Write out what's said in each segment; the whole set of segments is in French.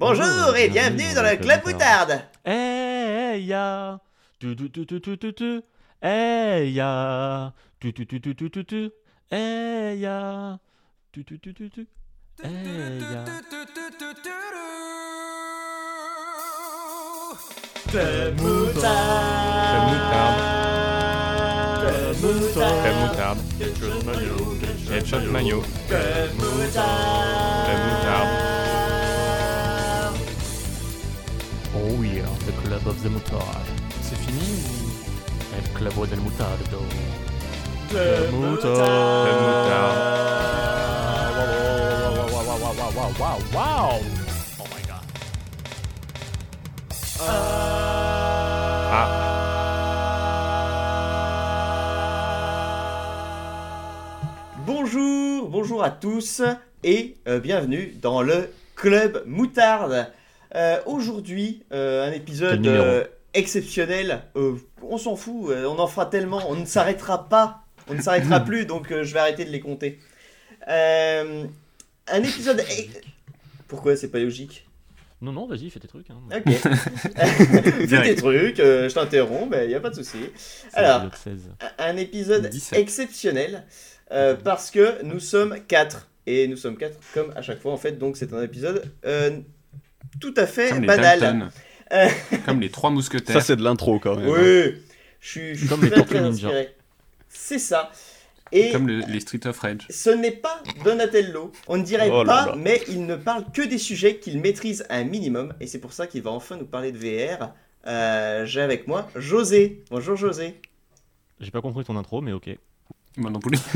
Bonjour et bienvenue dans le Club Moutarde. Hey ya, tu, hey ya, tu, hey ya, tu, hey ya. Club Moutarde. Headshot maillot. Club Moutarde. Oh yeah, the club of the moutarde. C'est fini El club del mutardo. Club Wow. Oh my god. Bonjour à tous et bienvenue dans le Club Moutarde. Aujourd'hui, un épisode exceptionnel. On s'en fout, on en fera tellement, on ne s'arrêtera plus, donc je vais arrêter de les compter. Un épisode. Pourquoi c'est pas logique? Non, vas-y, fais tes trucs. Hein. Ok. Fais tes trucs, je t'interromps, mais y a pas de souci. Alors, un épisode 17. exceptionnel parce que nous sommes 4. Et nous sommes 4 comme à chaque fois en fait, donc c'est un épisode tout à fait comme les banal. Dalton. Comme les 3 mousquetaires. Ça, c'est de l'intro quand même. Oui, je suis Comme les très, Tortues très Ninja. inspiré. C'est ça. Et Comme les Street of Rage. ce n'est pas Donatello, on ne dirait Oh là pas, là. mais il ne parle que des sujets qu'il maîtrise un minimum, et c'est pour ça qu'il va enfin nous parler de VR. J'ai avec moi José. Bonjour José. J'ai pas compris ton intro, mais ok. Moi non plus.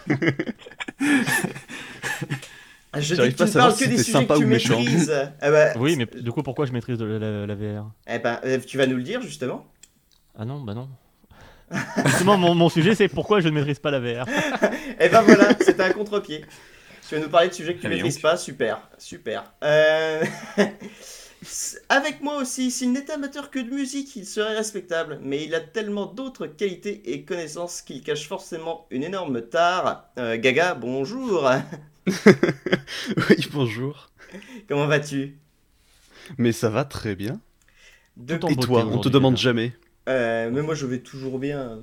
Je J'arrive dis que pas tu à ne savoir parles que si des t'es sujets sympa que tu ou méchant. maîtrises. Ah bah, Oui, mais du coup, pourquoi je maîtrise la VR? tu vas nous le dire justement. Ah non, bah non. Justement, mon sujet, c'est pourquoi je ne maîtrise pas la VR. Et ben voilà, c'était un contre-pied. Tu vas nous parler de sujets que tu Allez, maîtrises donc. pas, super. Avec moi aussi, s'il n'était amateur que de musique, il serait respectable, mais il a tellement d'autres qualités et connaissances qu'il cache forcément une énorme tare. Gaga, bonjour. Oui, bonjour. Comment vas-tu? Mais ça va très bien. Tout en Et beauté toi, on te aujourd'hui, demande Gaga. jamais. Mais moi je vais toujours bien.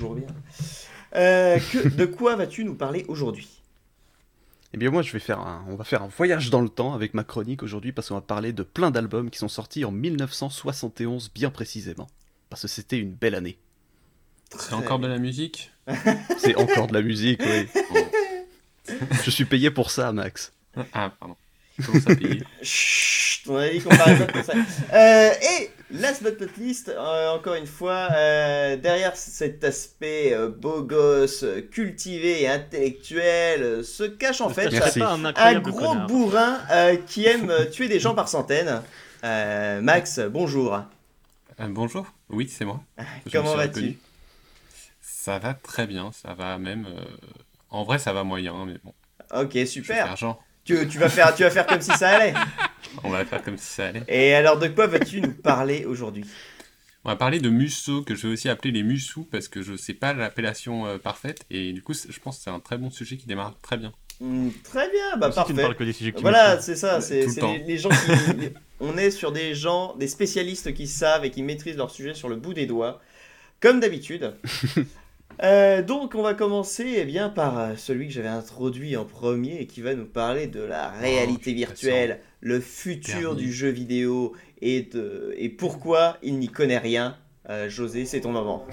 De quoi vas-tu nous parler aujourd'hui? Eh bien moi, on va faire un voyage dans le temps avec ma chronique aujourd'hui parce qu'on va parler de plein d'albums qui sont sortis en 1971 bien précisément. Parce que c'était une belle année. C'est encore de la musique. C'est encore de la musique, oui. Je suis payé pour ça, Max. Ah, pardon. Comment ça payer? Chut, on a dit qu'on parlait pas comme ça. Et last but not least, encore une fois, derrière cet aspect beau gosse, cultivé et intellectuel, se cache en fait Merci. un incroyable gros connard. bourrin qui aime tuer des gens par centaines. Max, bonjour. Bonjour. Oui, c'est moi. Je me Comment suis vas-tu? reconnu. Ça va très bien. Ça va même. En vrai, ça va moyen, mais bon. Ok, Je vais super. faire genre. Tu vas faire comme si ça allait. On va faire comme si ça allait. Et alors, de quoi vas-tu nous parler aujourd'hui? On va parler de musso, que je vais aussi appeler les mussous, parce que je sais pas l'appellation parfaite, et du coup, je pense que c'est un très bon sujet qui démarre très bien. Très bien, bah Aussi, tu ne parfait. parles que des sujets que tu Voilà, maîtrises. c'est ça, c'est Tout le temps. les gens qui... On est sur des gens, des spécialistes qui savent et qui maîtrisent leur sujet sur le bout des doigts, comme d'habitude. Donc on va commencer eh bien, par celui que j'avais introduit en premier et qui va nous parler de la réalité virtuelle, le futur Dernier. du jeu vidéo et pourquoi il n'y connaît rien. José, c'est ton moment.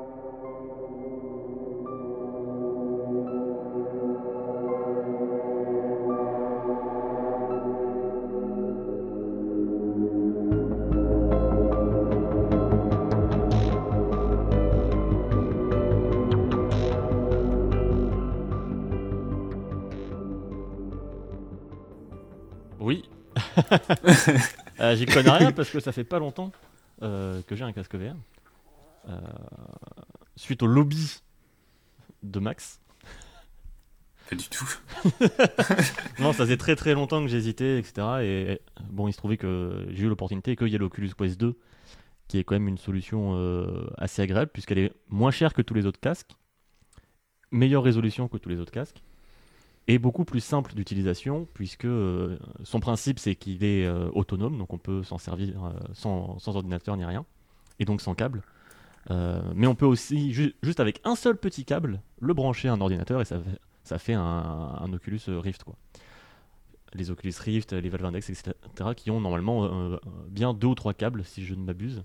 Oui. J'y connais rien parce que ça fait pas longtemps que j'ai un casque VR. Suite au lobby de Max. Pas du tout. Non, ça faisait très très longtemps que j'hésitais, etc. Et bon, il se trouvait que j'ai eu l'opportunité qu'il y ait l'Oculus Quest 2, qui est quand même une solution assez agréable, puisqu'elle est moins chère que tous les autres casques, meilleure résolution que tous les autres casques, est beaucoup plus simple d'utilisation puisque son principe c'est qu'il est autonome, donc on peut s'en servir sans ordinateur ni rien, et donc sans câble. Mais on peut aussi, juste avec un seul petit câble, le brancher à un ordinateur et ça fait un Oculus Rift, quoi. Les Oculus Rift, les Valve Index, etc., qui ont normalement bien 2 ou 3 câbles, si je ne m'abuse.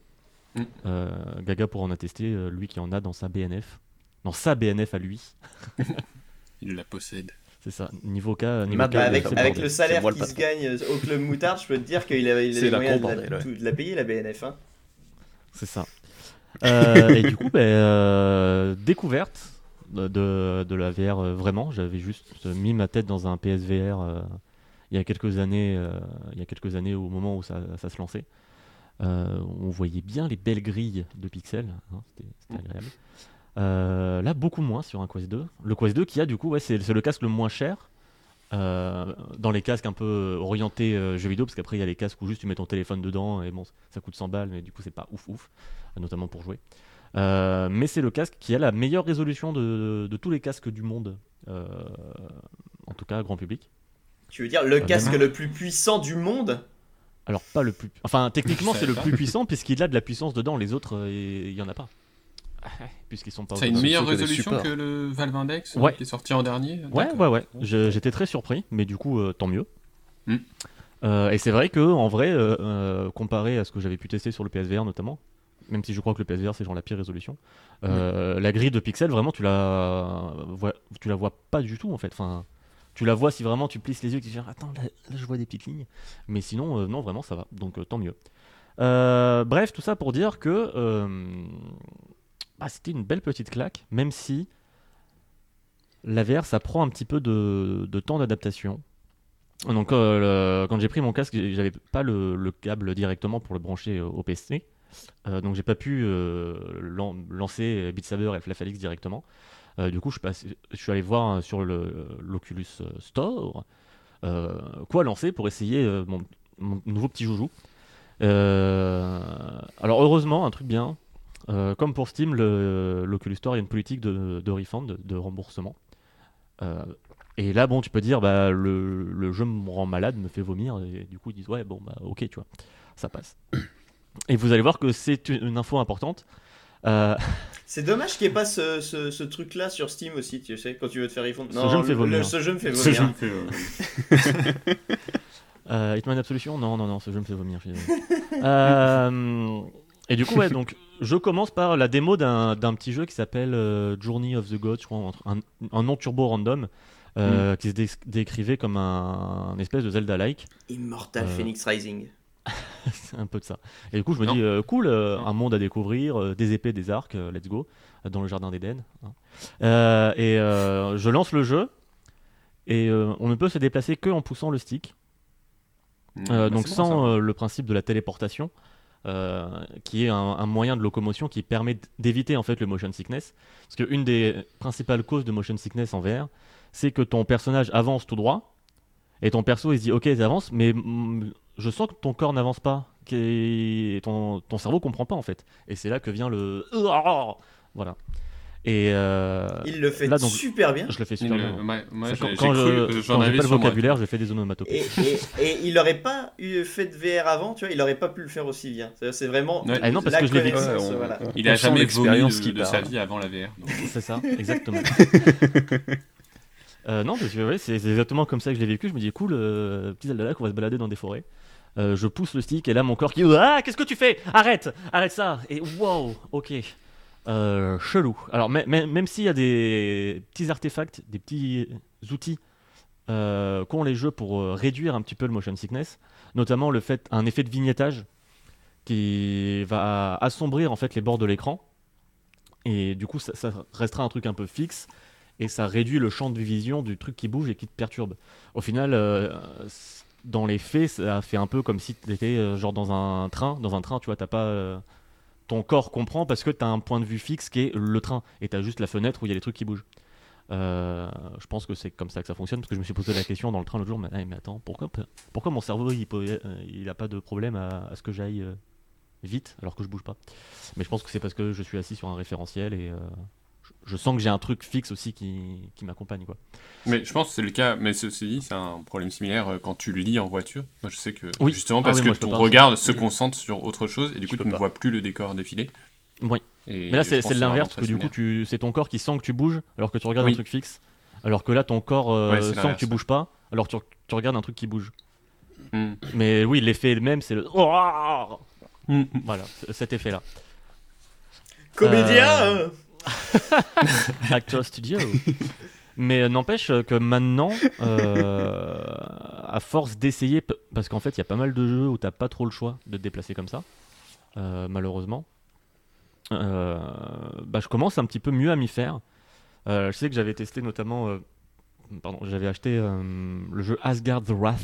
Gaga pourra en attester, lui qui en a dans sa BNF. Dans sa BNF à lui. Il la possède. C'est ça, niveau câble. Avec le salaire qui se gagne au Club Moutarde, je peux te dire qu'il a les moyens de la payer, la BNF. Hein. C'est ça. Et du coup, découverte de la VR vraiment. J'avais juste mis ma tête dans un PSVR il y a quelques années au moment où ça se lançait. On voyait bien les belles grilles de pixels, hein, c'était agréable. Là, beaucoup moins sur un Quest 2. Le Quest 2 qui a du coup, c'est le casque le moins cher dans les casques un peu orientés jeux vidéo, parce qu'après il y a les casques où juste tu mets ton téléphone dedans et bon, ça coûte 100 balles, mais du coup c'est pas ouf, notamment pour jouer. Mais c'est le casque qui a la meilleure résolution de tous les casques du monde, en tout cas grand public. Tu veux dire le casque le plus puissant du monde ? Alors pas le plus... Enfin techniquement c'est le plus puissant puisqu'il a de la puissance dedans, les autres il y en a pas. Puisqu'ils sont pas... Ça a une meilleure résolution que le Valve Index qui est sorti en dernier. Ouais. J'étais très surpris, mais du coup tant mieux. Et c'est vrai que en vrai, comparé à ce que j'avais pu tester sur le PSVR notamment, même si je crois que le PSVR c'est genre la pire résolution, la grille de pixels vraiment tu la vois pas du tout en fait. Enfin, tu la vois si vraiment tu plisses les yeux et que tu dis attends là je vois des petites lignes, mais sinon non vraiment ça va, donc tant mieux. Bref, tout ça pour dire que c'était une belle petite claque, même si la VR ça prend un petit peu de temps d'adaptation. Donc quand j'ai pris mon casque, j'avais pas le câble directement pour le brancher au PC, donc j'ai pas pu lancer Beat Saber et Half-Life Alyx directement. Du coup je suis allé voir sur l'Oculus Store quoi lancer pour essayer mon nouveau petit joujou. Alors heureusement, un truc bien, comme pour Steam, l'Oculus Store, il y a une politique de refund, de remboursement. Et là, bon, tu peux dire, le jeu me rend malade, me fait vomir, et du coup, ils disent, ok, tu vois, ça passe. Et vous allez voir que c'est une info importante. C'est dommage qu'il n'y ait pas ce truc-là sur Steam aussi, tu sais, quand tu veux te faire refund. Ce jeu me fait vomir. Ce jeu me fait vomir. Hitman Absolution ? Non, ce jeu me fait vomir. Et du coup, donc, je commence par la démo d'un petit jeu qui s'appelle Journey of the Gods, je crois, un nom turbo random, qui se décrivait comme un espèce de Zelda-like. Immortal Phoenix Rising. C'est un peu de ça. Et du coup, je me dis, cool, un monde à découvrir, des épées, des arcs, let's go, dans le jardin d'Éden. Je lance le jeu, et on ne peut se déplacer que en poussant le stick. Donc sans le principe de la téléportation, qui est un moyen de locomotion qui permet d'éviter en fait le motion sickness, parce qu'une des principales causes de motion sickness en VR, c'est que ton personnage avance tout droit et ton perso il se dit ok j'avance mais je sens que ton corps n'avance pas et ton cerveau comprend pas en fait, et c'est là que vient le voilà. Et il le fait super bien. Je le fais super bien. Quand j'ai pas le vocabulaire, je fais des onomatopées. Et il aurait pas fait de VR avant, tu vois, il aurait pas pu le faire aussi bien. C'est vraiment non, parce que je l'ai vécu. Voilà. Il a jamais vomi de sa vie avant la VR. Donc. C'est ça, exactement. Non, parce que c'est exactement comme ça que je l'ai vécu. Je me dis cool, petit Zelda là qu'on va se balader dans des forêts. Je pousse le stick et là mon corps qui qu'est-ce que tu fais ? Arrête ça. Et wow, ok. Chelou. Alors même s'il y a des petits artefacts, des petits outils qu'ont les jeux pour réduire un petit peu le motion sickness, notamment un effet de vignettage qui va assombrir en fait les bords de l'écran, et du coup ça restera un truc un peu fixe et ça réduit le champ de vision du truc qui bouge et qui te perturbe. Au final, dans les faits, ça fait un peu comme si tu étais genre dans un train, tu vois, t'as pas... ton corps comprend parce que tu as un point de vue fixe qui est le train, et tu as juste la fenêtre où il y a les trucs qui bougent. Je pense que c'est comme ça que ça fonctionne, parce que je me suis posé la question dans le train l'autre jour, mais attends, pourquoi mon cerveau il a pas de problème à ce que j'aille vite alors que je bouge pas ? Mais je pense que c'est parce que je suis assis sur un référentiel et je sens que j'ai un truc fixe aussi qui m'accompagne, quoi. Mais je pense que c'est le cas, mais ceci dit, c'est un problème similaire quand tu lis en voiture. Moi, je sais que, Oui. justement, Ah parce oui, que moi, je peux ton pas. regard se concentre sur autre chose, et du coup, peux tu ne pas. vois plus le décor défiler. Oui. Et Mais là, je c'est pense que l'inverse, vraiment parce que du coup, très c'est ton corps qui sent que tu bouges, alors que tu regardes Oui. un truc fixe. Alors que là, ton corps Ouais, c'est sent que l'inverse, tu ouais. bouges pas, alors que tu regardes un truc qui bouge. similaire. Mais oui, l'effet est le même, c'est le... Voilà, cet effet-là. Comédien Actor Studio. Mais n'empêche que maintenant, à force d'essayer, parce qu'en fait, il y a pas mal de jeux où t'as pas trop le choix de te déplacer comme ça, malheureusement. Je commence un petit peu mieux à m'y faire. Je sais que j'avais testé notamment, j'avais acheté le jeu Asgard the Wrath,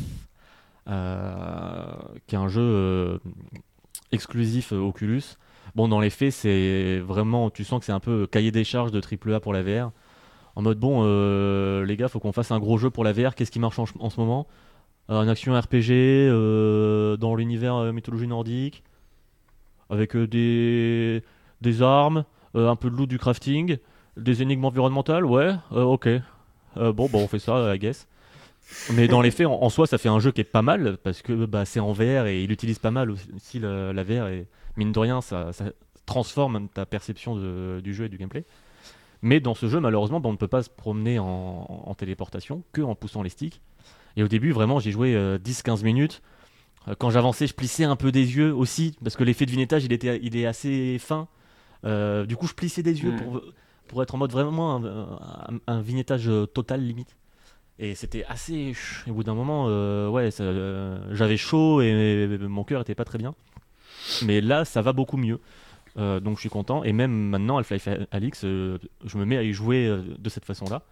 qui est un jeu exclusif Oculus. Bon, dans les faits, c'est vraiment, tu sens que c'est un peu cahier des charges de AAA pour la VR. En mode, bon, les gars, faut qu'on fasse un gros jeu pour la VR. Qu'est-ce qui marche en ce moment? Un action RPG dans l'univers mythologie nordique, avec des armes, un peu de loot, du crafting, des énigmes environnementales. Ouais, ok. On fait ça, I guess. Mais dans les faits, en soi, ça fait un jeu qui est pas mal, parce que c'est en VR et il utilise pas mal aussi la VR. Et mine de rien, ça transforme ta perception du jeu et du gameplay. Mais dans ce jeu, malheureusement, on ne peut pas se promener en téléportation que en poussant les sticks. Et au début, vraiment, j'ai joué 10-15 minutes. Quand j'avançais, je plissais un peu des yeux aussi, parce que l'effet de vignettage, il est assez fin. Du coup, je plissais des yeux pour être en mode vraiment un vignettage total, limite. Et c'était assez... Et au bout d'un moment, j'avais chaud et mon cœur était pas très bien. Mais là, ça va beaucoup mieux. Donc je suis content. Et même maintenant, Half-Life Alyx, je me mets à y jouer de cette façon-là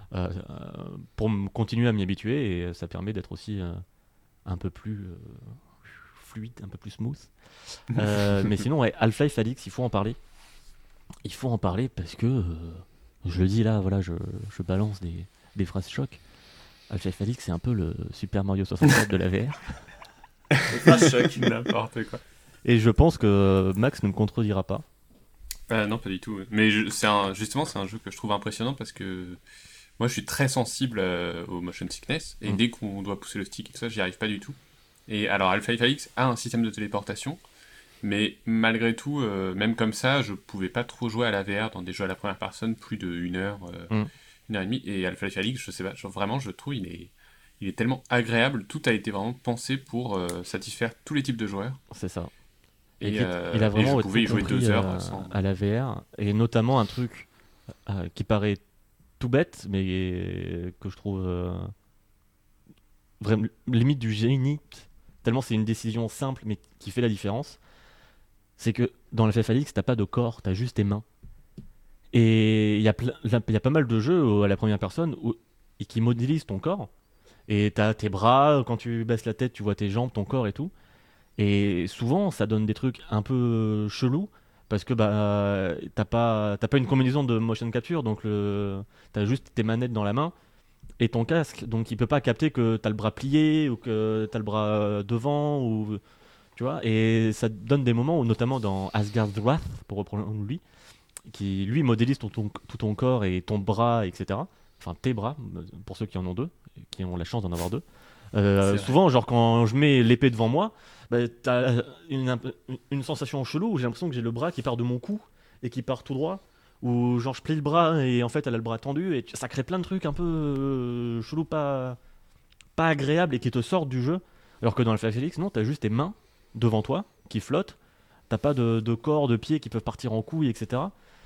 pour continuer à m'y habituer. Et ça permet d'être aussi un peu plus fluide, un peu plus smooth. Mais sinon, ouais, Half-Life Alyx, il faut en parler. Il faut en parler parce que, je le dis là, voilà, je balance des phrases choc. Half-Life Alyx, c'est un peu le Super Mario 64 de la VR. Choc. N'importe quoi. Et je pense que Max ne me contredira pas. Non, pas du tout. Mais justement, c'est un jeu que je trouve impressionnant parce que moi, je suis très sensible au motion sickness. Et dès qu'on doit pousser le stick et tout ça, j'y arrive pas du tout. Et alors, Half-Life Alyx a un système de téléportation. Mais malgré tout, même comme ça, je pouvais pas trop jouer à la VR dans des jeux à la première personne plus de 1 heure, 1 heure et demie. Et Half-Life Alyx, je sais pas, vraiment, je trouve il est tellement agréable. Tout a été vraiment pensé pour satisfaire tous les types de joueurs. C'est ça. Et il a vraiment je pouvais y jouer 2 heures à la VR. Et notamment un truc qui paraît tout bête, mais que je trouve vraiment limite du génie, tellement c'est une décision simple, mais qui fait la différence. C'est que dans Half-Life Alyx, t'as pas de corps, t'as juste tes mains. Et il y a pas mal de jeux à la première personne qui modélisent ton corps. Et t'as tes bras, quand tu baisses la tête, tu vois tes jambes, ton corps et tout. Et souvent, ça donne des trucs un peu chelous, parce que t'as pas une combinaison de motion capture, donc t'as juste tes manettes dans la main et ton casque, donc il peut pas capter que t'as le bras plié ou que t'as le bras devant, ou tu vois. Et ça donne des moments où, notamment dans Asgard's Wrath, pour reprendre lui, qui lui modélise tout ton corps et ton bras, etc. Enfin tes bras, pour ceux qui en ont deux, qui ont la chance d'en avoir deux. Souvent, genre quand je mets l'épée devant moi, t'as une sensation chelou où j'ai l'impression que j'ai le bras qui part de mon cou et qui part tout droit, ou genre je plie le bras et en fait elle a le bras tendu, et ça crée plein de trucs un peu chelou, pas agréables, et qui te sortent du jeu. Alors que dans le Half-Life Alyx, non, t'as juste tes mains devant toi qui flottent, t'as pas de corps, de pieds qui peuvent partir en couilles, etc.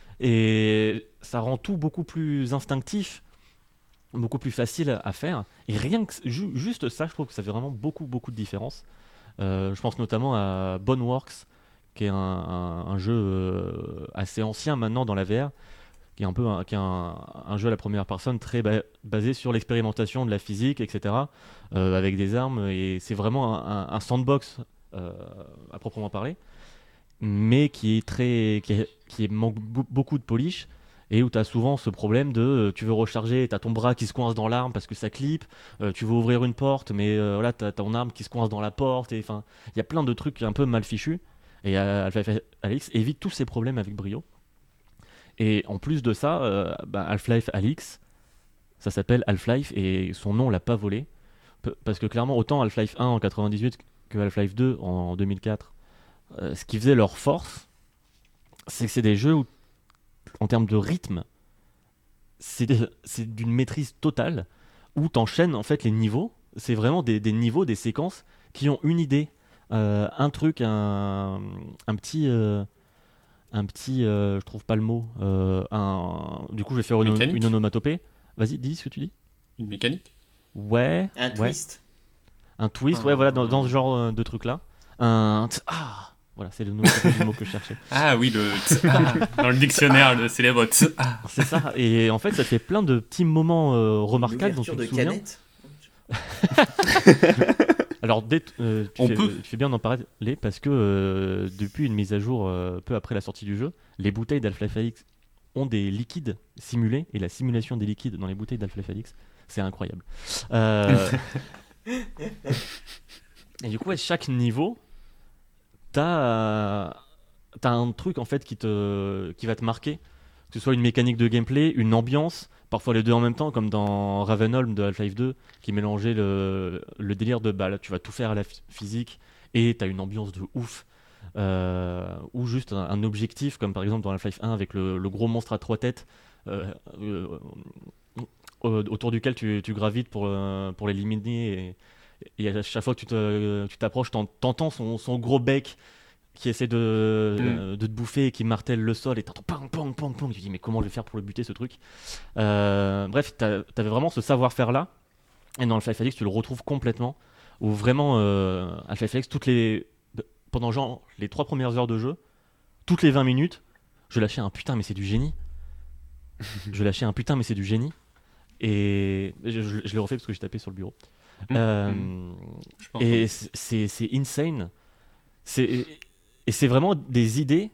Et ça rend tout beaucoup plus instinctif, beaucoup plus facile à faire. Et rien que juste ça, je trouve que ça fait vraiment beaucoup de différence. Je pense notamment à Boneworks, qui est un jeu assez ancien maintenant dans la VR, qui est un jeu à la première personne très basé sur l'expérimentation de la physique, etc., avec des armes. Et c'est vraiment un sandbox à proprement parler, mais qui manque beaucoup de polish, et où tu as souvent ce problème de tu veux recharger, tu as ton bras qui se coince dans l'arme parce que ça clip, tu veux ouvrir une porte, mais là tu as ton arme qui se coince dans la porte, et enfin il y a plein de trucs un peu mal fichus, et Half-Life Alyx évite tous ces problèmes avec brio. Et en plus de ça, Half-Life Alyx, ça s'appelle Half-Life et son nom on l'a pas volé. Parce que clairement, autant Half-Life 1 en 98 que Half-Life 2 en 2004, ce qui faisait leur force, c'est que c'est des jeux où, en termes de rythme, c'est d'une maîtrise totale, où t'enchaînes en fait les niveaux. C'est vraiment des niveaux, des séquences qui ont une idée, un truc, un petit, je trouve pas le mot, du coup je vais faire une onomatopée. Vas-y, dis ce que tu dis. Une mécanique. Ouais. Un twist. Un twist, ouais, voilà, dans ce genre de truc là. Voilà, c'est le mot que je cherchais. Ah oui, dans le dictionnaire, le célèbre C'est ça, et en fait, ça fait plein de petits moments remarquables dont tu te souviens. Canette. Alors, tu fais bien d'en parler parce que depuis une mise à jour peu après la sortie du jeu, les bouteilles d'Half-Life Alyx ont des liquides simulés, et la simulation des liquides dans les bouteilles d'Half-Life Alyx, c'est incroyable. Et du coup, à chaque niveau, t'as un truc en fait qui va te marquer, que ce soit une mécanique de gameplay, une ambiance, parfois les deux en même temps, comme dans Ravenholm de Half-Life 2, qui mélangeait le délire de là, tu vas tout faire à la physique et t'as une ambiance de ouf, ou juste un objectif, comme par exemple dans Half-Life 1 avec le gros monstre à 3 têtes autour duquel tu gravites pour l'éliminer, et à chaque fois que tu t'approches, t'entends son gros bec qui essaie de te bouffer et qui martèle le sol, et t'entends pang pang pang pang. Tu te dis mais comment je vais faire pour le buter ce truc. Bref, t'avais vraiment ce savoir-faire là, et dans Half-Life Alyx tu le retrouves complètement, où vraiment Half-Life Alyx, pendant genre les 3 premières heures de jeu, toutes les 20 minutes, je lâchais un putain mais c'est du génie. Et je l'ai refait parce que j'ai tapé sur le bureau. Et c'est insane. Et c'est vraiment des idées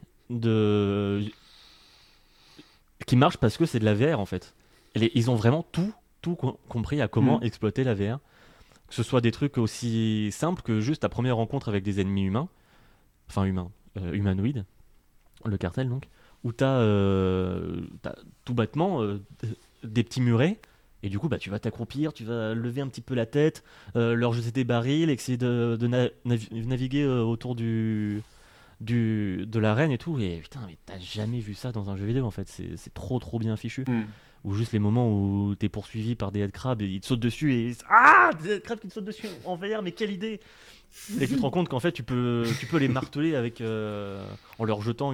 qui marchent parce que c'est de la VR en fait. Ils ont vraiment tout compris à comment exploiter la VR. Que ce soit des trucs aussi simples que juste ta première rencontre avec des ennemis humanoïdes, le cartel donc, où t'as tout bêtement des petits murets. Et du coup, tu vas t'accroupir, tu vas lever un petit peu la tête, leur jeter des barils, essayer de naviguer autour de l'arène et tout. Et putain, mais t'as jamais vu ça dans un jeu vidéo en fait. C'est trop bien fichu. Ou juste les moments où t'es poursuivi par des headcrabs et ils te sautent dessus et des headcrabs qui te sautent dessus en VR, mais quelle idée! Et tu te rends compte qu'en fait tu peux les marteler en leur jetant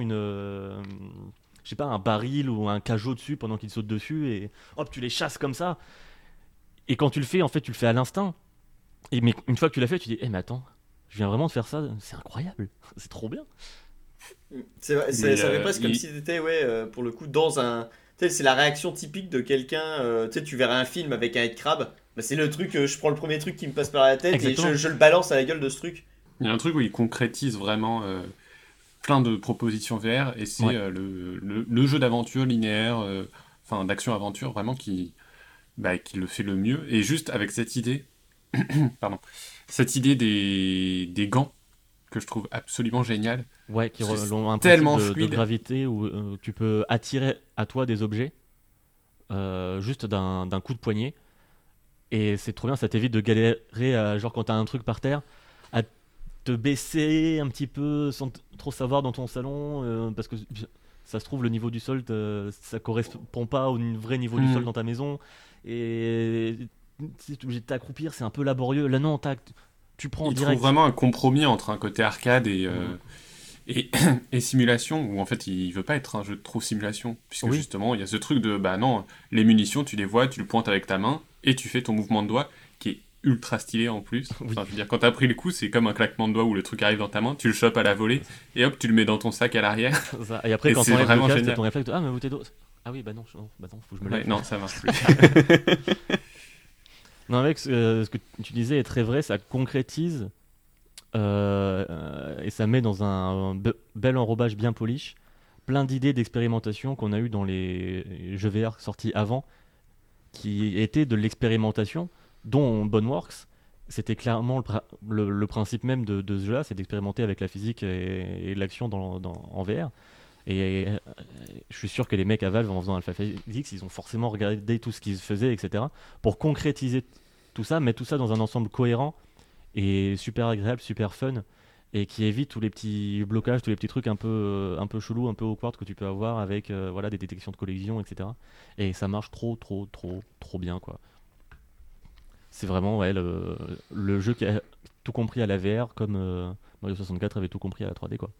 un baril ou un cajot dessus pendant qu'ils sautent dessus, et hop, tu les chasses comme ça. Et quand tu le fais, en fait, tu le fais à l'instinct. Mais une fois que tu l'as fait, tu dis mais attends, je viens vraiment de faire ça, c'est incroyable, c'est trop bien. C'est vrai, ça fait presque comme si t'étais, pour le coup, dans un... Tu sais, c'est la réaction typique de quelqu'un, tu verrais un film avec un headcrab, c'est le truc, je prends le premier truc qui me passe par la tête. Exactement. Et je le balance à la gueule de ce truc. Il y a un truc où il concrétise vraiment plein de propositions VR, et c'est le jeu d'aventure linéaire, d'action-aventure, vraiment qui le fait le mieux. Et juste avec cette idée, cette idée des gants, que je trouve absolument génial. Ouais, qui ont un tellement principe de gravité où tu peux attirer à toi des objets juste d'un coup de poignet. Et c'est trop bien, ça t'évite de galérer genre quand t'as un truc par terre, à te baisser un petit peu sans trop savoir dans ton salon, parce que ça se trouve le niveau du sol ça correspond pas au vrai niveau du sol dans ta maison, et tu es obligé de t'accroupir, c'est un peu laborieux. Là non, tu prends direct. Il trouve vraiment un compromis entre un côté arcade et simulation, où en fait il veut pas être un jeu de trop simulation, puisque justement il y a ce truc de non, les munitions tu les vois, tu le pointes avec ta main et tu fais ton mouvement de doigt qui est ultra stylé en plus. Enfin, je veux dire, quand t'as pris le coup, c'est comme un claquement de doigts où le truc arrive dans ta main, tu le chopes à la volée et hop, tu le mets dans ton sac à l'arrière. Et après, quand t'enlèves le casque, t'as ton réflexe de mais bouteille d'eau. Ah oui, non, faut que je me lève. Non, ça marche plus. Non, avec ce que tu disais est très vrai, ça concrétise et ça met dans un bel enrobage bien polish plein d'idées d'expérimentation qu'on a eu dans les jeux VR sortis avant, qui étaient de l'expérimentation, dont Boneworks. C'était clairement le principe même de ce jeu-là, c'est d'expérimenter avec la physique et l'action en VR. Et je suis sûr que les mecs à Valve, en faisant Alpha Felix, ils ont forcément regardé tout ce qu'ils faisaient, etc., pour concrétiser tout ça, mettre tout ça dans un ensemble cohérent et super agréable, super fun, et qui évite tous les petits blocages, tous les petits trucs un peu chelous, un peu awkward que tu peux avoir avec voilà, des détections de collision, etc. Et ça marche trop bien, quoi. C'est vraiment ouais, le jeu qui a tout compris à la VR, comme Mario 64 avait tout compris à la 3D, quoi.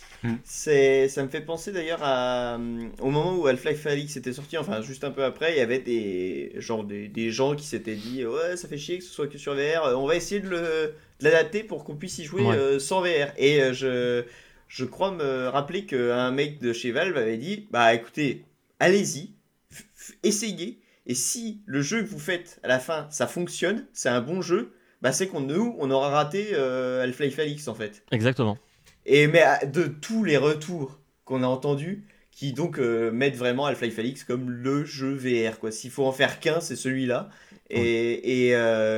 Ça me fait penser d'ailleurs au moment où Half-Life Alyx était sorti, enfin juste un peu après, il y avait des gens qui s'étaient dit ouais, ça fait chier que ce soit que sur VR, on va essayer de l'adapter pour qu'on puisse y jouer sans VR. Et je crois me rappeler qu'un mec de chez Valve avait dit bah écoutez, allez-y, essayez, et si le jeu que vous faites à la fin ça fonctionne, c'est un bon jeu, bah c'est qu'on aura raté Half-Life Alyx en fait. Exactement. Mais de tous les retours qu'on a entendus, qui donc mettent vraiment Half-Life Alyx comme le jeu VR, quoi. S'il faut en faire qu'un, c'est celui-là. Et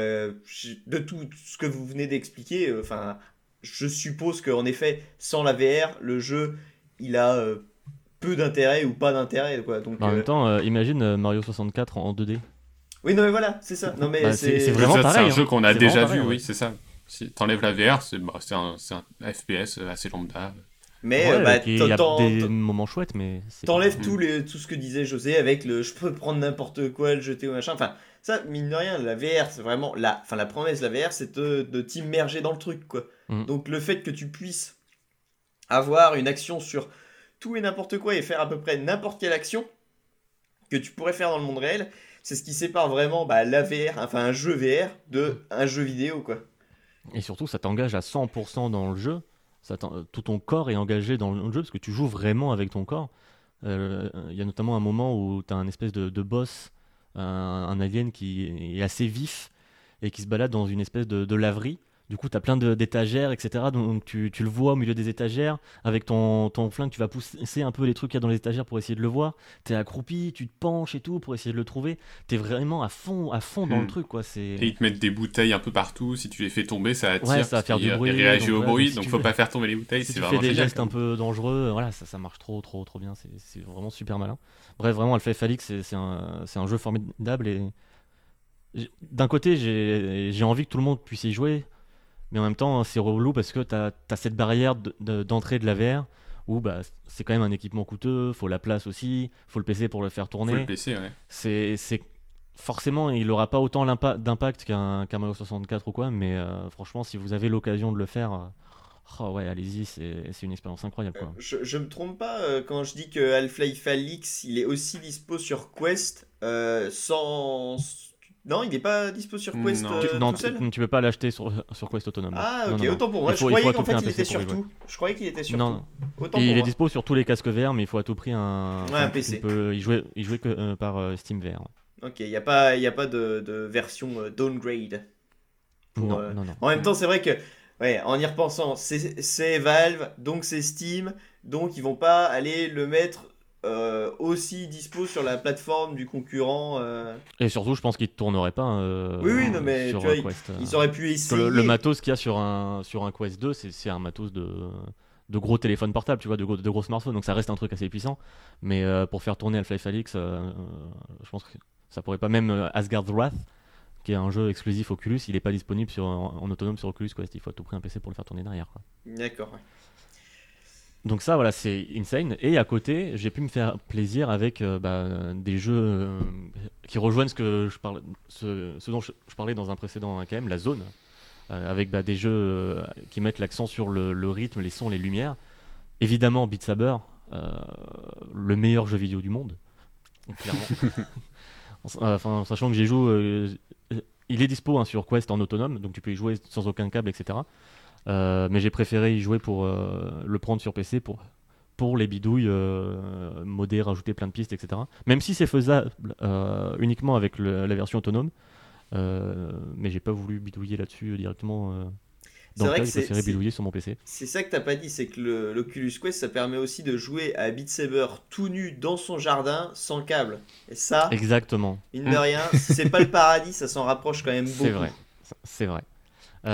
de tout ce que vous venez d'expliquer, je suppose qu'en effet, sans la VR, le jeu, il a peu d'intérêt ou pas d'intérêt, quoi. Donc, en même temps, imagine Mario 64 en 2D. Oui, non mais voilà, c'est ça. Non, mais bah, c'est vraiment ça, pareil. C'est un jeu qu'on a déjà vu, ouais. Oui, c'est ça. Si t'enlèves la VR, c'est un FPS assez lambda. Mais il y a des moments chouettes, mais t'enlèves tout ce que disait José avec le je peux prendre n'importe quoi, le jeter au machin. Enfin, ça, mine de rien, la VR, c'est vraiment la promesse de la VR, c'est de t'immerger dans le truc, quoi. Donc le fait que tu puisses avoir une action sur tout et n'importe quoi et faire à peu près n'importe quelle action que tu pourrais faire dans le monde réel, c'est ce qui sépare vraiment la VR, enfin un jeu VR, de un jeu vidéo, quoi. Et surtout, ça t'engage à 100% dans le jeu. Tout ton corps est engagé dans le jeu parce que tu joues vraiment avec ton corps. Il y a notamment un moment où tu as un espèce de boss, un alien qui est assez vif et qui se balade dans une espèce de laverie. Du coup, tu as plein d'étagères, etc. Donc tu le vois au milieu des étagères. Avec ton flingue, tu vas pousser un peu les trucs qu'il y a dans les étagères pour essayer de le voir. Tu es accroupi, tu te penches et tout pour essayer de le trouver. Tu es vraiment à fond dans le truc, quoi. Et ils te mettent des bouteilles un peu partout. Si tu les fais tomber, ça attire. Ouais, ça va faire du bruit. Il réagit au bruit, donc faut pas faire tomber les bouteilles. Si c'est tu vraiment fais des génial, gestes un peu dangereux, voilà, ça marche trop bien. C'est vraiment super malin. Bref, vraiment, Half-Life Alyx, c'est un jeu formidable. Et d'un côté, j'ai envie que tout le monde puisse y jouer. Mais en même temps, c'est relou parce que t'as cette barrière d'entrée de la VR où c'est quand même un équipement coûteux, faut la place aussi, faut le PC pour le faire tourner. Faut le PC, ouais. C'est forcément, il n'aura pas autant d'impact qu'un Mario 64 ou quoi, mais franchement, si vous avez l'occasion de le faire, ouais, allez-y, c'est une expérience incroyable, quoi. Je me trompe pas quand je dis que Half-Life Alyx, il est aussi dispo sur Quest sans... Non, il n'est pas dispo sur Quest tout seul. Tu peux pas l'acheter sur Quest autonome. Ah, ok, non. autant pour moi. Je croyais qu'en fait il était sur tout. Je croyais qu'il était sur tout. Autant il est dispo sur tous les casques VR, mais il faut à tout prix un PC. Tu peux y jouer que par Steam VR. Ok, il n'y a pas de version downgrade. Non. En même temps, c'est vrai que, ouais, en y repensant, c'est Valve, donc c'est Steam, donc ils vont pas aller le mettre aussi dispo sur la plateforme du concurrent. Et surtout, je pense qu'ils ne tourneraient pas oui, non, mais sur tu vois, Quest. Ils auraient pu essayer. Le matos qu'il y a sur un Quest 2, c'est un matos de gros téléphones portables, tu vois, de gros smartphones, donc ça reste un truc assez puissant. Mais pour faire tourner Half-Life Alyx, je pense que ça pourrait pas. Même Asgard's Wrath, qui est un jeu exclusif Oculus, il n'est pas disponible en autonome sur Oculus Quest. Il faut à tout prix un PC pour le faire tourner derrière, quoi. D'accord. Ouais. Donc ça, voilà, c'est insane. Et à côté, j'ai pu me faire plaisir avec des jeux qui rejoignent ce dont je parlais dans un précédent KM, la zone, avec des jeux qui mettent l'accent sur le rythme, les sons, les lumières. Évidemment, Beat Saber, le meilleur jeu vidéo du monde, clairement. Sachant que j'y joue, il est dispo sur Quest en autonome, donc tu peux y jouer sans aucun câble, etc. Mais j'ai préféré y jouer pour le prendre sur PC pour les bidouilles, modder, rajouter plein de pistes, etc. Même si c'est faisable uniquement avec la version autonome, mais j'ai pas voulu bidouiller là-dessus directement. Dans le cas, j'ai préféré bidouiller sur mon PC. C'est ça que t'as pas dit, c'est que l'Oculus Quest, ça permet aussi de jouer à Beat Saber tout nu dans son jardin, sans câble. Et ça, exactement. Mine de rien, si c'est pas le paradis, ça s'en rapproche quand même beaucoup. C'est vrai.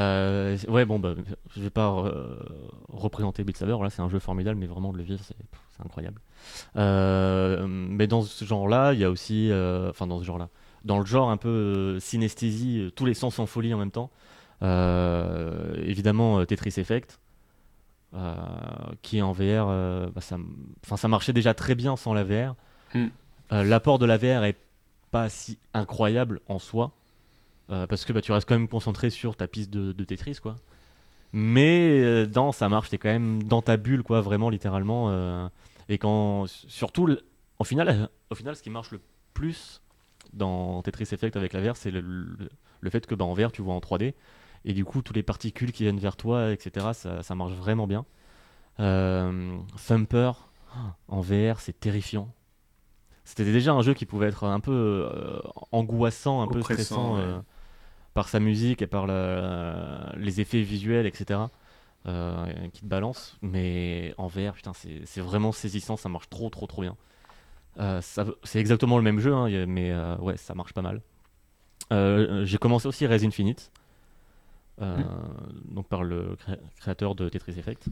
Ouais, bon, je vais pas représenter Beat Saber, là c'est un jeu formidable, mais vraiment de le vivre, c'est incroyable. Mais dans ce genre-là, il y a aussi, dans le genre un peu synesthésie, tous les sens en folie en même temps. Évidemment, Tetris Effect, qui en VR, ça marchait déjà très bien sans la VR. L'apport de la VR est pas si incroyable en soi, parce que tu restes quand même concentré sur ta piste de Tetris, quoi. Mais ça marche, t'es quand même dans ta bulle, quoi, vraiment littéralement. Et quand, surtout, au final, ce qui marche le plus dans Tetris Effect avec la VR, c'est le fait que en VR tu vois en 3D, et du coup toutes les particules qui viennent vers toi, etc. Ça marche vraiment bien. Thumper en VR, c'est terrifiant. C'était déjà un jeu qui pouvait être un peu angoissant, un peu stressant, par sa musique et par les effets visuels, etc. Qui te balancent. Mais en VR, putain, c'est vraiment saisissant, ça marche trop bien. C'est exactement le même jeu, hein, mais ouais, ça marche pas mal. J'ai commencé aussi Res Infinite, donc par le créateur de Tetris Effect.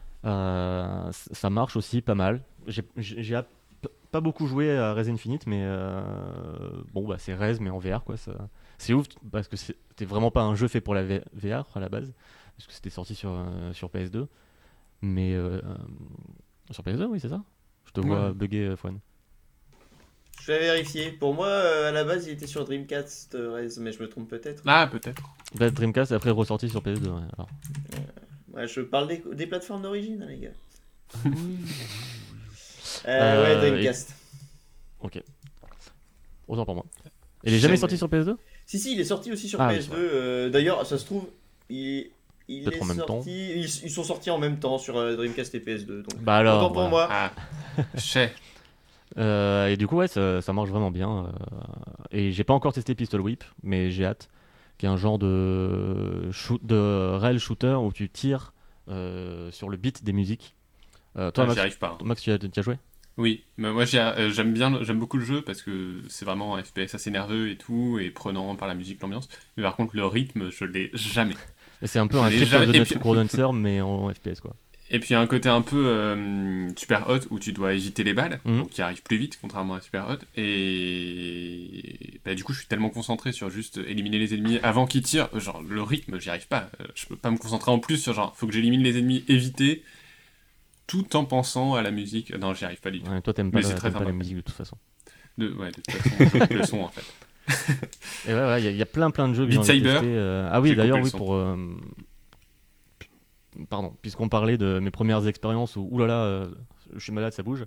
Ça marche aussi pas mal. J'ai pas beaucoup joué à Res Infinite, mais c'est Res mais en VR, quoi. C'est ouf parce que c'était vraiment pas un jeu fait pour la VR à la base, parce que c'était sorti sur PS2. Mais sur PS2, oui, c'est ça. Je te vois bugger, Fouane. Je vais vérifier. Pour moi, à la base, il était sur Dreamcast, Rez, mais je me trompe peut-être. Ah, peut-être. Dreamcast, après ressorti sur PS2. Ouais, alors. Ouais, je parle des plateformes d'origine, hein, les gars. Ouais, Dreamcast. Ok. Autant pour moi. Il est jamais sorti sur PS2 ? Si, il est sorti aussi sur PS2. D'ailleurs, ça se trouve, il peut-être est en même temps. Ils sont sortis en même temps sur Dreamcast et PS2. Donc, alors, autant pour moi. Ah, chais. Et du coup, ouais, ça marche vraiment bien. Et j'ai pas encore testé Pistol Whip, mais j'ai hâte. Qui est un genre de rail shooter où tu tires sur le beat des musiques. Toi, Max, j'y arrive pas. Max, tu as joué ? Oui, mais moi j'aime beaucoup le jeu parce que c'est vraiment un FPS assez nerveux et tout, et prenant par la musique, l'ambiance. Mais par contre, le rythme, je l'ai jamais. Et c'est un peu un Street of the Dancer, mais en FPS, quoi. Et puis il y a un côté un peu Super Hot où tu dois éviter les balles, donc qui arrivent plus vite contrairement à Super Hot. Et du coup je suis tellement concentré sur juste éliminer les ennemis avant qu'ils tirent, genre le rythme j'y arrive pas. Je peux pas me concentrer en plus sur genre faut que j'élimine les ennemis, éviter, tout en pensant à la musique. Non, j'y arrive pas du tout. Ouais, toi t'aimes pas la musique de toute façon. De toute façon, le son en fait. Et ouais, il y a plein de jeux que Beat j'ai envie de Saber. tester. Ah oui, d'ailleurs, oui, pour... Pardon, puisqu'on parlait de mes premières expériences où, oulala, je suis malade, ça bouge,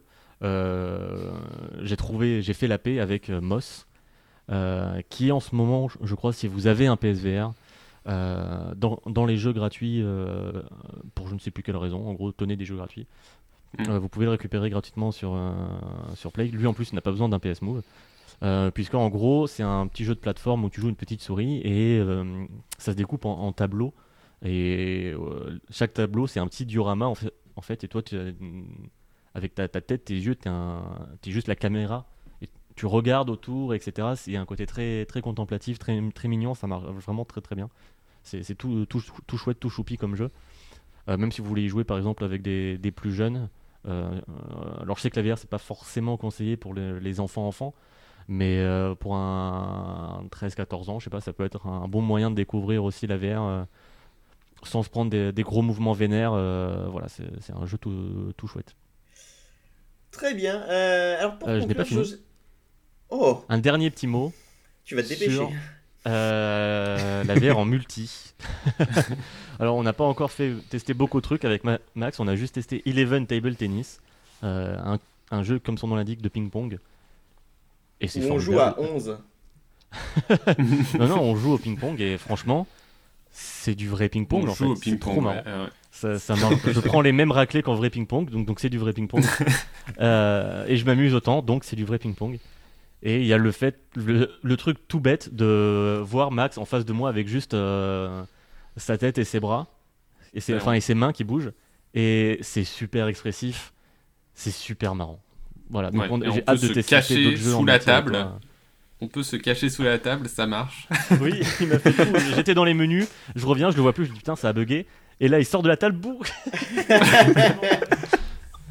j'ai fait la paix avec Moss, qui en ce moment, je crois, si vous avez un PSVR, dans les jeux gratuits, pour je ne sais plus quelle raison, en gros, tenez des jeux gratuits, vous pouvez le récupérer gratuitement sur Play. Lui, en plus, il n'a pas besoin d'un PS Move. Puisqu'en gros, c'est un petit jeu de plateforme où tu joues une petite souris et ça se découpe en tableaux. Et chaque tableau, c'est un petit diorama en fait, et toi, avec ta tête, tes yeux, t'es juste la caméra. Et tu regardes autour, etc. C'est un côté très, très contemplatif, très, très mignon, ça marche vraiment très très bien. C'est tout chouette, tout choupi comme jeu. Même si vous voulez y jouer par exemple avec des plus jeunes. Alors je sais que la VR, c'est pas forcément conseillé pour les enfants. Mais pour un 13-14 ans, je sais pas, ça peut être un bon moyen de découvrir aussi la VR sans se prendre des gros mouvements vénères. Voilà, c'est un jeu tout chouette. Très bien. Alors pour je n'ai pas fini. Oh. Un dernier petit mot. Tu vas te dépêcher. Sur, la VR en multi. Alors on n'a pas encore tester beaucoup de trucs avec Max, on a juste testé Eleven Table Tennis, un jeu comme son nom l'indique de ping-pong. Et c'est on joue à 11. non, on joue au ping-pong et franchement, c'est du vrai ping-pong. On joue au ping-pong, c'est trop marrant. Ça marche. Je prends les mêmes raclés qu'en vrai ping-pong, donc c'est du vrai ping-pong. Et je m'amuse autant, donc c'est du vrai ping-pong. Et il y a le truc tout bête de voir Max en face de moi avec juste sa tête et ses bras, et ses mains qui bougent. Et c'est super expressif, c'est super marrant. Voilà, donc j'ai hâte de tester d'autres jeux sous la table. On peut se cacher sous la table, ça marche. Oui, il m'a fait tout. J'étais dans les menus, je reviens, je le vois plus, je dis putain, ça a bugué. Et là, il sort de la table, bouh.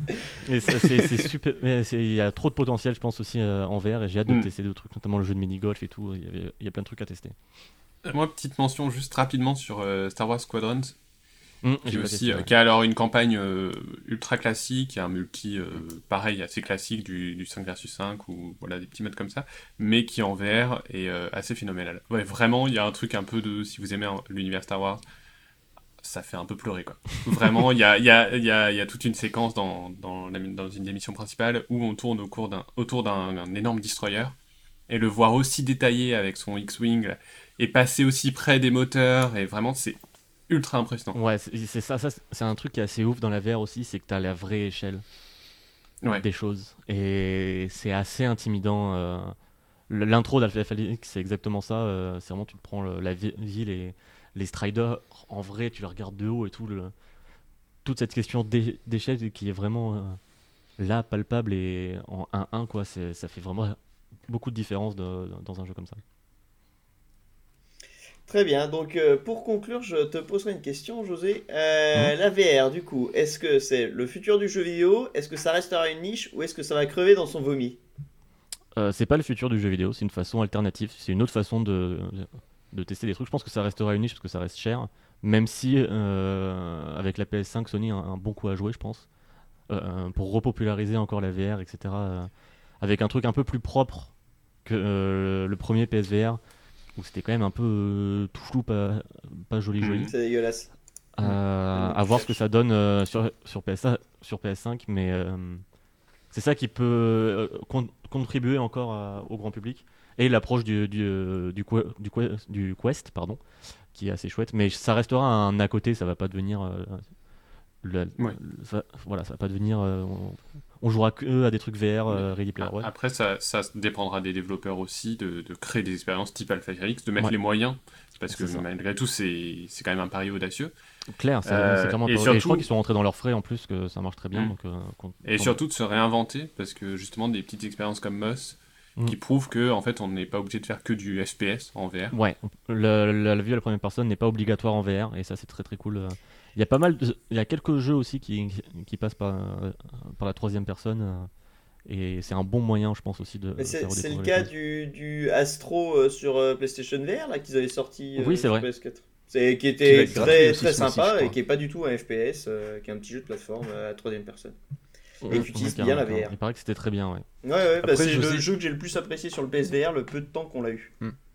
Et c'est super. Il y a trop de potentiel, je pense, aussi en VR, et j'ai hâte de tester d'autres trucs, notamment le jeu de mini-golf et tout. Il y a plein de trucs à tester. Moi, petite mention juste rapidement sur Star Wars Squadrons, qui a alors une campagne ultra classique, un multi pareil, assez classique du 5 vs 5, ou voilà, des petits modes comme ça, mais qui en VR est assez phénoménal. Ouais, vraiment, il y a un truc un peu de... Si vous aimez l'univers Star Wars, ça fait un peu pleurer, quoi. Vraiment, il y a toute une séquence dans une des missions principales où on tourne autour d'un énorme destroyer, et le voir aussi détaillé avec son X-Wing, et passer aussi près des moteurs, et vraiment, c'est ultra impressionnant. Ouais, c'est ça, c'est un truc qui est assez ouf dans la VR aussi, c'est que t'as la vraie échelle des choses. Et c'est assez intimidant. L'intro d'Half-Life, c'est exactement ça. C'est vraiment, tu te prends la ville et les striders, en vrai, tu les regardes de haut et tout. Toute cette question d'échelle qui est vraiment là, palpable, et en 1-1, quoi. Ça fait vraiment beaucoup de différence dans un jeu comme ça. Très bien, donc pour conclure, je te poserai une question, José. La VR, du coup, est-ce que c'est le futur du jeu vidéo? Est-ce que ça restera une niche ou est-ce que ça va crever dans son vomi? C'est pas le futur du jeu vidéo, c'est une façon alternative, c'est une autre façon de tester des trucs. Je pense que ça restera une niche parce que ça reste cher, même si avec la PS5, Sony a un bon coup à jouer, je pense, pour repopulariser encore la VR, etc. Avec un truc un peu plus propre que le premier PSVR, où c'était quand même un peu tout flou, pas joli. C'est dégueulasse. À voir ce que ça donne sur PS5, mais c'est ça qui peut contribuer encore au grand public. Et l'approche du Quest, pardon, qui est assez chouette. Mais ça restera un à côté, ça va pas devenir... ça va pas devenir... on jouera que à des trucs VR Ready Player One. Après, ça dépendra des développeurs aussi de créer des expériences type Half-Life, de mettre les moyens, parce que malgré tout, c'est quand même un pari audacieux. Claire, c'est clairement un pari. Et je crois qu'ils sont rentrés dans leurs frais en plus, que ça marche très bien. Et surtout de se réinventer, parce que justement, des petites expériences comme Moss, qui prouvent que en fait, on n'est pas obligé de faire que du FPS en VR. Ouais, la vue à la première personne n'est pas obligatoire en VR, et ça, c'est très très cool. Il y a quelques jeux aussi qui passent par la troisième personne, et c'est un bon moyen, je pense, aussi de faire redécouvrir c'est le les cas choses. du Astro sur PlayStation VR là qu'ils avaient sorti Oui, c'est sur vrai. PS4. Qui était très aussi, sympa et qui est pas du tout un FPS, qui est un petit jeu de plateforme à troisième personne. Et qui utilise bien la VR. Il paraît que c'était très bien, ouais. Ouais, bah c'est le jeu que j'ai le plus apprécié sur le PSVR, le peu de temps qu'on l'a eu.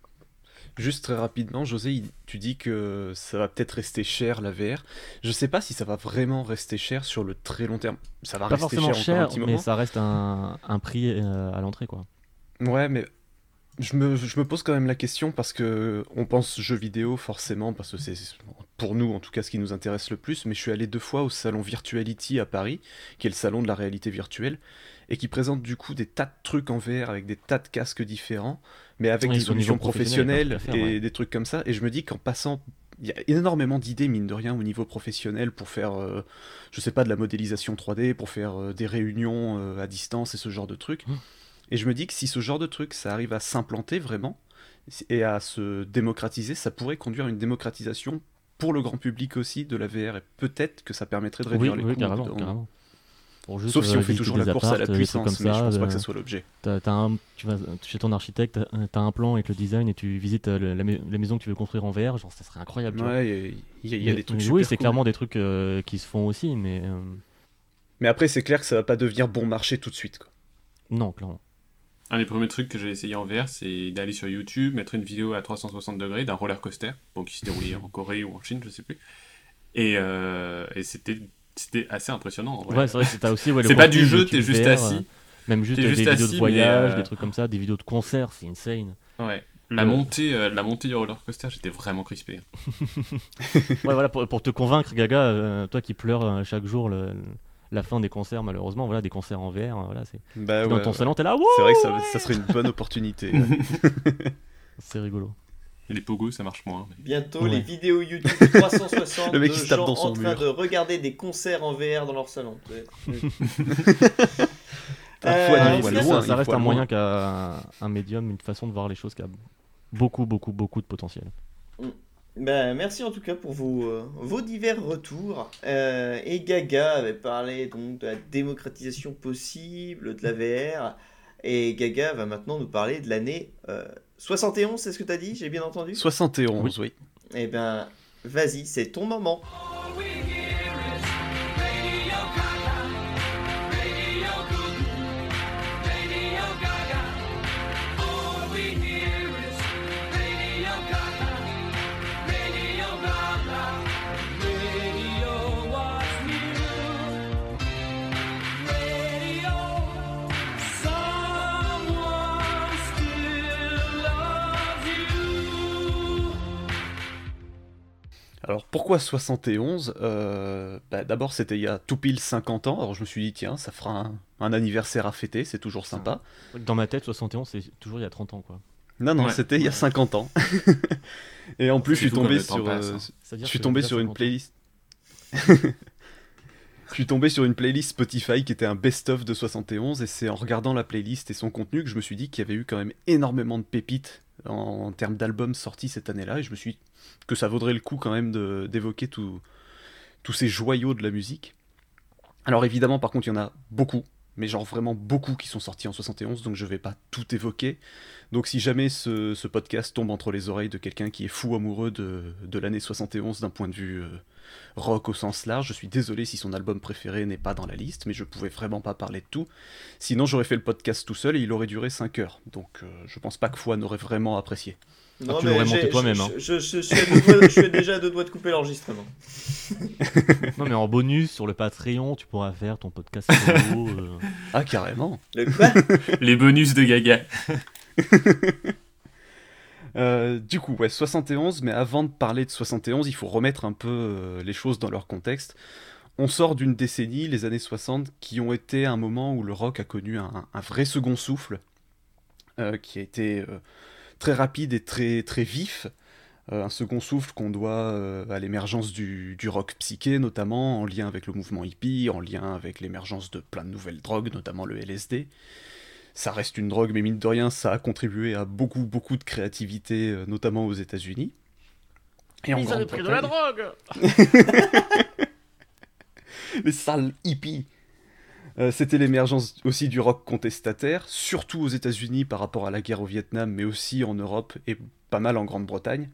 Juste très rapidement, José, tu dis que ça va peut-être rester cher la VR. Je sais pas si ça va vraiment rester cher sur le très long terme. Ça va pas rester forcément cher encore un petit moment. Mais ça reste un prix à l'entrée, quoi. Ouais, mais je me pose quand même la question parce que on pense jeux vidéo forcément, parce que c'est pour nous en tout cas ce qui nous intéresse le plus, mais je suis allé 2 fois au salon Virtuality à Paris, qui est le salon de la réalité virtuelle, et qui présente du coup des tas de trucs en VR avec des tas de casques différents, mais avec des solutions professionnelles et des trucs comme ça, et je me dis qu'en passant, il y a énormément d'idées mine de rien au niveau professionnel pour faire, je sais pas, de la modélisation 3D, pour faire des réunions à distance et ce genre de trucs. Et je me dis que si ce genre de truc, ça arrive à s'implanter vraiment, et à se démocratiser, ça pourrait conduire à une démocratisation pour le grand public aussi de la VR, et peut-être que ça permettrait de réduire les coûts. Carrément. Sauf si on fait toujours la course à la puissance, mais je pense pas que ça soit l'objet. Tu vas chez ton architecte, t'as un plan avec le design, et tu visites la maison que tu veux construire en VR, genre ça serait incroyable. Ouais, il y a des trucs super Oui, c'est cool. Clairement des trucs qui se font aussi, mais... Mais après, c'est clair que ça va pas devenir bon marché tout de suite, quoi. Non, clairement. Un des premiers trucs que j'ai essayé en VR, c'est d'aller sur YouTube, mettre une vidéo à 360 degrés d'un roller coaster, qui se déroulait en Corée ou en Chine, je sais plus. Et c'était assez impressionnant. En vrai. Ouais, c'est vrai que t'as aussi... c'est pas du jeu, t'es juste assis. Même juste des vidéos de voyage, des trucs comme ça, des vidéos de concerts, c'est insane. Ouais. La montée du roller coaster, j'étais vraiment crispé. Ouais, voilà, pour te convaincre, Gaga, toi qui pleures chaque jour la fin des concerts, malheureusement, voilà, des concerts en VR, voilà, c'est dans ton salon, t'es là, c'est vrai que ça serait une bonne opportunité. C'est rigolo. Et les pogos, ça marche moins. Mais... Bientôt, les vidéos YouTube 360 le mec de qui se tape gens dans son en train mur. de regarder des concerts en VR dans leur salon. Ça reste un moyen qu'un médium, une façon de voir les choses qui a beaucoup de potentiel. Merci en tout cas pour vos divers retours. Et Gaga avait parlé donc de la démocratisation possible de la VR. Et Gaga va maintenant nous parler de l'année 71, c'est ce que tu as dit? J'ai bien entendu? 71, oui. Eh ben, vas-y, c'est ton moment. Alors pourquoi 71 ? D'abord c'était il y a tout pile 50 ans, alors je me suis dit tiens ça fera un anniversaire à fêter, c'est toujours sympa. Dans ma tête 71 c'est toujours il y a 30 ans quoi. Non, c'était il y a 50 ans. Et en plus je suis tombé sur une playlist. Je suis tombé sur une playlist Spotify qui était un best-of de 71 et c'est en regardant la playlist et son contenu que je me suis dit qu'il y avait eu quand même énormément de pépites en termes d'albums sortis cette année-là et je me suis dit que ça vaudrait le coup quand même d'évoquer tous ces joyaux de la musique. Alors évidemment par contre il y en a beaucoup, mais genre vraiment beaucoup qui sont sortis en 71 donc je vais pas tout évoquer. Donc si jamais ce podcast tombe entre les oreilles de quelqu'un qui est fou amoureux de l'année 71 d'un point de vue rock au sens large, je suis désolé si son album préféré n'est pas dans la liste, mais je pouvais vraiment pas parler de tout. Sinon j'aurais fait le podcast tout seul et il aurait duré 5 heures. Donc je pense pas que Fouane aurait vraiment apprécié. Non, tu l'aurais monté toi-même. Je suis déjà à 2 doigts de couper l'enregistrement. Non mais en bonus sur le Patreon, tu pourras faire ton podcast solo. Ah carrément. Le quoi? Les bonus de Gaga. Du coup, 71, mais avant de parler de 71, il faut remettre un peu les choses dans leur contexte. On sort d'une décennie, les années 60, qui ont été un moment où le rock a connu un vrai second souffle, qui a été très rapide et très, très vif. Un second souffle qu'on doit à l'émergence du rock psyché, notamment, en lien avec le mouvement hippie, en lien avec l'émergence de plein de nouvelles drogues, notamment le LSD. Ça reste une drogue, mais mine de rien, ça a contribué à beaucoup de créativité, notamment aux États-Unis. Et ils avaient pris de la drogue. Les sales hippies. C'était l'émergence aussi du rock contestataire, surtout aux États-Unis par rapport à la guerre au Vietnam, mais aussi en Europe et pas mal en Grande-Bretagne.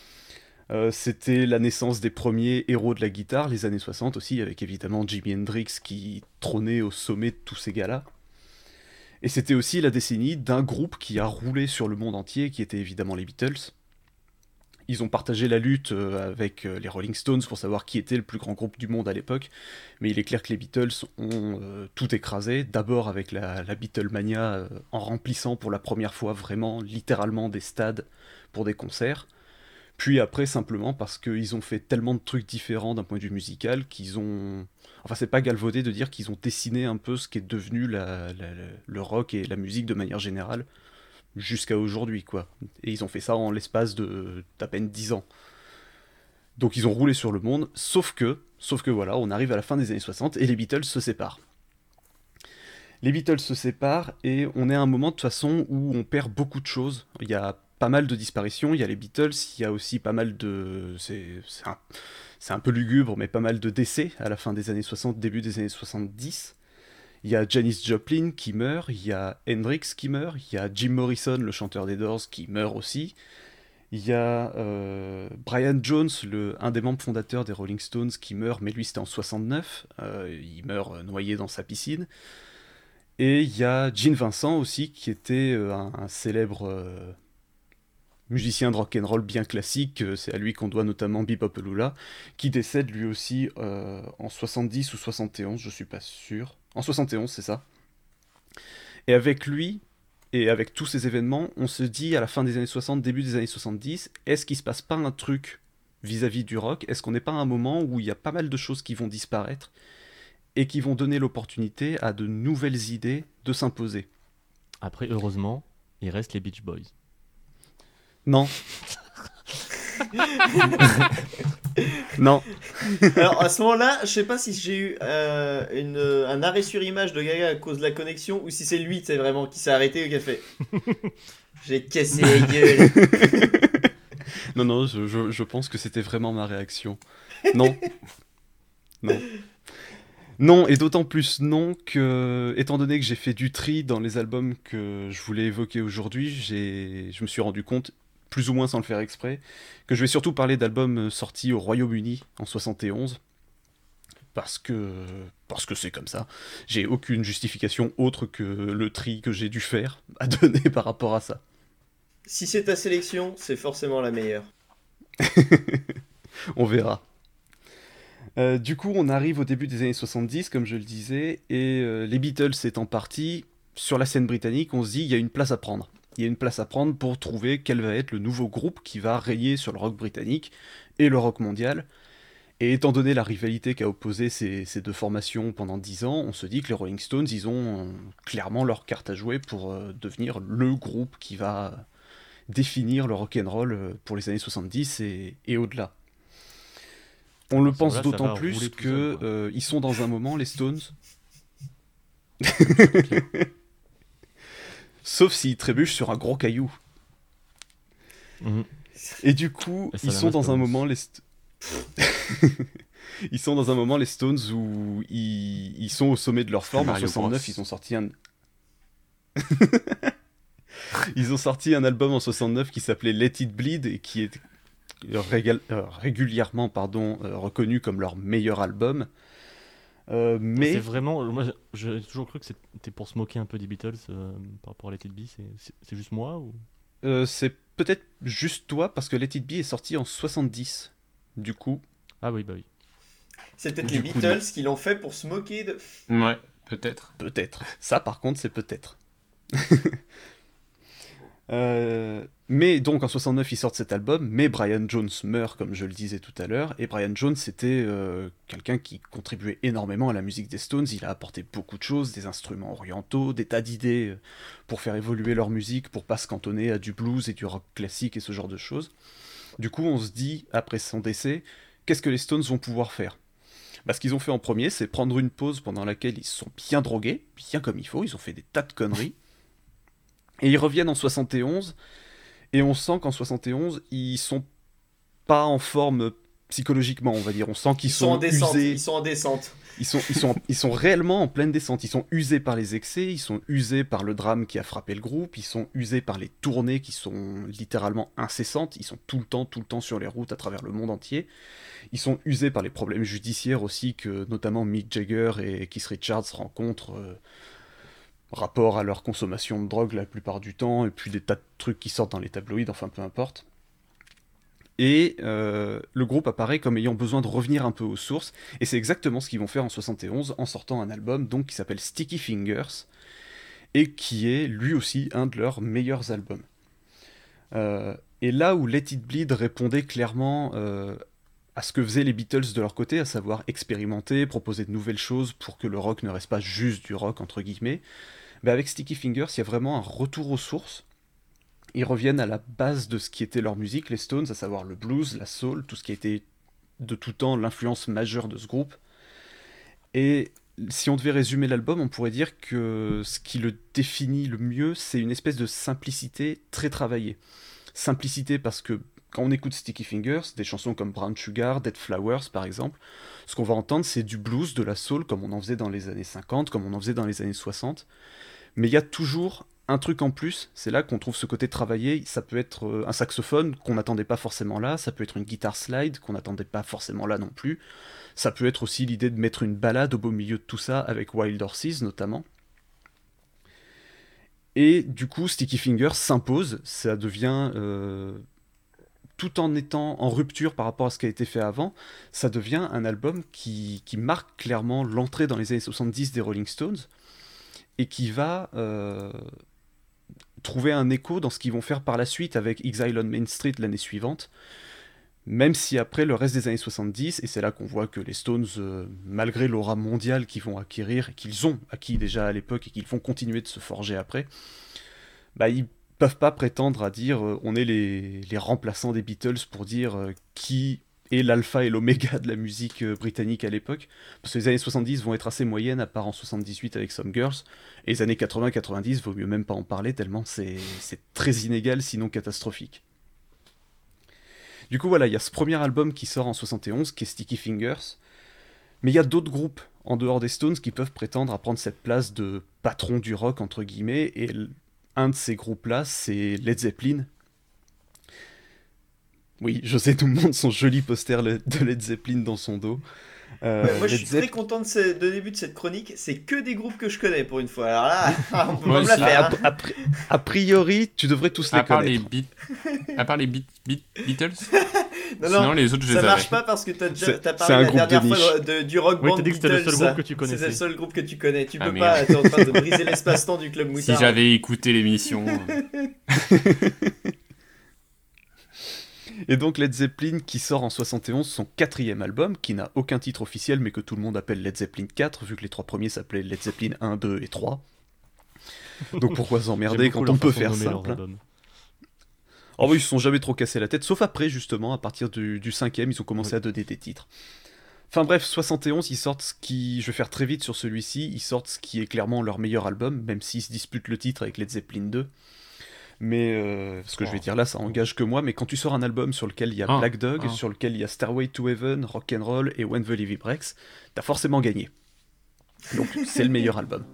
C'était la naissance des premiers héros de la guitare, les années 60 aussi, avec évidemment Jimi Hendrix qui trônait au sommet de tous ces gars-là. Et c'était aussi la décennie d'un groupe qui a roulé sur le monde entier, qui était évidemment les Beatles. Ils ont partagé la lutte avec les Rolling Stones pour savoir qui était le plus grand groupe du monde à l'époque, mais il est clair que les Beatles ont tout écrasé, d'abord avec la Beatlemania en remplissant pour la première fois vraiment, littéralement, des stades pour des concerts, puis après simplement parce qu'ils ont fait tellement de trucs différents d'un point de vue musical qu'ils ont... Enfin, c'est pas galvaudé de dire qu'ils ont dessiné un peu ce qui est devenu le rock et la musique de manière générale jusqu'à aujourd'hui, quoi. Et ils ont fait ça en l'espace d'à peine 10 ans. Donc ils ont roulé sur le monde, sauf que voilà, on arrive à la fin des années 60 et les Beatles se séparent. Les Beatles se séparent et on est à un moment de toute façon où on perd beaucoup de choses. Il y a pas mal de disparitions, il y a les Beatles, il y a aussi pas mal de... C'est un peu lugubre, mais pas mal de décès à la fin des années 60, début des années 70. Il y a Janis Joplin qui meurt, il y a Hendrix qui meurt, il y a Jim Morrison, le chanteur des Doors, qui meurt aussi. Il y a Brian Jones, un des membres fondateurs des Rolling Stones, qui meurt, mais lui c'était en 69, il meurt noyé dans sa piscine. Et il y a Gene Vincent aussi, qui était un célèbre musicien de rock'n'roll bien classique, c'est à lui qu'on doit notamment Bebop qui décède lui aussi en 70 ou 71, je suis pas sûr. En 71, c'est ça. Et avec lui, et avec tous ces événements, on se dit à la fin des années 60, début des années 70, est-ce qu'il se passe pas un truc vis-à-vis du rock ? Est-ce qu'on n'est pas à un moment où il y a pas mal de choses qui vont disparaître et qui vont donner l'opportunité à de nouvelles idées de s'imposer ? Après, heureusement, il reste les Beach Boys. Non. Non. Alors à ce moment-là, je sais pas si j'ai eu un arrêt sur image de Gaga à cause de la connexion ou si c'est lui, c'est vraiment qui s'est arrêté et qui a fait. J'ai cassé la gueule. Non, je pense que c'était vraiment ma réaction. Non. Non. Non, et d'autant plus non que, étant donné que j'ai fait du tri dans les albums que je voulais évoquer aujourd'hui, je me suis rendu compte, plus ou moins sans le faire exprès, que je vais surtout parler d'albums sortis au Royaume-Uni en 71, parce que c'est comme ça. J'ai aucune justification autre que le tri que j'ai dû faire à donner par rapport à ça. Si c'est ta sélection, c'est forcément la meilleure. On verra. Du coup, on arrive au début des années 70, comme je le disais, et les Beatles étant partis, sur la scène britannique, on se dit il y a une place à prendre. Il y a une place à prendre pour trouver quel va être le nouveau groupe qui va rayer sur le rock britannique et le rock mondial. Et étant donné la rivalité qu'a opposé ces deux formations pendant 10 ans, on se dit que les Rolling Stones, ils ont clairement leur carte à jouer pour devenir le groupe qui va définir le rock'n'roll pour les années 70 et au-delà. On le pense d'autant plus que ils sont dans un moment, les Stones. Sauf s'ils trébuchent sur un gros caillou. Et du coup, ils sont dans un moment, ils sont dans un moment, les Stones, où ils sont au sommet de leur forme. En 69, ils ont sorti un... Ils ont sorti un album en 69 qui s'appelait Let It Bleed et qui est régulièrement reconnu comme leur meilleur album. Mais c'est vraiment, moi j'ai toujours cru que c'était pour se moquer un peu des Beatles par rapport à Let It Be. C'est juste moi ou c'est peut-être juste toi parce que Let It Be est sorti en 70 du coup. Ah oui, bah oui. C'est peut-être les Beatles qui l'ont fait pour se moquer de... Ouais, peut-être. Peut-être. Ça par contre c'est peut-être. Mais donc en 69 ils sortent cet album, mais Brian Jones meurt comme je le disais tout à l'heure, et Brian Jones c'était quelqu'un qui contribuait énormément à la musique des Stones. Il a apporté beaucoup de choses, des instruments orientaux, des tas d'idées pour faire évoluer leur musique, pour pas se cantonner à du blues et du rock classique et ce genre de choses. Du coup on se dit, après son décès, qu'est-ce que les Stones vont pouvoir faire ? Ce qu'ils ont fait en premier, c'est prendre une pause pendant laquelle ils se sont bien drogués, bien comme il faut, ils ont fait des tas de conneries. Et ils reviennent en 71, et on sent qu'en 71, ils sont pas en forme psychologiquement, on va dire. On sent qu'ils sont usés. Ils sont en descente. Ils sont réellement en pleine descente. Ils sont usés par les excès, ils sont usés par le drame qui a frappé le groupe, ils sont usés par les tournées qui sont littéralement incessantes. Ils sont tout le temps sur les routes à travers le monde entier. Ils sont usés par les problèmes judiciaires aussi que notamment Mick Jagger et Keith Richards rencontrent. Rapport à leur consommation de drogue la plupart du temps, et puis des tas de trucs qui sortent dans les tabloïds, enfin peu importe. Et le groupe apparaît comme ayant besoin de revenir un peu aux sources, et c'est exactement ce qu'ils vont faire en 71 en sortant un album donc, qui s'appelle Sticky Fingers, et qui est lui aussi un de leurs meilleurs albums. Et là où Let It Bleed répondait clairement à ce que faisaient les Beatles de leur côté, à savoir expérimenter, proposer de nouvelles choses pour que le rock ne reste pas juste du rock entre guillemets, avec Sticky Fingers, il y a vraiment un retour aux sources. Ils reviennent à la base de ce qui était leur musique, les Stones, à savoir le blues, la soul, tout ce qui a été de tout temps l'influence majeure de ce groupe. Et si on devait résumer l'album, on pourrait dire que ce qui le définit le mieux, c'est une espèce de simplicité très travaillée. Simplicité parce que quand on écoute Sticky Fingers, des chansons comme Brown Sugar, Dead Flowers par exemple, ce qu'on va entendre c'est du blues, de la soul, comme on en faisait dans les années 50, comme on en faisait dans les années 60. Mais il y a toujours un truc en plus, c'est là qu'on trouve ce côté travaillé. Ça peut être un saxophone qu'on n'attendait pas forcément là, ça peut être une guitare slide qu'on n'attendait pas forcément là non plus. Ça peut être aussi l'idée de mettre une ballade au beau milieu de tout ça, avec Wild Horses notamment. Et du coup, Sticky Fingers s'impose, ça devient... tout en étant en rupture par rapport à ce qui a été fait avant, ça devient un album qui marque clairement l'entrée dans les années 70 des Rolling Stones, et qui va trouver un écho dans ce qu'ils vont faire par la suite avec Exile on Main Street l'année suivante, même si après le reste des années 70, et c'est là qu'on voit que les Stones, malgré l'aura mondiale qu'ils vont acquérir, et qu'ils ont acquis déjà à l'époque, et qu'ils vont continuer de se forger après, ils peuvent pas prétendre à dire on est les remplaçants des Beatles pour dire qui est l'alpha et l'oméga de la musique britannique à l'époque, parce que les années 70 vont être assez moyennes, à part en 78 avec Some Girls, et les années 80-90, vaut mieux même pas en parler, tellement c'est très inégal, sinon catastrophique. Du coup, voilà, il y a ce premier album qui sort en 71, qui est Sticky Fingers. Mais il y a d'autres groupes en dehors des Stones qui peuvent prétendre à prendre cette place de patron du rock, entre guillemets. Et un de ces groupes-là, c'est Led Zeppelin. Oui, je sais, tout le monde son joli poster de Led Zeppelin dans son dos. Moi, je suis très content de début de cette chronique. C'est que des groupes que je connais pour une fois. Alors là, on peut pas me la faire. A priori, tu devrais tous les connaître. À part les Beatles. Sinon, les autres, je les avais. Ça marche pas parce que t'as parlé la dernière fois du rock band t'as dit que c'était le seul groupe que tu connaissais. C'est le seul groupe que tu connais. Tu peux pas, t'es en train de briser l'espace-temps du Club Moutard. Si j'avais écouté l'émission. Et donc Led Zeppelin qui sort en 71 son 4e album, qui n'a aucun titre officiel mais que tout le monde appelle Led Zeppelin 4, vu que les 3 premiers s'appelaient Led Zeppelin 1, 2 et 3. Donc pourquoi s'emmerder quand on peut faire simple, hein. Oh oui, ils se sont jamais trop cassés la tête, sauf après justement, à partir du 5e, ils ont commencé à donner des titres. Enfin bref, 71, ils sortent ce qui... Je vais faire très vite sur celui-ci, ils sortent ce qui est clairement leur meilleur album, même s'ils se disputent le titre avec Led Zeppelin 2. Mais ce que je vais dire là, ça engage que moi, mais quand tu sors un album sur lequel il y a Black Dog, sur lequel il y a Stairway to Heaven, Rock'n'Roll et When the Levy Breaks, t'as forcément gagné. Donc c'est le meilleur album.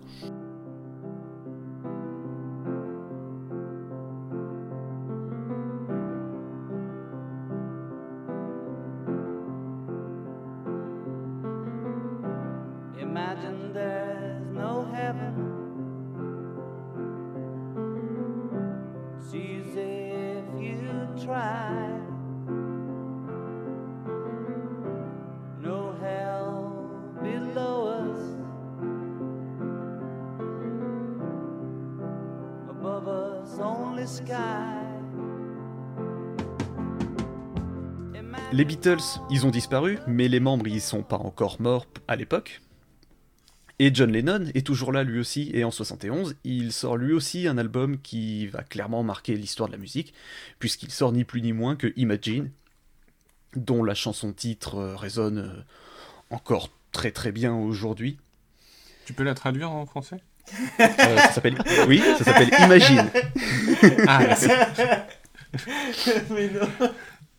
Imagine there's no heaven. It's easy if you try. No hell below us. Above us only sky. Les Beatles, ils ont disparu, mais les membres, ils sont pas encore morts à l'époque. Et John Lennon est toujours là lui aussi, et en 71, il sort lui aussi un album qui va clairement marquer l'histoire de la musique, puisqu'il sort ni plus ni moins que Imagine, dont la chanson-titre résonne encore très très bien aujourd'hui. Tu peux la traduire en français ? Ça s'appelle Imagine. Ah, merci. Mais non.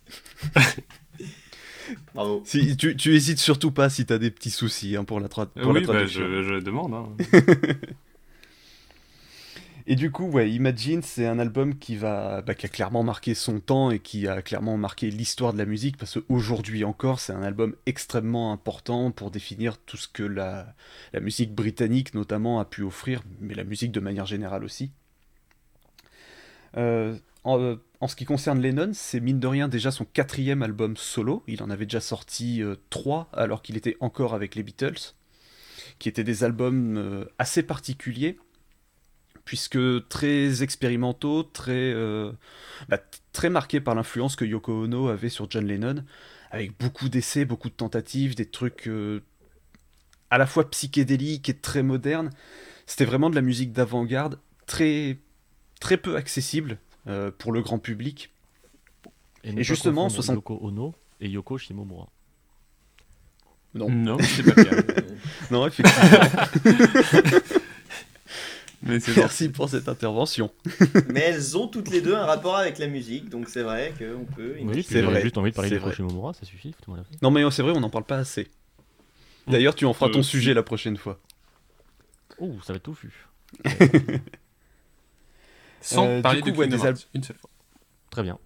Bravo. Si, tu hésites surtout pas si t'as des petits soucis hein, pour la traduction. Je demande. Hein. Et du coup, ouais, Imagine, c'est un album qui a clairement marqué son temps et qui a clairement marqué l'histoire de la musique, parce qu'aujourd'hui encore, c'est un album extrêmement important pour définir tout ce que la musique britannique, notamment, a pu offrir, mais la musique de manière générale aussi. En ce qui concerne Lennon, c'est mine de rien déjà son 4e album solo. Il en avait déjà sorti 3 alors qu'il était encore avec les Beatles, qui étaient des albums assez particuliers, puisque très expérimentaux, très marqués par l'influence que Yoko Ono avait sur John Lennon, avec beaucoup d'essais, beaucoup de tentatives, des trucs à la fois psychédéliques et très modernes. C'était vraiment de la musique d'avant-garde, très, très peu accessible pour le grand public. Et justement, en 60... Yoko Ono et Yoko Shimomura. Non, c'est pas bien. Non, effectivement. Merci pour cette intervention. Mais elles ont toutes les deux un rapport avec la musique, donc c'est vrai qu'on peut... Oui, c'est vrai. Juste envie de parler de Yoko Shimomura, ça suffit. Non mais c'est vrai, on n'en parle pas assez. D'ailleurs, tu en feras ton sujet la prochaine fois. Oh, ça va être touffu. Sans parler de Kingdom Hearts, une seule fois. Très bien.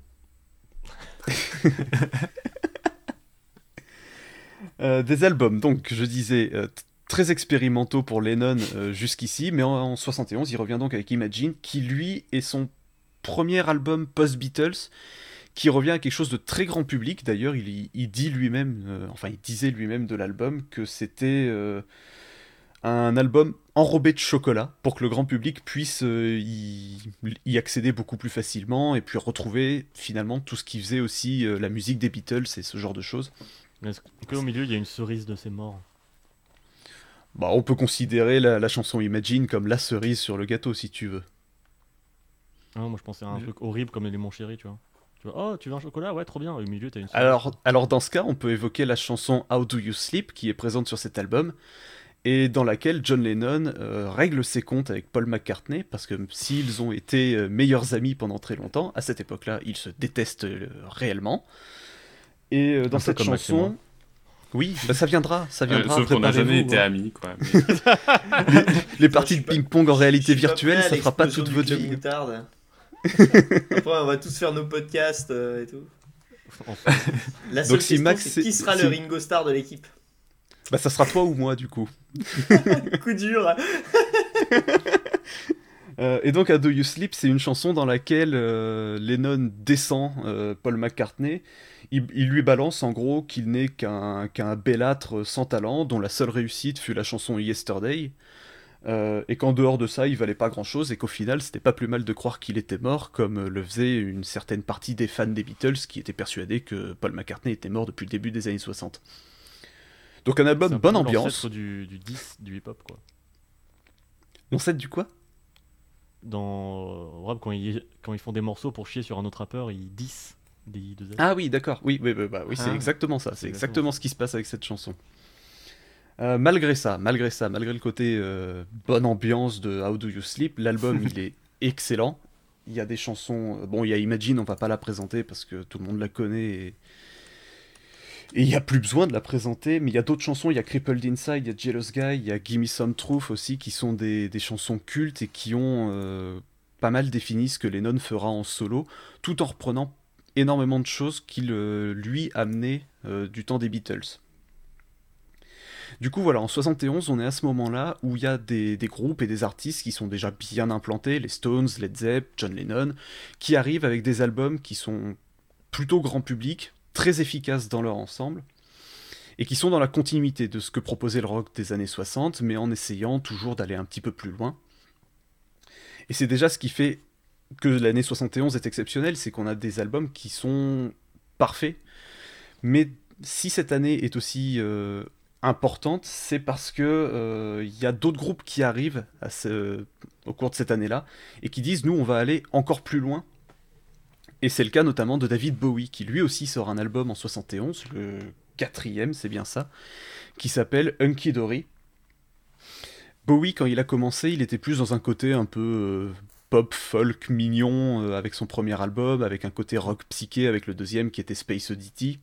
Des albums, donc, je disais, très expérimentaux pour Lennon jusqu'ici, mais en 71, il revient donc avec Imagine, qui lui est son premier album post-Beatles, qui revient à quelque chose de très grand public. D'ailleurs, il dit lui-même, il disait lui-même de l'album que c'était un album enrobé de chocolat pour que le grand public puisse y accéder beaucoup plus facilement et puis retrouver finalement tout ce qui faisait aussi la musique des Beatles et ce genre de choses. Est-ce qu'au milieu il y a une cerise de ses morts ? Bah, on peut considérer la chanson Imagine comme la cerise sur le gâteau si tu veux. Ah, moi je pensais à un truc horrible comme les Mon Chéri, tu vois. Oh, tu veux un chocolat ? Ouais, trop bien. Au milieu, t'as une cerise. Alors dans ce cas, on peut évoquer la chanson How Do You Sleep qui est présente sur cet album. et dans laquelle John Lennon règle ses comptes avec Paul McCartney, parce que s'ils ont été meilleurs amis pendant très longtemps, à cette époque-là, ils se détestent réellement. Et dans cette chanson... Oui, bah ça viendra. Sauf qu'on n'a jamais été amis, quoi. Mais... les parties de ping-pong en réalité virtuelle, ça fera pas toute votre vie. Après, on va tous faire nos podcasts et tout. La seule question, c'est qui sera le Ringo Starr de l'équipe? Bah ça sera toi ou moi du coup. Coup dur. Et donc à Do You Sleep, c'est une chanson dans laquelle Lennon descend Paul McCartney. Il lui balance en gros qu'il n'est qu'un bellâtre sans talent, dont la seule réussite fut la chanson Yesterday, et qu'en dehors de ça, il valait pas grand chose, et qu'au final, c'était pas plus mal de croire qu'il était mort, comme le faisait une certaine partie des fans des Beatles qui étaient persuadés que Paul McCartney était mort depuis le début des années 60. Donc un album bonne ambiance. Du 10 du hip-hop, quoi. L'ancêtre du quoi? Dans rap, quand ils font des morceaux pour chier sur un autre rappeur, ils 10 des I2L. Ah oui, d'accord. Oui, c'est exactement ça. C'est exactement ce qui se passe avec cette chanson. Malgré le côté bonne ambiance de How Do You Sleep, l'album il est excellent. Il y a des chansons... Bon, il y a Imagine, on va pas la présenter parce que tout le monde la connaît et il n'y a plus besoin de la présenter, mais il y a d'autres chansons, il y a Crippled Inside, il y a Jealous Guy, il y a Gimme Some Truth aussi, qui sont des chansons cultes et qui ont pas mal défini ce que Lennon fera en solo, tout en reprenant énormément de choses qu'il lui amenait du temps des Beatles. Du coup voilà, en 71, on est à ce moment-là où il y a des groupes et des artistes qui sont déjà bien implantés, les Stones, Led Zepp, John Lennon, qui arrivent avec des albums qui sont plutôt grand public, très efficaces dans leur ensemble, et qui sont dans la continuité de ce que proposait le rock des années 60, mais en essayant toujours d'aller un petit peu plus loin. Et c'est déjà ce qui fait que l'année 71 est exceptionnelle, c'est qu'on a des albums qui sont parfaits, mais si cette année est aussi importante, c'est parce que y a d'autres groupes qui arrivent au cours de cette année-là, et qui disent, nous on va aller encore plus loin. Et c'est le cas notamment de David Bowie, qui lui aussi sort un album en 71, le 4e, c'est bien ça, qui s'appelle Hunky Dory. Bowie, quand il a commencé, il était plus dans un côté un peu pop, folk, mignon, avec son premier album, avec un côté rock psyché, avec le deuxième qui était Space Oddity.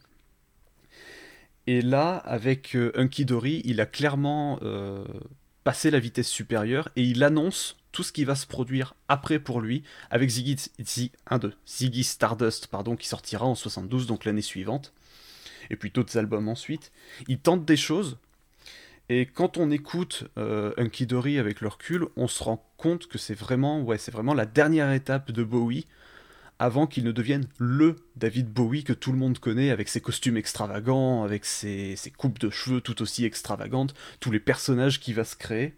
Et là, avec Hunky Dory, il a clairement passé la vitesse supérieure, et il annonce tout ce qui va se produire après pour lui, avec Ziggy Stardust, qui sortira en 72, donc l'année suivante, et puis d'autres albums ensuite. Il tente des choses, et quand on écoute Hunky Dory avec le recul, on se rend compte que c'est vraiment la dernière étape de Bowie, avant qu'il ne devienne le David Bowie que tout le monde connaît, avec ses costumes extravagants, avec ses coupes de cheveux tout aussi extravagantes, tous les personnages qu'il va se créer.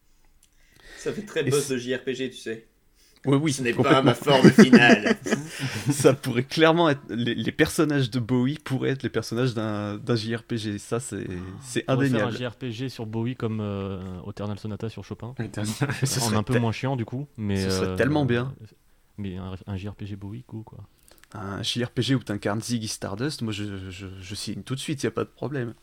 Ça fait très boss de JRPG, tu sais. Oui, ce n'est pas ma forme finale. Ça pourrait clairement être... Les personnages de Bowie pourraient être les personnages d'un JRPG. Ça, c'est indéniable. On va faire un JRPG sur Bowie comme Eternal Sonata sur Chopin. En un peu moins chiant, du coup. Mais, ce serait tellement bien. Mais un JRPG Bowie, quoi. Un JRPG où tu incarnes Ziggy Stardust, moi je signe tout de suite, il n'y a pas de problème.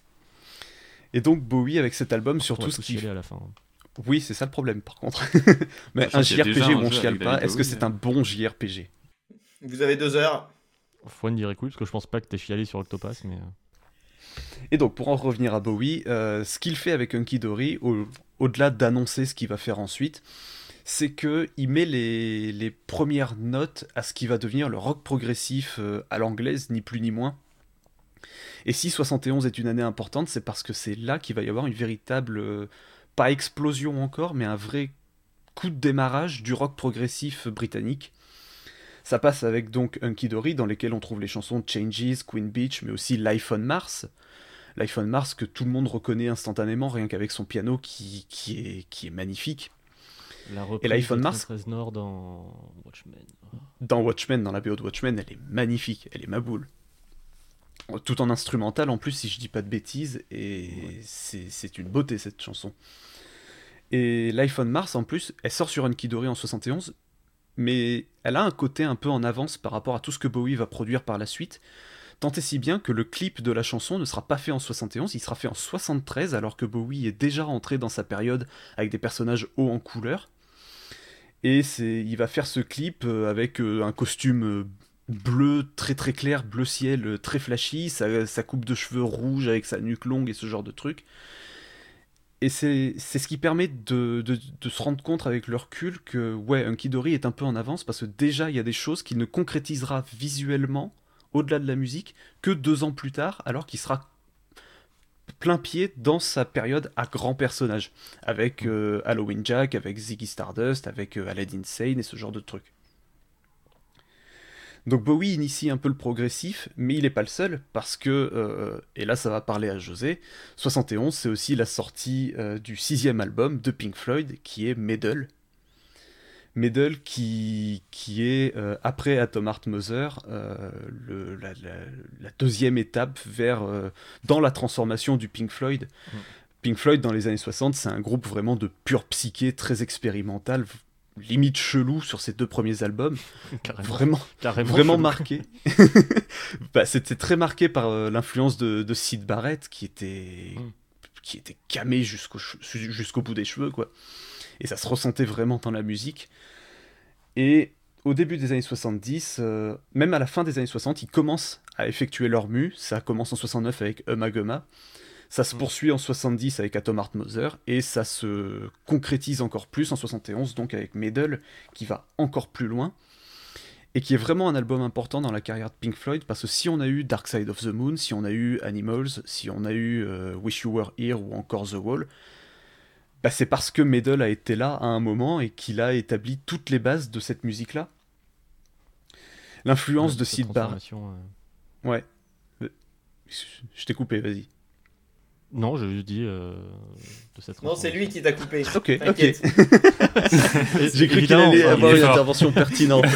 Et donc Bowie, avec cet album, surtout ce qui... à la fin. Oui, c'est ça le problème, par contre. Mais un JRPG où on chiale pas, est-ce que c'est un bon JRPG? Vous avez 2 heures. Fouane dirait cool, parce que je pense pas que t'es chialé sur Octopass, mais... Et donc, pour en revenir à Bowie, ce qu'il fait avec Hunky Dory, au-delà d'annoncer ce qu'il va faire ensuite, c'est qu'il met les premières notes à ce qui va devenir le rock progressif à l'anglaise, ni plus ni moins. Et si 71 est une année importante, c'est parce que c'est là qu'il va y avoir une véritable... pas explosion encore, mais un vrai coup de démarrage du rock progressif britannique. Ça passe avec donc Hunky Dory, dans lesquels on trouve les chansons Changes, Queen Beach, mais aussi Life on Mars. Life on Mars que tout le monde reconnaît instantanément, rien qu'avec son piano qui est magnifique. La reprise et Life on de Mars 13 Nord dans Watchmen. Dans Watchmen, dans la BO de Watchmen, elle est magnifique, elle est ma boule. Tout en instrumental en plus, si je dis pas de bêtises, et ouais. C'est une beauté cette chanson. Et Life on Mars en plus, elle sort sur Hunky Dory en 71, mais elle a un côté un peu en avance par rapport à tout ce que Bowie va produire par la suite, tant et si bien que le clip de la chanson ne sera pas fait en 71, il sera fait en 73, alors que Bowie est déjà rentré dans sa période avec des personnages hauts en couleur. Et il va faire ce clip avec un costume bleu très très clair, bleu ciel très flashy, sa coupe de cheveux rouge avec sa nuque longue et ce genre de trucs. Et c'est ce qui permet de se rendre compte avec le recul que ouais, Hunky Dory est un peu en avance, parce que déjà il y a des choses qu'il ne concrétisera visuellement, au-delà de la musique, que 2 ans plus tard, alors qu'il sera plein pied dans sa période à grand personnage, avec Halloween Jack, avec Ziggy Stardust, avec Aladdin Sane et ce genre de trucs. Donc Bowie initie un peu le progressif, mais il n'est pas le seul, parce que, et là ça va parler à José, 71 c'est aussi la sortie du 6e album de Pink Floyd, qui est Meddle. Meddle qui est, après Atom Heart Mother, la deuxième étape dans la transformation du Pink Floyd. Pink Floyd dans les années 60, c'est un groupe vraiment de pure psyché, très expérimental, limite chelou sur ses 2 premiers albums. Carrément chelou. Marqué. C'était très marqué par l'influence de Syd Barrett, qui était camé jusqu'au bout des cheveux, quoi. Et ça se ressentait vraiment dans la musique. Et au début des années 70, même à la fin des années 60, ils commencent à effectuer leur mue. Ça commence en 69 avec Ummagumma. Ça se poursuit en 70 avec Atom Heart Mother, et ça se concrétise encore plus en 71, donc avec Meddle, qui va encore plus loin, et qui est vraiment un album important dans la carrière de Pink Floyd, parce que si on a eu Dark Side of the Moon, si on a eu Animals, si on a eu Wish You Were Here ou encore The Wall, bah c'est parce que Meddle a été là à un moment et qu'il a établi toutes les bases de cette musique-là. L'influence de Syd Barrett... Ouais. Je t'ai coupé, vas-y. Non, je juste dit de cette Non, c'est lui qui t'a coupé. Ok. J'ai cru qu'il allait avoir une intervention pertinente.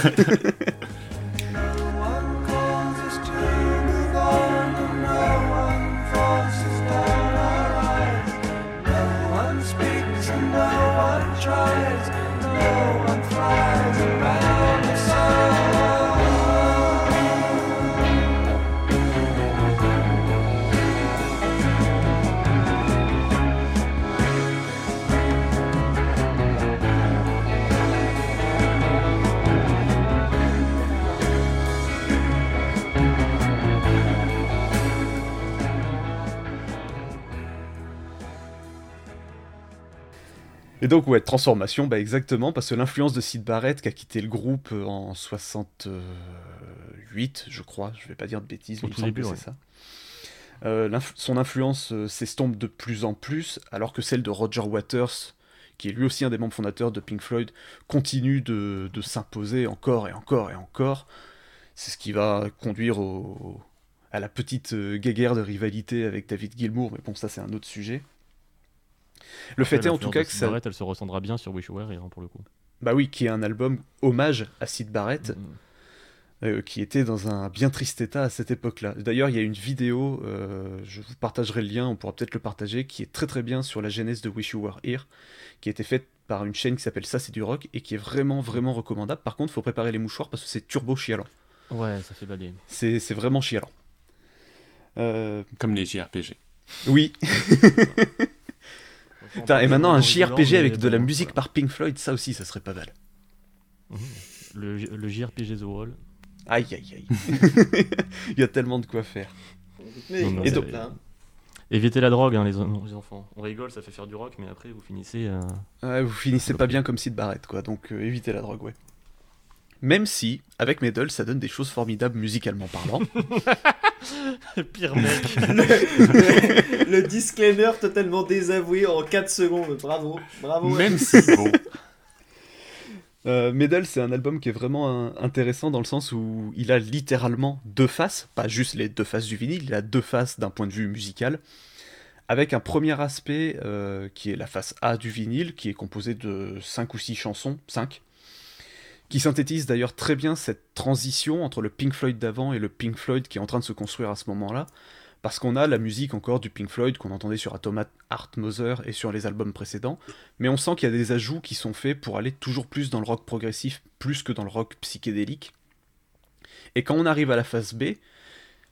Et donc, ouais, transformation, bah exactement, parce que l'influence de Syd Barrett, qui a quitté le groupe en 68, je crois, je vais pas dire de bêtises, mais il me semble que c'est ça. Son influence s'estompe de plus en plus, alors que celle de Roger Waters, qui est lui aussi un des membres fondateurs de Pink Floyd, continue de s'imposer encore et encore et encore. C'est ce qui va conduire à la petite guéguerre de rivalité avec David Gilmour, mais bon, ça c'est un autre sujet. Le fait est en tout cas que ça... elle se ressentira bien sur Wish You Were Here, pour le coup. Bah oui, qui est un album hommage à Syd Barrett, qui était dans un bien triste état à cette époque-là. D'ailleurs, il y a une vidéo, je vous partagerai le lien, on pourra peut-être le partager, qui est très très bien sur la genèse de Wish You Were Here, qui a été faite par une chaîne qui s'appelle Ça c'est du rock, et qui est vraiment vraiment recommandable. Par contre, il faut préparer les mouchoirs parce que c'est turbo chialant. Ouais, ça fait bader. C'est vraiment chialant. Comme les JRPG. Oui. Putain, et maintenant un JRPG avec de la musique par Pink Floyd, ça aussi, ça serait pas mal. Le JRPG The Wall. Aïe aïe aïe. Il y a tellement de quoi faire. Et donc, évitez la drogue, les enfants. On rigole, ça fait faire du rock, mais après vous finissez... Ouais, vous finissez pas bien comme Syd Barrett, quoi, donc évitez la drogue, ouais. Même si, avec Meddle, ça donne des choses formidables musicalement parlant. Pire mec. le disclaimer totalement désavoué en 4 secondes. Bravo. Même si bon. Meddle, c'est un album qui est vraiment intéressant dans le sens où il a littéralement 2 faces, pas juste les 2 faces du vinyle, il a 2 faces d'un point de vue musical, avec un premier aspect qui est la face A du vinyle, qui est composé de 5 ou 6 chansons, 5, qui synthétise d'ailleurs très bien cette transition entre le Pink Floyd d'avant et le Pink Floyd qui est en train de se construire à ce moment-là, parce qu'on a la musique encore du Pink Floyd qu'on entendait sur Atom Heart Mother et sur les albums précédents, mais on sent qu'il y a des ajouts qui sont faits pour aller toujours plus dans le rock progressif, plus que dans le rock psychédélique. Et quand on arrive à la phase B,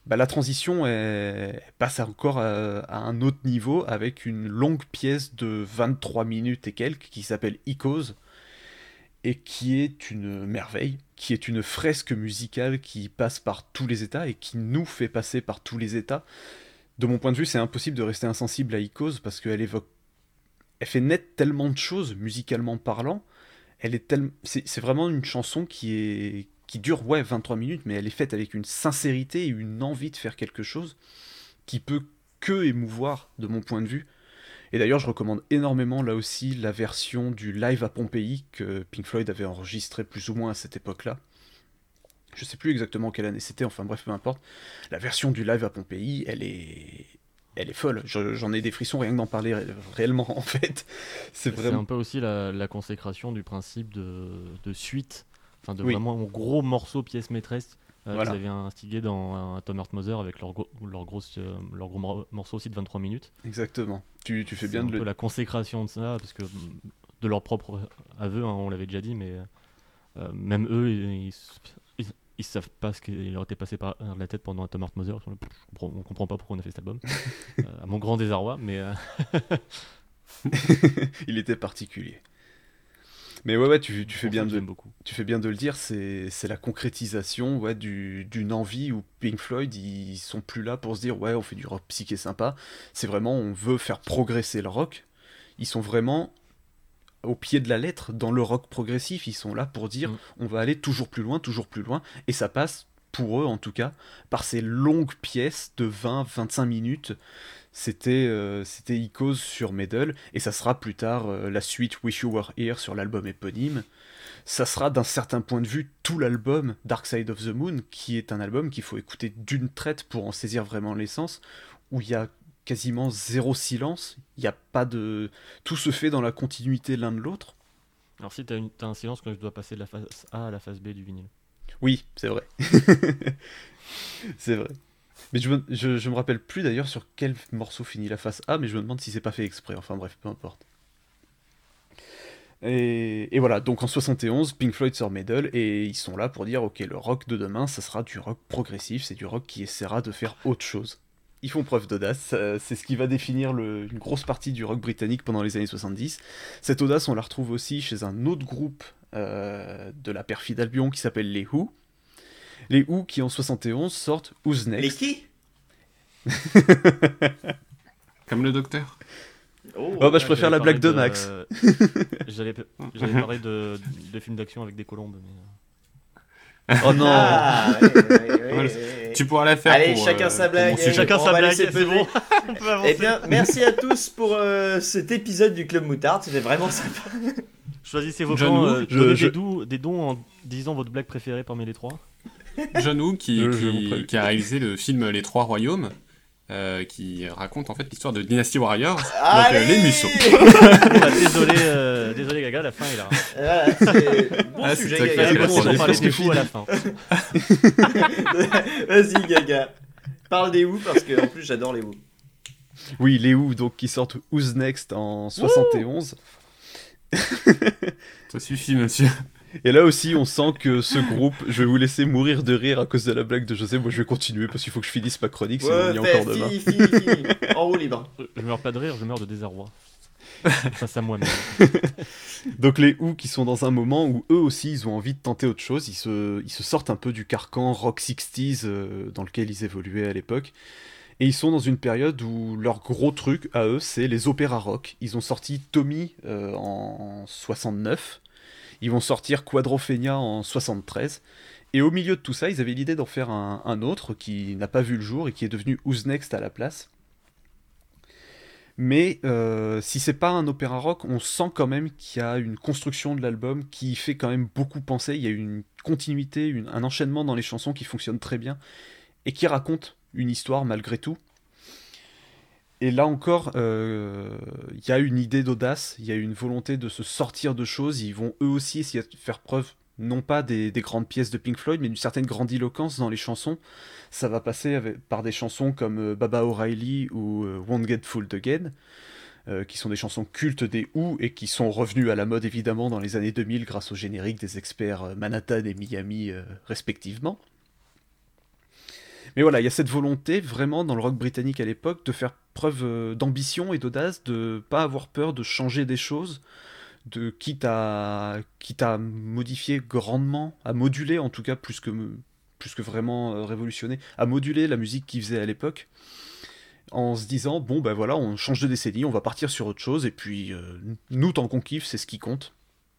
la transition elle passe encore à un autre niveau avec une longue pièce de 23 minutes et quelques qui s'appelle Icos et qui est une merveille, qui est une fresque musicale qui passe par tous les états et qui nous fait passer par tous les états. De mon point de vue, c'est impossible de rester insensible à Icos parce qu'elle elle fait naître tellement de choses musicalement parlant. C'est vraiment une chanson qui dure 23 minutes, mais elle est faite avec une sincérité et une envie de faire quelque chose qui peut que émouvoir de mon point de vue. Et d'ailleurs, je recommande énormément là aussi la version du live à Pompéi que Pink Floyd avait enregistré plus ou moins à cette époque-là. Je sais plus exactement quelle année c'était, enfin bref, peu importe. La version du live à Pompéi, elle est folle. J'en ai des frissons rien que d'en parler réellement en fait. C'est un peu aussi la consécration du principe de suite, enfin de vraiment un gros morceau pièce maîtresse. Qu'ils avaient instigé dans Tom Heart Mother avec leur gros morceau aussi de 23 minutes. Exactement. Tu fais bien de le... C'est un peu la consécration de ça, parce que de leur propre aveu, hein, on l'avait déjà dit, mais même eux, ils savent pas ce qui leur était passé par la tête pendant Tom Heart Mother. On comprend pas pourquoi on a fait cet album. À mon grand désarroi, mais... Il était particulier. Mais ouais, tu fais bien de le dire, c'est la concrétisation d'une envie où Pink Floyd, ils sont plus là pour se dire on fait du rock psyché sympa, c'est vraiment on veut faire progresser le rock. Ils sont vraiment au pied de la lettre dans le rock progressif, ils sont là pour dire on va aller toujours plus loin, et ça passe, pour eux en tout cas, par ces longues pièces de 20-25 minutes. C'était Icos sur Meddle, et ça sera plus tard la suite Wish You Were Here sur l'album éponyme. Ça sera d'un certain point de vue tout l'album Dark Side of the Moon, qui est un album qu'il faut écouter d'une traite pour en saisir vraiment l'essence, où il y a quasiment zéro silence, il y a pas de... Tout se fait dans la continuité l'un de l'autre. Alors si t'as un silence quand je dois passer de la phase A à la phase B du vinyle. Oui, c'est vrai. C'est vrai. Mais je me rappelle plus d'ailleurs sur quel morceau finit la phase A, mais je me demande si c'est pas fait exprès. Enfin bref, peu importe. Et voilà, donc en 71, Pink Floyd sort Meddle, et ils sont là pour dire ok, le rock de demain, ça sera du rock progressif, c'est du rock qui essaiera de faire autre chose. Ils font preuve d'audace, c'est ce qui va définir une grosse partie du rock britannique pendant les années 70. Cette audace, on la retrouve aussi chez un autre groupe de la perfide Albion qui s'appelle les Who. Les Who qui en 71 sortent Who's Next. Les qui? Comme le docteur. Je préfère la blague de Max. J'allais parler de films d'action avec des colombes. Mais... Oh non. Tu pourras la faire. Allez, chacun sa blague. Chacun sa blague, c'est bon. On peut avancer. Eh bien, merci à tous pour cet épisode du Club Moutarde. C'était vraiment sympa. Choisissez vos camps, donnez des dons en disant votre blague préférée parmi les trois. John Woo qui a réalisé le film Les Trois Royaumes, qui raconte en fait l'histoire de Dynasty Warriors, donc les Musso. Désolé Gaga, la fin est là. Voilà, c'est bon sujet, Gaga. On en parler des fous à la fin. Vas-y Gaga, parle des Who parce que en plus j'adore les Who. Oui, les Who donc qui sortent Who's Next en 71. Ça suffit, monsieur. Et là aussi, on sent que ce groupe, je vais vous laisser mourir de rire à cause de la blague de José. Moi, je vais continuer parce qu'il faut que je finisse ma chronique, sinon il y a encore demain. Fini. En roue libre. Je meurs pas de rire, je meurs de désarroi. Face à moi-même. Donc les Who qui sont dans un moment où eux aussi, ils ont envie de tenter autre chose. Ils se sortent un peu du carcan rock 60s dans lequel ils évoluaient à l'époque. Et ils sont dans une période où leur gros truc à eux, c'est les opéras rock. Ils ont sorti Tommy en 69. Ils vont sortir Quadrophenia en 73. Et au milieu de tout ça, ils avaient l'idée d'en faire un autre qui n'a pas vu le jour et qui est devenu Who's Next à la place. Mais si c'est pas un opéra rock, on sent quand même qu'il y a une construction de l'album qui fait quand même beaucoup penser. Il y a une continuité, un enchaînement dans les chansons qui fonctionne très bien et qui raconte une histoire malgré tout. Et là encore, il y a une idée d'audace, il y a une volonté de se sortir de choses. Ils vont eux aussi essayer de faire preuve, non pas des grandes pièces de Pink Floyd, mais d'une certaine grandiloquence dans les chansons. Ça va passer par des chansons comme Baba O'Reilly ou Won't Get Fooled Again, qui sont des chansons cultes des Who et qui sont revenues à la mode évidemment dans les années 2000 grâce au générique des experts Manhattan et Miami respectivement. Mais voilà, il y a cette volonté vraiment dans le rock britannique à l'époque de faire preuve d'ambition et d'audace, de pas avoir peur de changer des choses, de quitte à modifier grandement, à moduler en tout cas plus que vraiment révolutionner, à moduler la musique qu'ils faisaient à l'époque, en se disant bon ben voilà, on change de décennie, on va partir sur autre chose, et puis nous tant qu'on kiffe, c'est ce qui compte.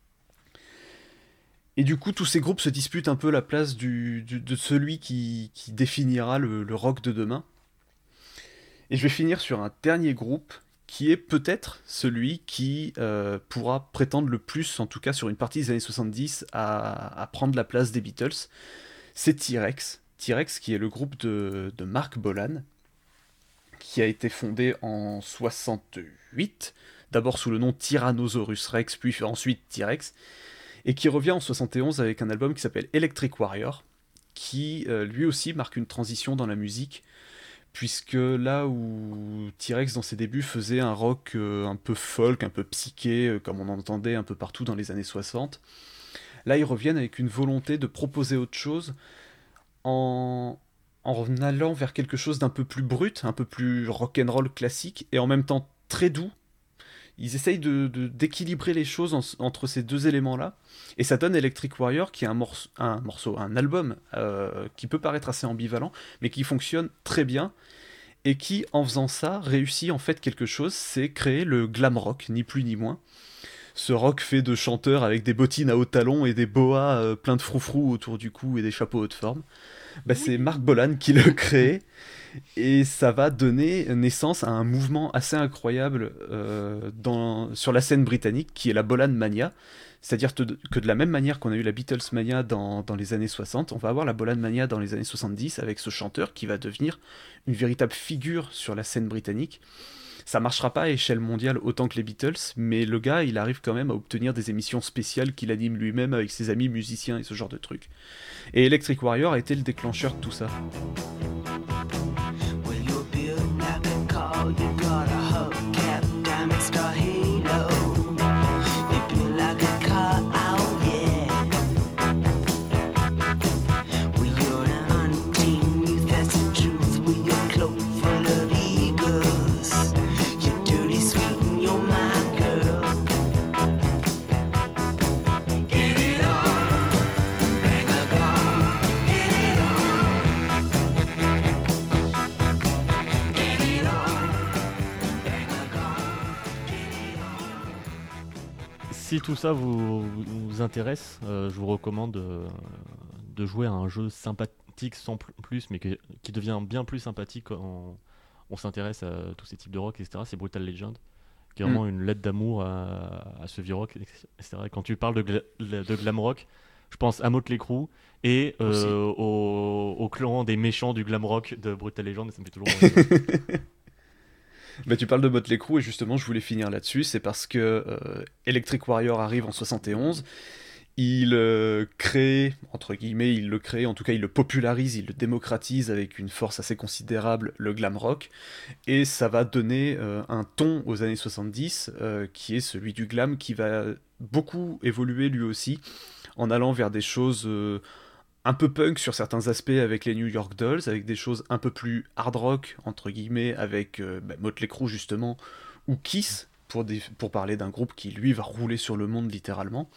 Et du coup, tous ces groupes se disputent un peu la place de celui qui définira le rock de demain. Et je vais finir sur un dernier groupe qui est peut-être celui qui pourra prétendre le plus, en tout cas sur une partie des années 70, à prendre la place des Beatles. C'est T-Rex. T-Rex qui est le groupe de Marc Bolan, qui a été fondé en 68, d'abord sous le nom Tyrannosaurus Rex, puis ensuite T-Rex, et qui revient en 71 avec un album qui s'appelle Electric Warrior, qui lui aussi marque une transition dans la musique, puisque là où T-Rex dans ses débuts faisait un rock un peu folk, un peu psyché, comme on entendait un peu partout dans les années 60, là ils reviennent avec une volonté de proposer autre chose en allant vers quelque chose d'un peu plus brut, un peu plus rock'n'roll classique, et en même temps très doux. Ils essayent d'équilibrer les choses entre ces deux éléments-là, et ça donne Electric Warrior, qui est un album qui peut paraître assez ambivalent, mais qui fonctionne très bien, et qui, en faisant ça, réussit en fait quelque chose, c'est créer le glam rock, ni plus ni moins. Ce rock fait de chanteurs avec des bottines à hauts talons et des boas pleins de froufrous autour du cou et des chapeaux haute forme. Bah, c'est Marc Bolan qui le crée, et ça va donner naissance à un mouvement assez incroyable sur la scène britannique, qui est la Bolan Mania. C'est-à-dire que de la même manière qu'on a eu la Beatles Mania dans les années 60, on va avoir la Bolan Mania dans les années 70 avec ce chanteur qui va devenir une véritable figure sur la scène britannique. Ça marchera pas à échelle mondiale autant que les Beatles, mais le gars, il arrive quand même à obtenir des émissions spéciales qu'il anime lui-même avec ses amis musiciens et ce genre de trucs. Et Electric Warrior a été le déclencheur de tout ça. Si tout ça vous intéresse, je vous recommande de jouer à un jeu sympathique sans plus, mais qui devient bien plus sympathique quand on s'intéresse à tous ces types de rock, etc. C'est Brutal Legend, qui est vraiment une lettre d'amour à ce vieux rock, etc. Et quand tu parles de glam rock, je pense à Motley Crue et au clan des méchants du glam rock de Brutal Legend, et ça me fait toujours Bah, tu parles de Motley Crue, et justement je voulais finir là-dessus, c'est parce que Electric Warrior arrive en 71, il crée, entre guillemets, il le popularise, il le démocratise avec une force assez considérable, le glam rock, et ça va donner un ton aux années 70, qui est celui du glam, qui va beaucoup évoluer lui aussi, en allant vers des choses un peu punk sur certains aspects avec les New York Dolls, avec des choses un peu plus hard rock, entre guillemets, avec Motley Crue justement, ou Kiss, pour parler d'un groupe qui lui va rouler sur le monde littéralement.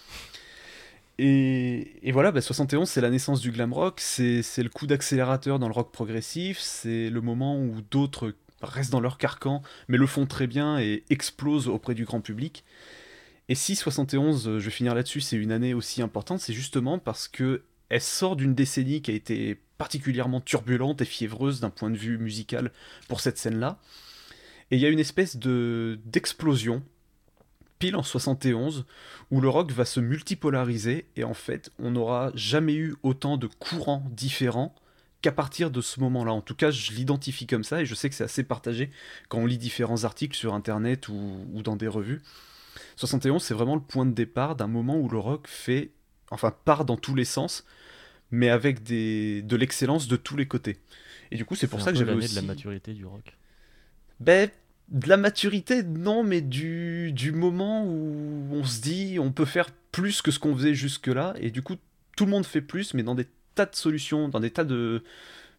Et voilà, 71 c'est la naissance du glam rock, c'est le coup d'accélérateur dans le rock progressif, c'est le moment où d'autres restent dans leur carcan, mais le font très bien et explosent auprès du grand public. Et si 71, je vais finir là-dessus, c'est une année aussi importante, c'est justement parce que elle sort d'une décennie qui a été particulièrement turbulente et fiévreuse d'un point de vue musical pour cette scène-là. Et il y a une espèce d'explosion, pile en 71, où le rock va se multipolariser, et en fait, on n'aura jamais eu autant de courants différents qu'à partir de ce moment-là. En tout cas, je l'identifie comme ça, et je sais que c'est assez partagé quand on lit différents articles sur Internet ou dans des revues. 71, c'est vraiment le point de départ d'un moment où le rock part dans tous les sens, mais avec de l'excellence de tous les côtés. Et du coup, c'est pour ça que j'avais aussi... de la maturité du rock. De la maturité, non, mais du moment où on se dit on peut faire plus que ce qu'on faisait jusque-là, et du coup, tout le monde fait plus, mais dans des tas de solutions, dans des tas de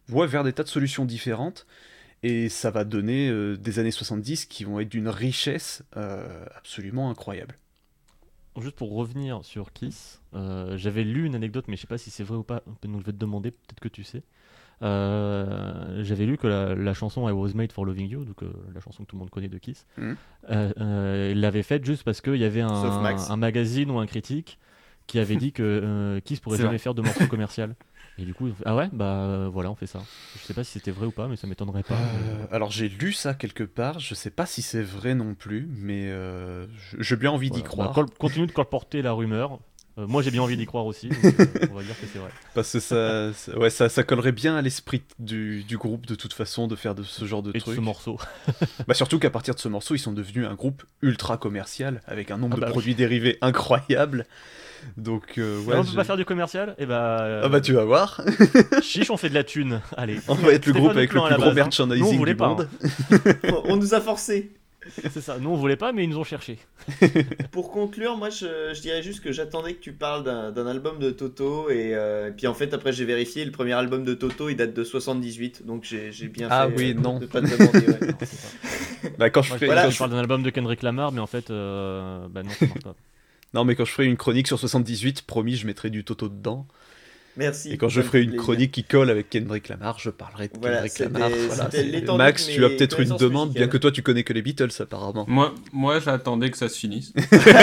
vers des tas de solutions différentes. Et ça va donner des années 70 qui vont être d'une richesse absolument incroyable. Juste pour revenir sur Kiss, j'avais lu une anecdote, mais je sais pas si c'est vrai ou pas, donc je vais te demander, peut-être que tu sais. J'avais lu que la chanson I Was Made for Loving You, donc la chanson que tout le monde connaît de Kiss, il l'avait faite juste parce qu'il y avait un magazine ou un critique qui avait dit que Kiss pourrait jamais faire de morceau commercial. Et du coup, ah ouais, bah voilà, on fait ça. Je sais pas si c'était vrai ou pas, mais ça m'étonnerait pas. Alors j'ai lu ça quelque part, je sais pas si c'est vrai non plus, mais j'ai bien envie d'y croire. Bah, continue de colporter la rumeur. Moi j'ai bien envie d'y croire aussi, donc, on va dire que c'est vrai. Parce que ça collerait bien à l'esprit du groupe de toute façon de faire de ce genre de truc. Et de ce morceau. Bah surtout qu'à partir de ce morceau, ils sont devenus un groupe ultra commercial avec un nombre de produits dérivés incroyable. Donc on peut pas faire du commercial, et bah. Ah bah tu vas voir. Chiche, on fait de la thune. Allez. On va être le groupe avec le plus gros merchandising du monde. On nous a forcés. C'est ça, nous on voulait pas, mais ils nous ont cherché. Pour conclure, moi je dirais juste que j'attendais que tu parles d'un album de Toto, et puis en fait après j'ai vérifié, le premier album de Toto il date de 78, donc j'ai bien fait de pas te demander. Ouais. Non, c'est pas. Bah, quand je parle d'un album de Kendrick Lamar, mais en fait, bah non, ça marche pas. Non, mais quand je ferai une chronique sur 78, promis, je mettrai du Toto dedans. Merci. Et quand je ferai une chronique qui colle avec Kendrick Lamar, je parlerai de Kendrick Lamar. Voilà, Max, tu as peut-être une demande, bien que toi tu connais que les Beatles apparemment. Moi j'attendais que ça se finisse.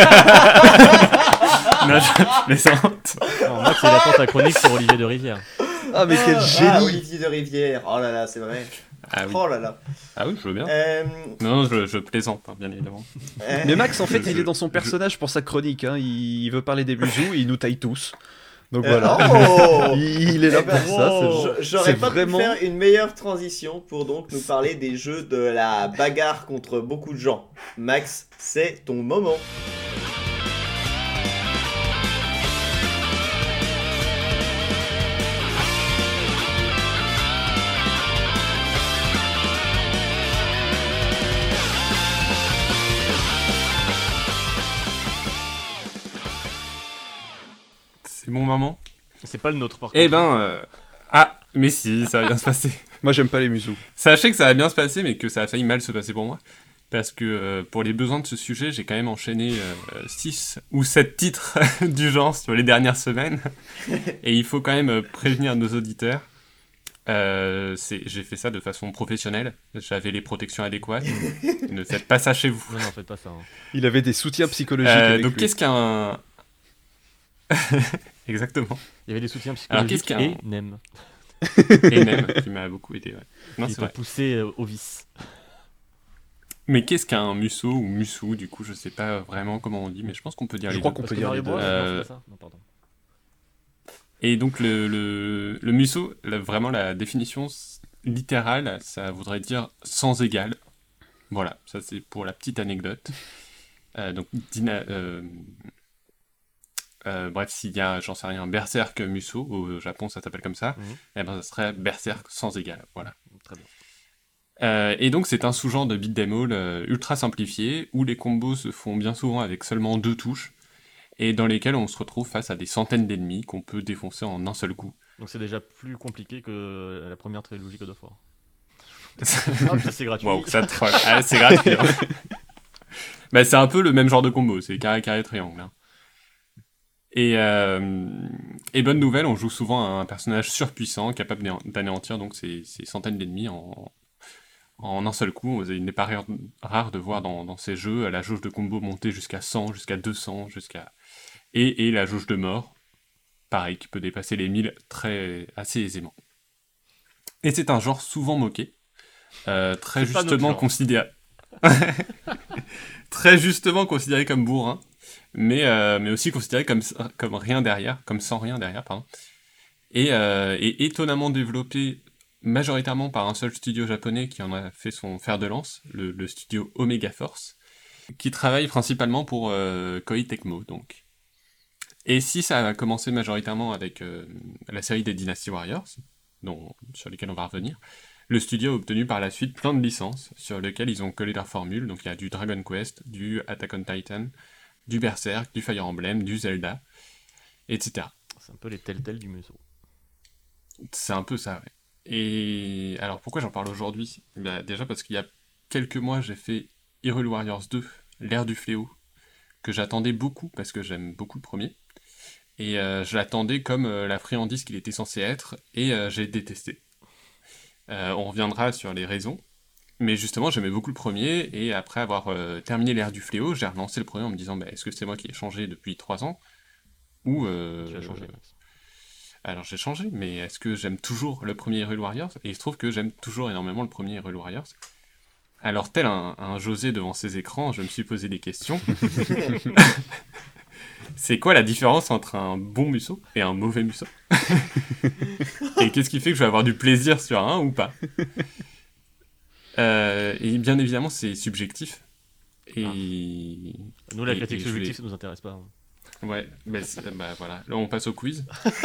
Non, je plaisante. Non, Max, il attend ta chronique sur Olivier de Rivière. Ah, mais quel génie! Olivier de Rivière, oh là là, c'est vrai. Ah oui. Oh là là. Ah oui, je veux bien. Non, je plaisante, hein, bien évidemment. Mais Max, en fait, il est dans son personnage pour sa chronique. Hein. Il veut parler des bijoux et il nous taille tous. Donc voilà. Oh il est là pour ça. J'aurais pas pu faire une meilleure transition pour donc nous parler des jeux de la bagarre contre beaucoup de gens. Max, c'est ton moment. C'est mon moment. C'est pas le nôtre par contre. Eh ben, ah, mais si, ça va bien se passer. Moi j'aime pas les musos. Sachez que ça va bien se passer, mais que ça a failli mal se passer pour moi. Parce que pour les besoins de ce sujet, j'ai quand même enchaîné 6 ou 7 titres du genre sur les dernières semaines. Et il faut quand même prévenir nos auditeurs. J'ai fait ça de façon professionnelle. J'avais les protections adéquates. Ne faites pas ça chez vous. Non, faites pas ça. Hein. Il avait des soutiens psychologiques avec donc lui. Qu'est-ce qu'un... Exactement. Il y avait des soutiens psychologiques et Nem. Et Nem, qui m'a beaucoup aidé. Ouais. Non, qui t'a poussé au vice. Mais qu'est-ce qu'un musso ou mussou, du coup, je sais pas vraiment comment on dit, mais je pense qu'on peut dire les deux. Je crois qu'on peut dire les deux. Non, pardon. Et donc le musso, vraiment la définition littérale, ça voudrait dire sans égal. Voilà, ça c'est pour la petite anecdote. Donc bref, s'il y a, j'en sais rien, Berserk Musso, au Japon ça s'appelle comme ça, et ben ça serait Berserk sans égal, voilà. Très bien. Et donc c'est un sous-genre de beat'em all ultra simplifié, où les combos se font bien souvent avec seulement 2 touches, et dans lesquels on se retrouve face à des centaines d'ennemis qu'on peut défoncer en un seul coup. Donc c'est déjà plus compliqué que la première trilogie God of War. C'est gratuit. Wow, ça te troll. Ah, c'est gratuit. Hein. Bah, c'est un peu le même genre de combo, c'est carré, carré, triangle. Hein. Et bonne nouvelle, on joue souvent un personnage surpuissant, capable d'anéantir donc ces centaines d'ennemis en un seil coup. Il n'est pas rare de voir dans ces jeux la jauge de combo monter jusqu'à 100, jusqu'à 200, et la jauge de mort, pareil, qui peut dépasser les 1000 assez aisément. Et c'est un genre souvent moqué, très justement considéré comme bourrin, mais aussi considéré comme rien derrière, comme sans rien derrière, pardon. Et étonnamment développé majoritairement par un seul studio japonais qui en a fait son fer de lance, le studio Omega Force, qui travaille principalement pour Koei Tecmo, donc. Et si ça a commencé majoritairement avec la série des Dynasty Warriors, sur lesquels on va revenir, le studio a obtenu par la suite plein de licences sur lesquelles ils ont collé leur formule. Donc il y a du Dragon Quest, du Attack on Titan, du Berserk, du Fire Emblem, du Zelda, etc. C'est un peu les Telltale du musso. C'est un peu ça, ouais. Et alors pourquoi j'en parle aujourd'hui? Bah, déjà parce qu'il y a quelques mois j'ai fait Hyrule Warriors 2, l'ère du fléau, que j'attendais beaucoup parce que j'aime beaucoup le premier. Et je l'attendais comme la friandise qu'il était censé être, et j'ai détesté. On reviendra sur les raisons. Mais justement, j'aimais beaucoup le premier, et après avoir terminé l'ère du fléau, j'ai relancé le premier en me disant, bah, est-ce que c'est moi qui ai changé depuis 3 ans? Ou... Tu as changé, Max. Alors j'ai changé, mais est-ce que j'aime toujours le premier Hyrule Warriors? Et il se trouve que j'aime toujours énormément le premier Hyrule Warriors. Alors tel un José devant ses écrans, je me suis posé des questions. C'est quoi la différence entre un bon Musou et un mauvais Musou? Et qu'est-ce qui fait que je vais avoir du plaisir sur un ou pas? Et bien évidemment, c'est subjectif. Et... Nous, la et critique je subjective, vais- ça nous intéresse pas. Ouais, bah voilà. Là, on passe au quiz.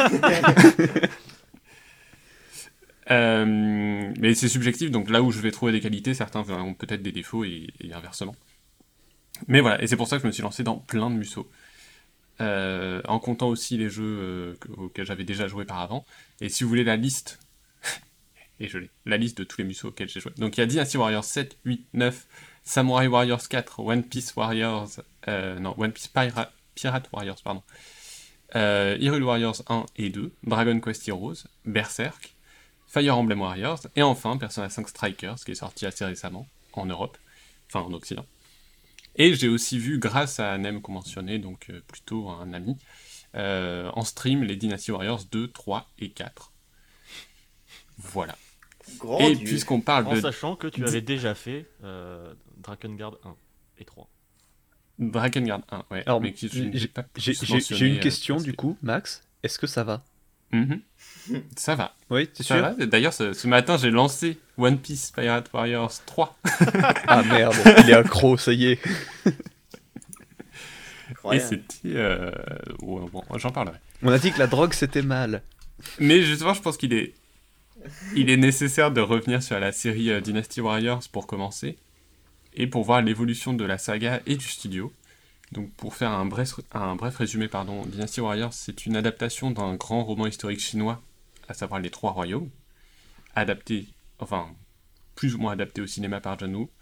Mais c'est subjectif, donc là où je vais trouver des qualités, certains verront peut-être des défauts et inversement. Mais voilà, et c'est pour ça que je me suis lancé dans plein de Musou. En comptant aussi les jeux auxquels j'avais déjà joué par avant. Et si vous voulez la liste, et je l'ai, la liste de tous les Musou auxquels j'ai joué. Donc il y a Dynasty Warriors 7, 8, 9, Samurai Warriors 4, One Piece Warriors, One Piece Pirate Warriors, pardon. Hyrule Warriors 1 et 2, Dragon Quest Heroes, Berserk, Fire Emblem Warriors, et enfin Persona 5 Strikers, qui est sorti assez récemment, en Europe, enfin en Occident. Et j'ai aussi vu, grâce à Nem qu'on mentionnait, donc plutôt un ami, en stream les Dynasty Warriors 2, 3 et 4. Voilà. Grand Et Dieu. puisqu'on parle En de sachant que tu avais déjà fait Drakengard 1 et 3. Drakengard 1, ouais, Alors, mais je ne vais pas J'ai plus j'ai mentionner, une question parce du que- coup, Max. Est-ce que ça va? Mhm. Ça va. Oui, t'es Ça sûr? va. D'ailleurs, ce matin, j'ai lancé One Piece Pirate Warriors 3. Ah merde, il est accro, ça y est. Et Incroyable. c'était... ouais, bon, j'en parlerai. On a dit que la drogue c'était mal. Mais justement, je pense qu'il est nécessaire de revenir sur la série Dynasty Warriors pour commencer, et pour voir l'évolution de la saga et du studio. Donc pour faire un bref résumé, Dynasty Warriors, c'est une adaptation d'un grand roman historique chinois, à savoir Les Trois Royaumes, adapté, enfin, plus ou moins adapté au cinéma par John Woo.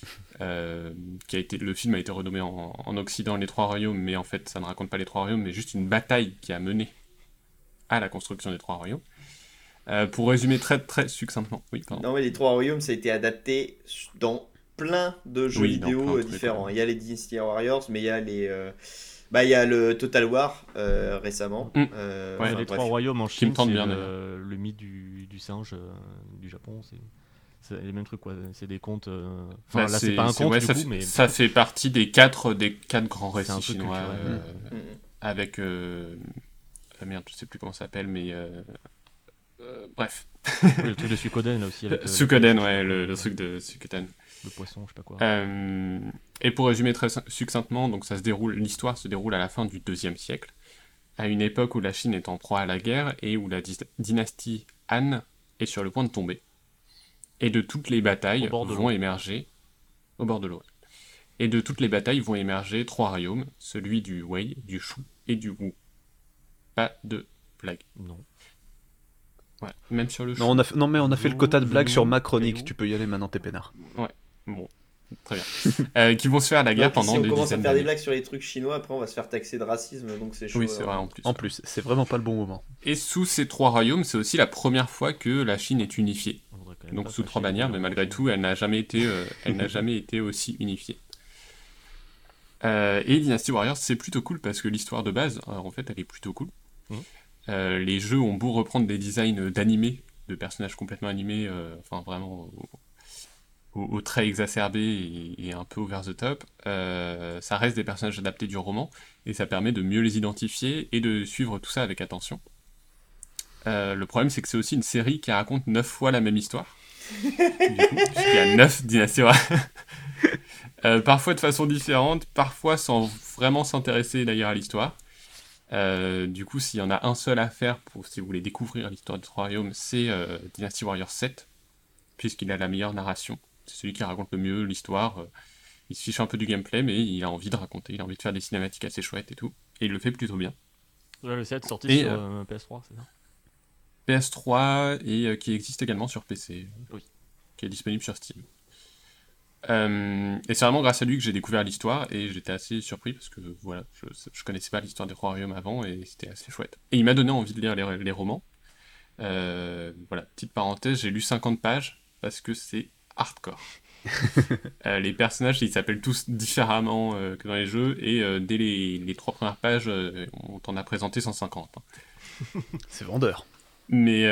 Le film a été renommé en Occident Les Trois Royaumes, mais en fait ça ne raconte pas les Trois Royaumes, mais juste une bataille qui a mené à la construction des Trois Royaumes. Pour résumer très très succinctement, oui, pardon. Non, mais les Trois Royaumes, ça a été adapté dans plein de jeux Oui, dans plein vidéo de trucs, différents. ouais. Il y a les Dynasty Warriors, mais il y a il y a le Total War récemment. Mm. Enfin, les bref. trois royaumes en Qui me Chine, tente c'est bien, le mythe du singe du Japon. C'est les mêmes trucs, quoi. C'est des contes. Enfin, là, c'est pas un conte, ouais, du ça coup, fait, mais. ça fait partie des quatre grands C'est un récits truc chinois, culturel. avec merde, je sais plus comment ça s'appelle, mais bref, Oui, le truc de Suikoden, là aussi. Avec, Suikoden, ouais, le truc de Suikoden. Le poisson, je sais pas quoi. Et pour résumer très succinctement, donc l'histoire se déroule à la fin du IIe siècle, à une époque où la Chine est en proie à la guerre et où la dynastie Han est sur le point de tomber. Et de toutes les batailles Au bord de vont émerger au bord de l'eau. Et de toutes les batailles vont émerger 3 royaumes, celui du Wei, du Shu et du Wu. Pas de blague. Non. Ouais, même sur le Shu. Non, mais on a fait le quota de blagues sur ma chronique. Hello. Tu peux y aller maintenant, t'es peinard. Bon, très bien. Qui vont se faire la guerre Donc, pendant si on des commence à dizaines faire des d'années. blagues sur les trucs chinois, après on va se faire taxer de racisme, donc c'est chaud. Oui, c'est vrai, en plus. En plus, c'est vraiment pas le bon moment. Et sous ces 3 royaumes, c'est aussi la première fois que la Chine est unifiée. On voudrait quand même Donc pas sous 3 fâcher bannières, les mais gens. malgré tout, elle n'a jamais été aussi unifiée. Et Dynasty Warriors, c'est plutôt cool parce que l'histoire de base, en fait, elle est plutôt cool. Mhm. Les jeux ont beau reprendre des designs d'animés, de personnages complètement animés, enfin vraiment au traits exacerbés et un peu over the top, ça reste des personnages adaptés du roman et ça permet de mieux les identifier et de suivre tout ça avec attention. Le problème, c'est que c'est aussi une série qui raconte 9 fois la même histoire. Du coup, puisqu'il y a 9 dynasties. Parfois de façon différente, parfois sans vraiment s'intéresser d'ailleurs à l'histoire. Du coup, s'il y en a un seul à faire si vous voulez découvrir l'histoire des Trois Royaumes, c'est Dynasty Warriors 7, puisqu'il a la meilleure narration. C'est celui qui raconte le mieux l'histoire. Il se fiche un peu du gameplay, mais il a envie de raconter, il a envie de faire des cinématiques assez chouettes et tout. Et il le fait plutôt bien. Là, le 7 sorti Et, sur PS3, c'est ça PS3 et qui existe également sur PC, Oui. qui est disponible sur Steam. Et c'est vraiment grâce à lui que j'ai découvert l'histoire et j'étais assez surpris parce que voilà, je connaissais pas l'histoire des Royaumes avant et c'était assez chouette. Et il m'a donné envie de lire les romans. Voilà, petite parenthèse, j'ai lu 50 pages parce que c'est hardcore. Les personnages, ils s'appellent tous différemment que dans les jeux et dès les 3 premières pages, on t'en a présenté 150. Hein. C'est vendeur. Mais,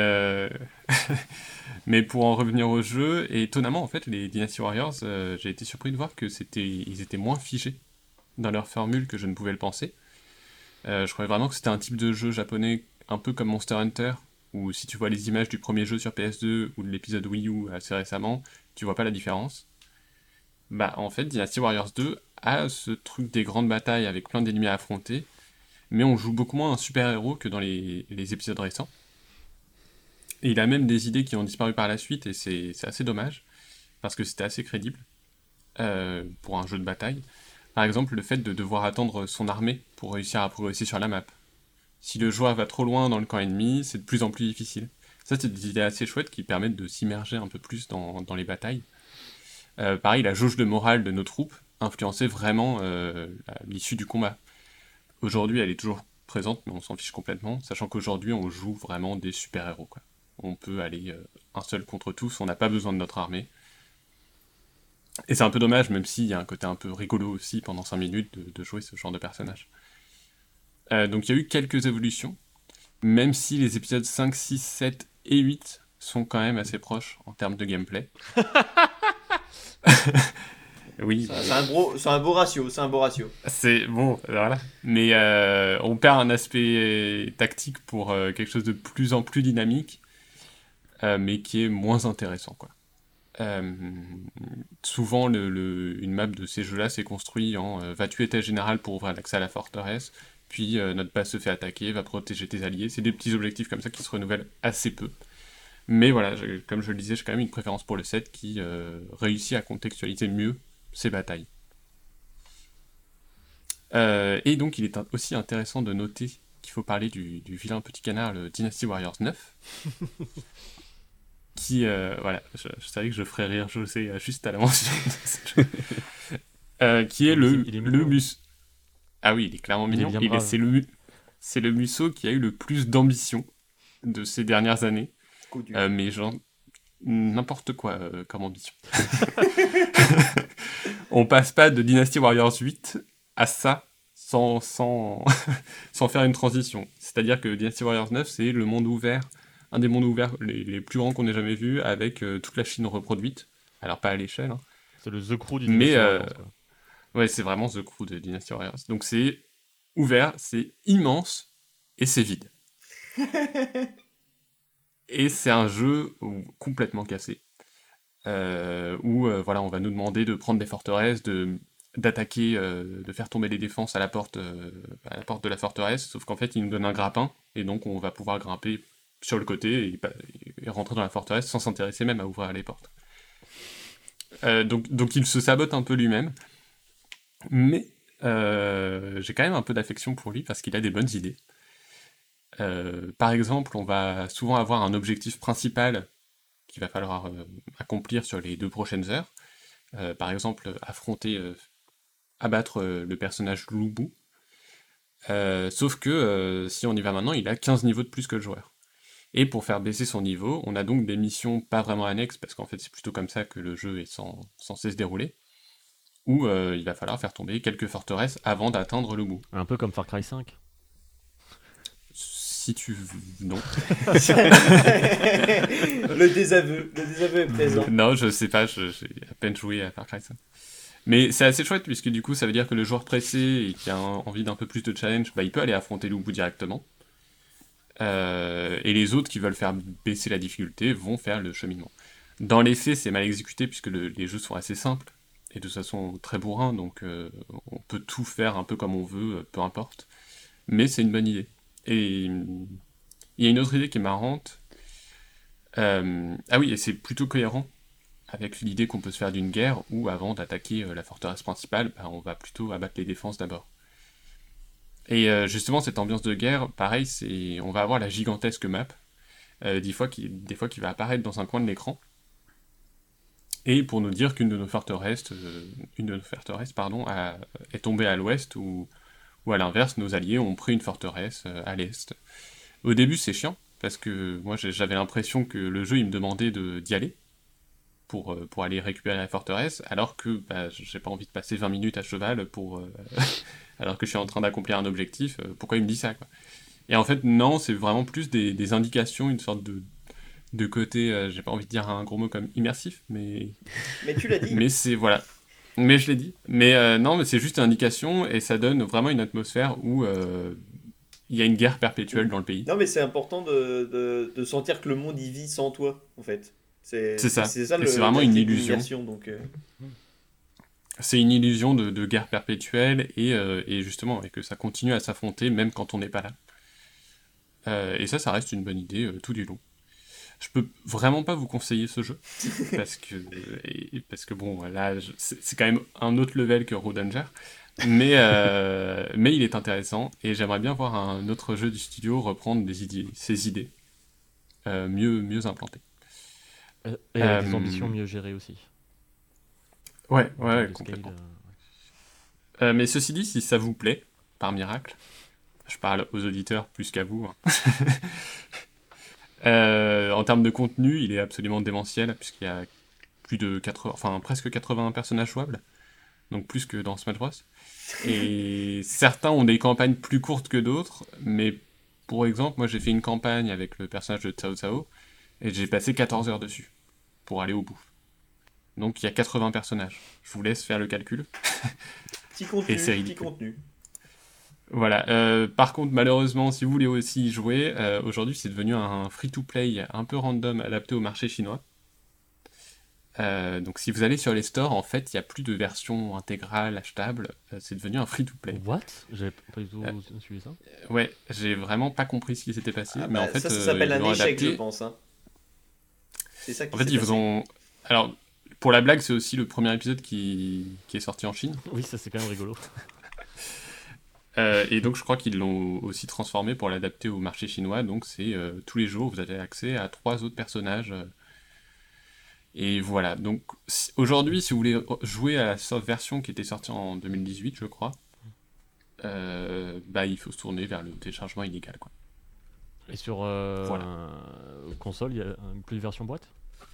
mais pour en revenir au jeu, et étonnamment, en fait, les Dynasty Warriors, j'ai été surpris de voir que ils étaient moins figés dans leur formule que je ne pouvais le penser. Je croyais vraiment que c'était un type de jeu japonais un peu comme Monster Hunter, où si tu vois les images du premier jeu sur PS2 ou de l'épisode Wii U assez récemment, tu vois pas la différence. Bah, en fait, Dynasty Warriors 2 a ce truc des grandes batailles avec plein d'ennemis à affronter, mais on joue beaucoup moins un super-héros que dans les épisodes récents. Et il a même des idées qui ont disparu par la suite, et c'est assez dommage, parce que c'était assez crédible pour un jeu de bataille. Par exemple, le fait de devoir attendre son armée pour réussir à progresser sur la map. Si le joueur va trop loin dans le camp ennemi, c'est de plus en plus difficile. Ça, c'est des idées assez chouettes qui permettent de s'immerger un peu plus dans les batailles. Pareil, la jauge de morale de nos troupes influençait vraiment l'issue du combat. Aujourd'hui, elle est toujours présente, mais on s'en fiche complètement, sachant qu'aujourd'hui, on joue vraiment des super-héros, quoi. On peut aller un seul contre tous, on n'a pas besoin de notre armée. Et c'est un peu dommage, même s'il y a un côté un peu rigolo aussi pendant 5 minutes de jouer ce genre de personnage. Donc il y a eu quelques évolutions, même si les épisodes 5, 6, 7 et 8 sont quand même assez proches en termes de gameplay. Oui. C'est un beau ratio, C'est bon, voilà. Mais on perd un aspect tactique pour quelque chose de plus en plus dynamique, mais qui est moins intéressant, quoi. Souvent, une map de ces jeux-là s'est construite en va tuer tel général pour ouvrir l'accès à la forteresse, puis notre base se fait attaquer, va protéger tes alliés. C'est des petits objectifs comme ça qui se renouvellent assez peu. Mais voilà, comme je le disais, j'ai quand même une préférence pour le 7 qui réussit à contextualiser mieux ces batailles. Et donc il est aussi intéressant de noter qu'il faut parler du vilain petit canard, le Dynasty Warriors 9, qui, voilà, je savais que je ferais rire José juste à la mention de ce jeu, qui est le musso. Ah oui, il est clairement mignon, c'est le musso qui a eu le plus d'ambition de ces dernières années, mais genre n'importe quoi comme ambition. On passe pas de Dynasty Warriors 8 à ça sans faire une transition. C'est-à-dire que Dynasty Warriors 9, c'est le monde ouvert, un des mondes ouverts les plus grands qu'on ait jamais vu, avec toute la Chine reproduite. Alors pas à l'échelle. Hein. C'est le The Crew du Dynasty Warriors. Quoi. Ouais, c'est vraiment The Crew de Dynasty Warriors. Donc c'est ouvert, c'est immense, et c'est vide. Et c'est un jeu complètement cassé. Où voilà, on va nous demander de prendre des forteresses, d'attaquer, de faire tomber les défenses à la porte de la forteresse, sauf qu'en fait il nous donne un grappin, et donc on va pouvoir grimper sur le côté et rentrer dans la forteresse sans s'intéresser même à ouvrir les portes. Donc il se sabote un peu lui-même, mais j'ai quand même un peu d'affection pour lui parce qu'il a des bonnes idées. Par exemple, on va souvent avoir un objectif principal qu'il va falloir accomplir sur les 2 prochaines heures. Par exemple, abattre le personnage Lubu. Sauf que si on y va maintenant, il a 15 niveaux de plus que le joueur. Et pour faire baisser son niveau, on a donc des missions pas vraiment annexes, parce qu'en fait c'est plutôt comme ça que le jeu est censé se dérouler, où il va falloir faire tomber quelques forteresses avant d'atteindre Lubu. Un peu comme Far Cry 5. Si tu veux... Non. le désaveu est présent. Non, je sais pas, j'ai à peine joué à Far Cry 5. Mais c'est assez chouette, puisque du coup, ça veut dire que le joueur pressé et qui a envie d'un peu plus de challenge, bah, il peut aller affronter Lubu directement. Et les autres qui veulent faire baisser la difficulté vont faire le cheminement. Dans les faits, c'est mal exécuté, puisque les jeux sont assez simples, et de toute façon très bourrins, donc on peut tout faire un peu comme on veut, peu importe. Mais c'est une bonne idée. Et il y a une autre idée qui est marrante. Ah oui, et c'est plutôt cohérent avec l'idée qu'on peut se faire d'une guerre où, avant d'attaquer la forteresse principale, bah, on va plutôt abattre les défenses d'abord. Et justement, cette ambiance de guerre, pareil, on va avoir la gigantesque map, des fois qui va apparaître dans un coin de l'écran, et pour nous dire qu'une de nos forteresses, est tombée à l'ouest, ou à l'inverse, nos alliés ont pris une forteresse à l'est. Au début, c'est chiant, parce que moi j'avais l'impression que le jeu il me demandait d'y aller, pour aller récupérer la forteresse, alors que j'ai pas envie de passer 20 minutes à cheval alors que je suis en train d'accomplir un objectif, pourquoi il me dit ça, quoi. Et en fait, non, c'est vraiment plus des indications, une sorte de côté, j'ai pas envie de dire un gros mot comme immersif, mais tu l'as dit. mais c'est, voilà. Mais je l'ai dit. Mais non, mais c'est juste une indication, et ça donne vraiment une atmosphère où il y a une guerre perpétuelle dans le pays. Non, mais c'est important de sentir que le monde y vit sans toi, en fait. C'est ça, c'est vraiment une illusion. Donc, c'est une illusion de guerre perpétuelle, et justement, et que ça continue à s'affronter même quand on n'est pas là. Et ça reste une bonne idée tout du long. Je peux vraiment pas vous conseiller ce jeu, parce que bon, là, c'est quand même un autre level que Road Danger, mais il est intéressant, et j'aimerais bien voir un autre jeu du studio reprendre ces idées, mieux implantées. Et avec des ambitions mieux gérées aussi. Ouais, complètement. Mais ceci dit, si ça vous plaît, par miracle, je parle aux auditeurs plus qu'à vous, en termes de contenu, il est absolument démentiel, puisqu'il y a presque 80 personnages jouables, donc plus que dans Smash Bros. Et certains ont des campagnes plus courtes que d'autres, mais pour exemple, moi j'ai fait une campagne avec le personnage de Cao Cao, et j'ai passé 14 heures dessus, pour aller au bout. Donc il y a 80 personnages. Je vous laisse faire le calcul. Petit contenu. Voilà. Par contre, malheureusement, si vous voulez aussi y jouer, aujourd'hui c'est devenu un free-to-play un peu random adapté au marché chinois. Donc si vous allez sur les stores, en fait, il n'y a plus de version intégrale achetable. C'est devenu un free-to-play. What ? J'avais pas du tout suivi ça. Ouais, j'ai vraiment pas compris ce qui s'était passé. Mais en fait, ça s'appelle un échec, je pense. Hein. C'est ça qui s'est passé. Ils ont... Alors, pour la blague, c'est aussi le premier épisode qui est sorti en Chine. Oui, ça c'est quand même rigolo. Et donc je crois qu'ils l'ont aussi transformé pour l'adapter au marché chinois, donc c'est tous les jours vous avez accès à 3 autres personnages. Et voilà, donc aujourd'hui si vous voulez jouer à la version qui était sortie en 2018 je crois, il faut se tourner vers le téléchargement illégal, quoi. Et sur console, il y a plus de version boîte ?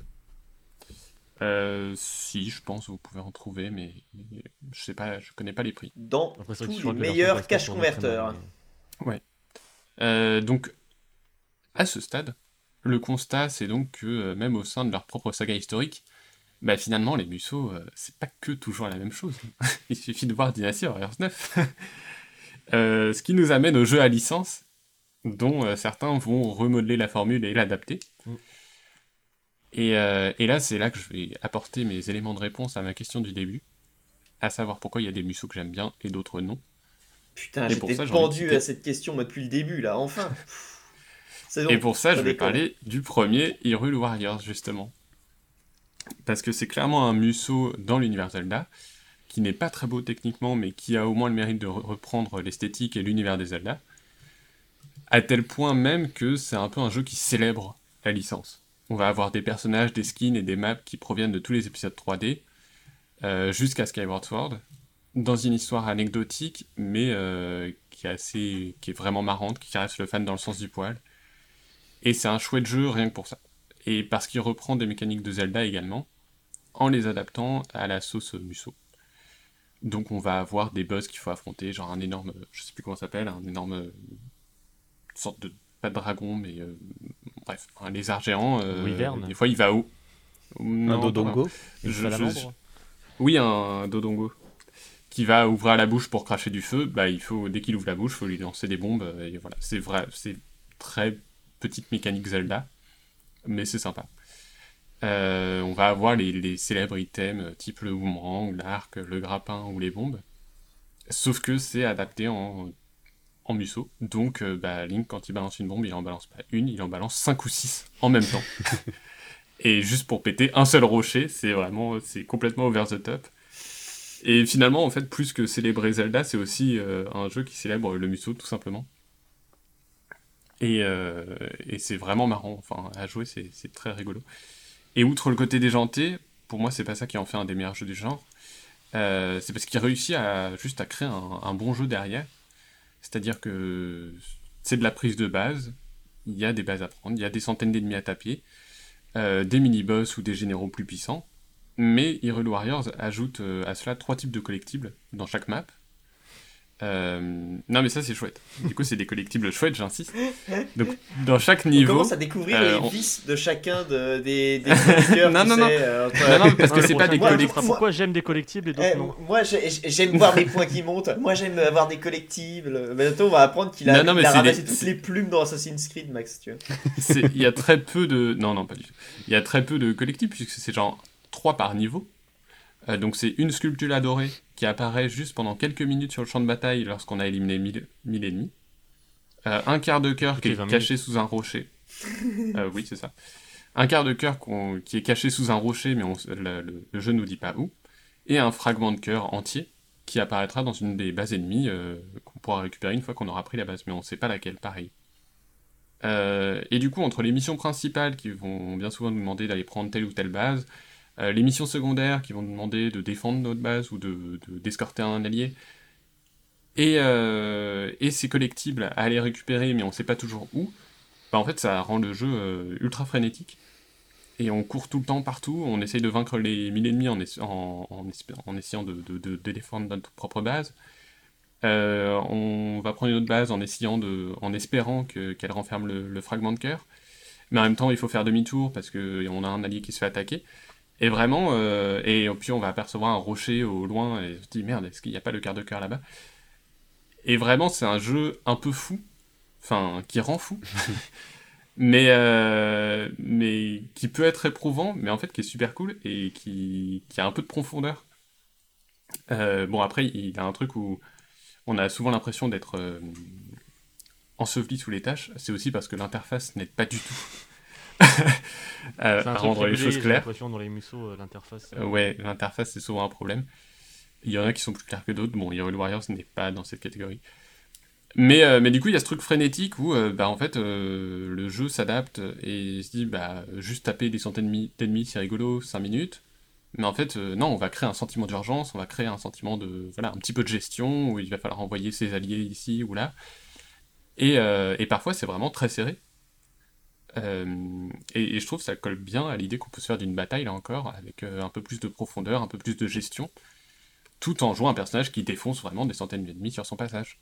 Si, je pense que vous pouvez en trouver, mais je sais pas, je connais pas les prix. Dans tous les meilleurs cache converteurs. Ouais. Donc, à ce stade, le constat, c'est donc que même au sein de leur propre saga historique, finalement, les Musou, c'est pas que toujours la même chose. Il suffit de voir Dynasty Warriors 9. Ce qui nous amène aux jeux à licence, dont certains vont remodeler la formule et l'adapter. Et là, c'est là que je vais apporter mes éléments de réponse à ma question du début, à savoir pourquoi il y a des Musou que j'aime bien et d'autres non. Putain, j'étais pendu à cette question depuis le début, là, enfin. Et pour ça, je vais parler du premier Hyrule Warriors, justement. Parce que c'est clairement un Musou dans l'univers Zelda, qui n'est pas très beau techniquement, mais qui a au moins le mérite de reprendre l'esthétique et l'univers des Zelda, à tel point même que c'est un peu un jeu qui célèbre la licence. On va avoir des personnages, des skins et des maps qui proviennent de tous les épisodes 3D, jusqu'à Skyward Sword, dans une histoire anecdotique, mais qui est vraiment marrante, qui caresse le fan dans le sens du poil. Et c'est un chouette jeu rien que pour ça. Et parce qu'il reprend des mécaniques de Zelda également, en les adaptant à la sauce Musou. Donc on va avoir des boss qu'il faut affronter, genre un énorme, je sais plus comment ça s'appelle, un énorme sorte de, pas de dragon, mais bref, un lézard géant. Des fois il va où un Dodongo, Oui, un Dodongo. Qui va ouvrir la bouche pour cracher du feu, dès qu'il ouvre la bouche, il faut lui lancer des bombes, et voilà. C'est vrai, c'est très petite mécanique Zelda, mais c'est sympa. On va avoir les célèbres items, type le boomerang, l'arc, le grappin ou les bombes, sauf que c'est adapté en Musou, donc Link, quand il balance une bombe, il en balance pas une, il en balance 5 ou 6 en même temps. Et juste pour péter un seul rocher, c'est complètement over the top. Et finalement, en fait, plus que célébrer Zelda, c'est aussi un jeu qui célèbre le Musou, tout simplement. Et c'est vraiment marrant, enfin, à jouer, c'est très rigolo. Et outre le côté déjanté, pour moi, c'est pas ça qui en fait un des meilleurs jeux du genre. C'est parce qu'il réussit juste à créer un bon jeu derrière. C'est-à-dire que c'est de la prise de base, il y a des bases à prendre, il y a des centaines d'ennemis à taper, des mini-boss ou des généraux plus puissants, mais Hyrule Warriors ajoute à cela 3 types de collectibles dans chaque map. Non mais ça c'est chouette. Du coup c'est des collectibles chouettes, j'insiste. Donc dans chaque On niveau... commence à découvrir les on- vices de chacun des chroniqueurs. Non, tu non, non. sais, Non, mais parce que Non, c'est le pas prochain des mois, collectibles. ce sera collectibles... pourquoi j'aime des collectibles et d'autres non. moi, j'aime voir mes points qui montent. Moi, j'aime avoir des collectibles. Bientôt, on va apprendre qu'il a, Non, mais il a c'est ramassé des- toutes les plumes dans Assassin's Creed, Max. Tu vois. Il y a très peu de... Non, pas du tout. Il y a très peu de collectibles, puisque c'est genre 3 par niveau. Donc c'est une sculpture adorée qui apparaît juste pendant quelques minutes sur le champ de bataille lorsqu'on a éliminé 1000 ennemis. Un quart de cœur qui Ok, est 20 caché sous un rocher. Oui, c'est ça. Un quart de cœur qui est caché sous un rocher, mais le jeu nous dit pas où. Et un fragment de cœur entier qui apparaîtra dans une des bases ennemies qu'on pourra récupérer une fois qu'on aura pris la base, mais on sait pas laquelle, pareil. Et du coup, entre les missions principales qui vont bien souvent nous demander d'aller prendre telle ou telle base, les missions secondaires qui vont nous demander de défendre notre base ou d'escorter un allié, et ces collectibles à aller récupérer mais on sait pas toujours où, bah en fait ça rend le jeu ultra frénétique. Et on court tout le temps partout, on essaye de vaincre les 1000 ennemis en essayant de défendre notre propre base. On va prendre une autre base en espérant qu'elle renferme le fragment de cœur. Mais en même temps, il faut faire demi-tour parce qu'on a un allié qui se fait attaquer. Et vraiment, et puis on va apercevoir un rocher au loin et on se dit merde, est-ce qu'il n'y a pas le quart de cœur là-bas? Et vraiment, c'est un jeu un peu fou, enfin, qui rend fou, mais qui peut être éprouvant, mais en fait qui est super cool et qui a un peu de profondeur. Bon, après, il y a un truc où on a souvent l'impression d'être enseveli sous les tâches, c'est aussi parce que l'interface n'aide pas du tout C'est un à truc rendre les régulier, choses j'ai claires. l'impression dans les musos, l'interface. Ouais, l'interface c'est souvent un problème. Il y en a qui sont plus clairs que d'autres. Bon, Hyrule Warriors n'est pas dans cette catégorie. Mais du coup, il y a ce truc frénétique où bah, en fait, le jeu s'adapte et se dit bah, juste taper des centaines d'ennemis, c'est rigolo, 5 minutes. Mais en fait, non, on va créer un sentiment d'urgence, on va créer un sentiment de. Voilà, un petit peu de gestion où il va falloir envoyer ses alliés ici ou là. Et parfois, c'est vraiment très serré. Et je trouve que ça colle bien à l'idée qu'on peut se faire d'une bataille, là encore, avec un peu plus de profondeur, un peu plus de gestion, tout en jouant un personnage qui défonce vraiment des centaines d'ennemis sur son passage.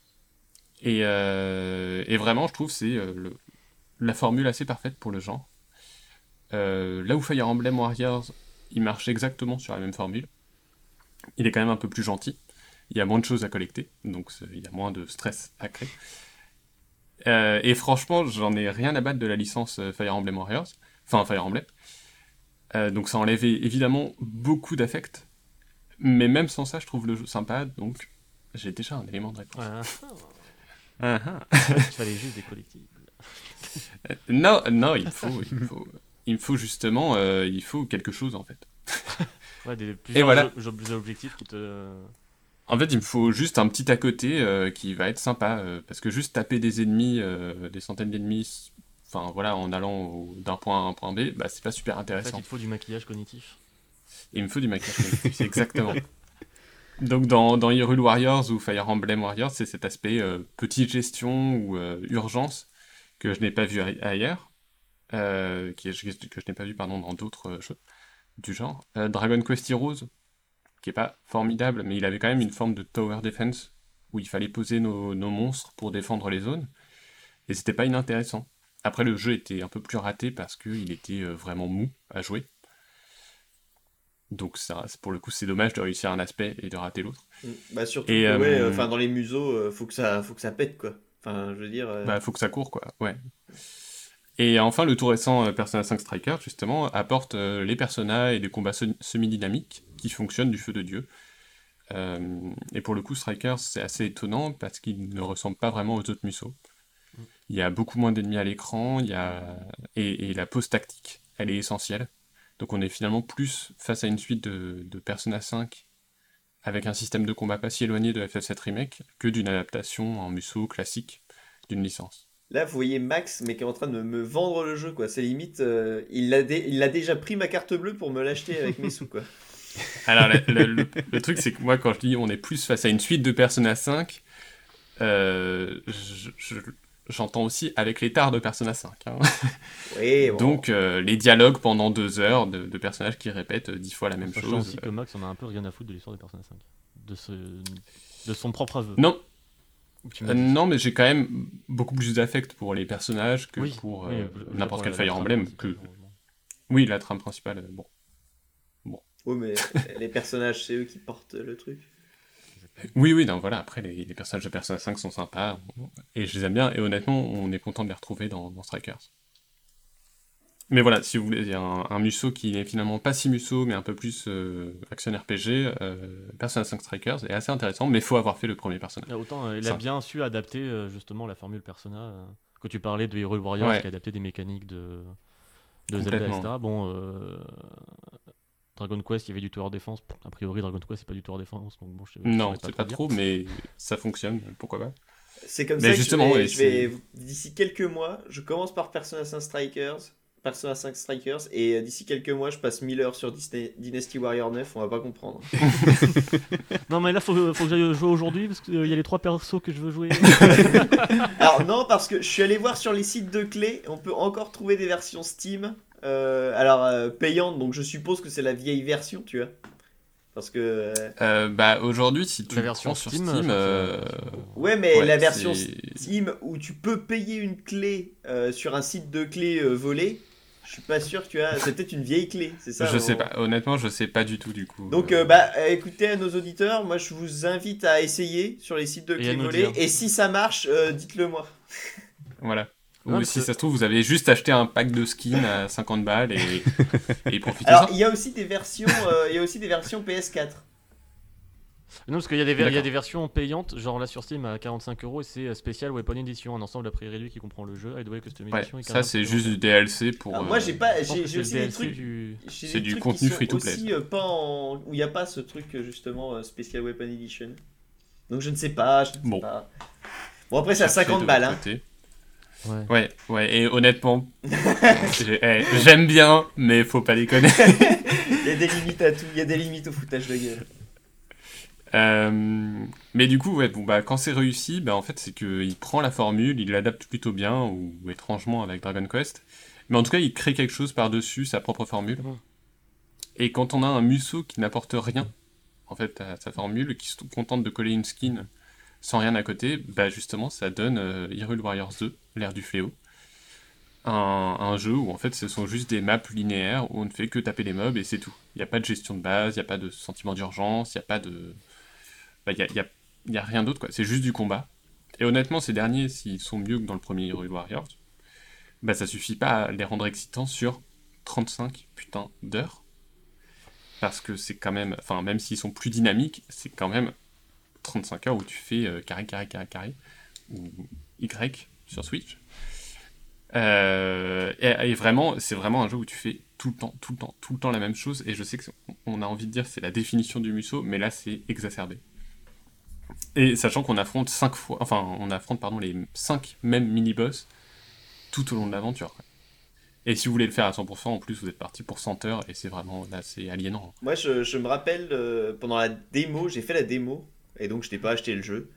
Et vraiment, je trouve que c'est la formule assez parfaite pour le genre. Là où Fire Emblem Warriors, il marche exactement sur la même formule, il est quand même un peu plus gentil, il y a moins de choses à collecter, donc il y a moins de stress à créer. Et franchement, j'en ai rien à battre de la licence Fire Emblem Warriors, enfin Fire Emblem. Donc ça enlève évidemment beaucoup d'affect, mais même sans ça, je trouve le jeu sympa, donc j'ai déjà un élément de réponse. Ah, il fallait juste des collectibles. Non, il me faut justement, il faut quelque chose en fait. Ouais, Et plusieurs voilà. objectifs qui te. En fait, il me faut juste un petit à côté qui va être sympa, parce que juste taper des ennemis, des centaines d'ennemis, enfin voilà, en allant d'un point A à un point B, bah c'est pas super En fait, intéressant. il te faut du maquillage cognitif. Et il me faut du maquillage cognitif, c'est exactement. Donc dans Hyrule Warriors ou Fire Emblem Warriors, c'est cet aspect petite gestion ou urgence que je n'ai pas vu ailleurs, que je n'ai pas vu pardon, dans d'autres jeux du genre. Dragon Quest Heroes, qui est pas formidable, mais il avait quand même une forme de tower defense, où il fallait poser nos monstres pour défendre les zones, et c'était pas inintéressant. Après, le jeu était un peu plus raté parce qu'il était vraiment mou à jouer. Donc ça, pour le coup, c'est dommage de réussir un aspect et de rater l'autre. Bah surtout Et, que, ouais, enfin dans les musos, faut que ça pète quoi. Enfin, je veux dire. Bah, faut que ça court, quoi, ouais. Et enfin, le tout récent Persona 5 Strikers, justement, apporte les personnages et des combats semi-dynamiques qui fonctionnent du feu de Dieu. Et pour le coup, Strikers, c'est assez étonnant parce qu'il ne ressemble pas vraiment aux autres Musos. Il y a beaucoup moins d'ennemis à l'écran, et la pause tactique, elle est essentielle. Donc on est finalement plus face à une suite de Persona 5 avec un système de combat pas si éloigné de FF7 Remake que d'une adaptation en Muso classique d'une licence. Là, vous voyez Max, mais qui est en train de me vendre le jeu, quoi. C'est limite, il a déjà pris ma carte bleue pour me l'acheter avec mes sous, quoi. Alors, le truc, c'est que moi, quand je dis on est plus face à une suite de Persona 5, j'entends aussi avec les tares de Persona 5. Hein. Oui, bon. Donc, les dialogues pendant 2 heures de personnages qui répètent 10 fois la même Sachant chose. aussi que Max en a un peu rien à foutre de l'histoire de Persona 5. De son propre aveu. Non, Ou tu m'as dit. non, mais j'ai quand même beaucoup plus d'affect pour les personnages que Oui, pour oui, n'importe pour quel la Fire trame Emblem. principale, Que... heureusement. Oui, la trame principale, bon. Oui, mais les personnages, c'est eux qui portent le truc. Oui, non, voilà, après, les personnages de Persona 5 sont sympas, et je les aime bien, et honnêtement, on est content de les retrouver dans Strikers. Mais voilà, si vous voulez, il y a un Musso qui n'est finalement pas si Musso, mais un peu plus action RPG, Persona 5 Strikers est assez intéressant, mais il faut avoir fait le premier personnage. Autant il a Ça. bien su adapter justement la formule Persona. Quand tu parlais de Hyrule Warriors Ouais. qui a adapté des mécaniques de Zelda, Complètement. etc. Bon, Dragon Quest, il y avait du tower defense. A priori, Dragon Quest, c'est pas du tower defense. Donc bon, je Non, saurais c'est pas dire. trop, mais ça fonctionne, pourquoi pas. C'est comme Mais ça justement, que ouais, je vais d'ici quelques mois, je commence par Persona 5 Strikers, et d'ici quelques mois, je passe 1000 heures sur Dynasty Warrior 9, on va pas comprendre. Non, mais là, faut que j'aille jouer aujourd'hui parce qu'il y a les 3 persos que je veux jouer. Alors non, parce que je suis allé voir sur les sites de clés, on peut encore trouver des versions Steam, payantes, donc je suppose que c'est la vieille version, tu vois. Parce que... Bah, aujourd'hui, si tu La le version prends sur Steam, Steam, Ouais, mais ouais, la version c'est- Steam où tu peux payer une clé sur un site de clés volé, je suis pas sûr que tu as... C'est peut-être une vieille clé, c'est ça? je sais pas, honnêtement, je sais pas du tout du coup. Donc, écoutez à nos auditeurs, moi je vous invite à essayer sur les sites de Et à clés nous volées, dire. et si ça marche, dites-le moi. Voilà. Non, Ou parce si que- ça se trouve, vous avez juste acheté un pack de skins à 50 balles et profitez-en. Alors, il y a aussi des versions, PS4. Non, parce qu'il y a des D'accord. versions payantes, genre là sur Steam à 45€, et c'est Spécial Weapon Edition, un ensemble à prix réduit qui comprend le jeu, Hideaway Ouais, Customization et ça c'est juste du DLC pour. Alors, moi j'ai pas, Je pense j'ai que j'ai c'est aussi le des DLC trucs. du... J'ai C'est des du trucs contenu qui sont free-to-play. aussi, pas en... où il n'y a pas ce truc justement Special Weapon Edition. Donc je ne sais pas, Bon. Bon après c'est à chercher 50 de balles. votre Hein. côté. Ouais. Ouais, et honnêtement, j'aime bien, mais faut pas déconner. Il y a des limites à tout, il y a des limites au foutage de gueule. Mais du coup, ouais, bon, bah, quand c'est réussi, bah, en fait, c'est qu'il prend la formule, il l'adapte plutôt bien, ou étrangement avec Dragon Quest. Mais en tout cas, il crée quelque chose par-dessus sa propre formule. Mhm. Et quand on a un Musso qui n'apporte rien, en fait, à sa formule, qui se contente de coller une skin sans rien à côté, bah, justement, ça donne Hyrule Warriors 2, l'ère du fléau. Un jeu où, en fait, ce sont juste des maps linéaires où on ne fait que taper des mobs et c'est tout. Il n'y a pas de gestion de base, il n'y a pas de sentiment d'urgence, il n'y a pas de... Bah, y a rien d'autre, quoi. C'est juste du combat. Et honnêtement, ces derniers, s'ils sont mieux que dans le premier Hyrule Warriors, bah ça suffit pas à les rendre excitants sur 35 putains d'heures. Parce que c'est quand même... Enfin, même s'ils sont plus dynamiques, c'est quand même 35 heures où tu fais carré, ou Y sur Switch. Et vraiment, c'est vraiment un jeu où tu fais tout le temps la même chose. Et je sais qu'on a envie de dire que c'est la définition du Musso, mais là, c'est exacerbé. Et sachant qu'on affronte les 5 mêmes mini-boss tout au long de l'aventure. Quoi. Et si vous voulez le faire à 100%, en plus, vous êtes parti pour 100 heures, et c'est vraiment, là, c'est aliénant. Moi je me rappelle pendant la démo, j'ai fait la démo, et donc je n'ai pas acheté le jeu.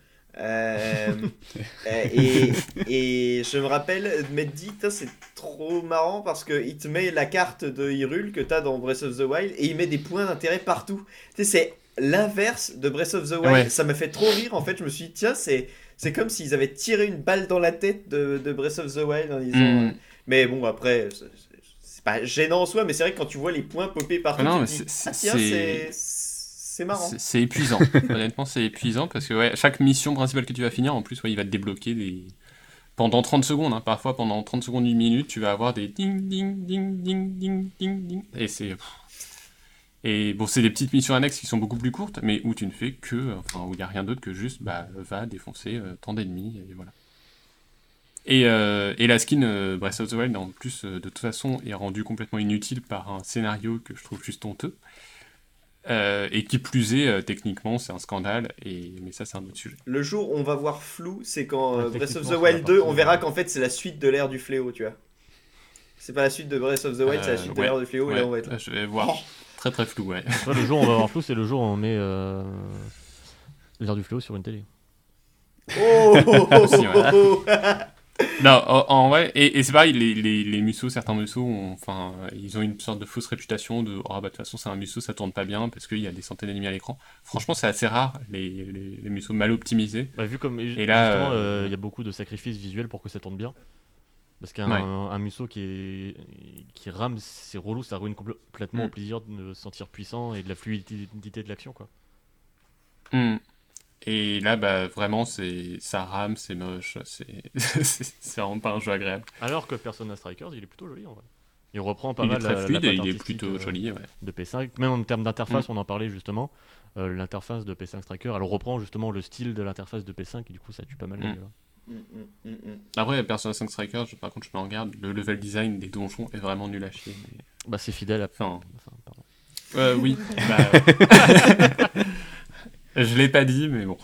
Et je me rappelle de m'être dit, c'est trop marrant parce qu'il te met la carte de Hyrule que t'as dans Breath of the Wild et il met des points d'intérêt partout. Tu sais, c'est l'inverse de Breath of the Wild. Ouais. Ça m'a fait trop rire en fait. Je me suis dit, tiens, c'est comme s'ils avaient tiré une balle dans la tête de Breath of the Wild en disant. Mais bon, après, c'est pas gênant en soi, mais c'est vrai que quand tu vois les points popper partout, Non, tu te mais dis, ah tiens, c'est marrant. C'est épuisant. Honnêtement, c'est épuisant parce que ouais, chaque mission principale que tu vas finir, en plus, ouais, il va te débloquer des... Pendant 30 secondes, hein, parfois pendant 30 secondes, une minute, tu vas avoir des ding, ding, ding, ding, ding, ding, ding. Et c'est... Et bon, c'est des petites missions annexes qui sont beaucoup plus courtes, mais où tu ne fais que... Enfin, où il n'y a rien d'autre que juste, bah, va défoncer tant d'ennemis, et voilà. Et la skin Breath of the Wild, en plus, de toute façon, est rendue complètement inutile par un scénario que je trouve juste honteux. Et qui plus est, techniquement, c'est un scandale, mais ça, c'est un autre sujet. Le jour où on va voir flou, c'est quand Ouais, Breath of techniquement, the ça Wild va 2, partir, on verra ouais. qu'en fait c'est la suite de l'ère du fléau, tu vois. C'est pas la suite de Breath of the Wild, c'est la suite de Ouais. l'ère du fléau, et là on va être là. Je vais voir. Oh. Très très flou, ouais. Toi, le jour où on va avoir flou, c'est le jour où on met l'heure du fléau sur une télé. Oh, oh, oh, Aussi, ouais. oh, oh. Non, en vrai, et c'est pareil, les musos, certains musos, ils ont une sorte de fausse réputation de de toute façon, c'est un muso, ça tourne pas bien parce qu'il y a des centaines d'ennemis à l'écran. Franchement, c'est assez rare, les musos mal optimisés. Bah, vu comme Et là, justement, il y a beaucoup de sacrifices visuels pour que ça tourne bien. Parce qu'un Ouais. un muso qui rame, c'est relou, ça ruine complètement Mm. au plaisir de se sentir puissant et de la fluidité de l'action, quoi. Hmm. Et là, bah, vraiment, ça rame, c'est moche, c'est vraiment pas un jeu agréable. Alors que Persona Strikers, il est plutôt joli en vrai. Il reprend pas Il est mal très la fluide patte et il est artistique, plutôt joli, ouais. de P5. Même en termes d'interface, on en parlait justement. L'interface de P5 Striker, elle reprend justement le style de l'interface de P5 et du coup ça tue pas mal. Mm. Après, Persona 5 Strikers, par contre, je me regarde, le level design des donjons est vraiment nul à chier. Bah c'est fidèle à... Enfin, pardon. oui, bah, je l'ai pas dit, mais bon.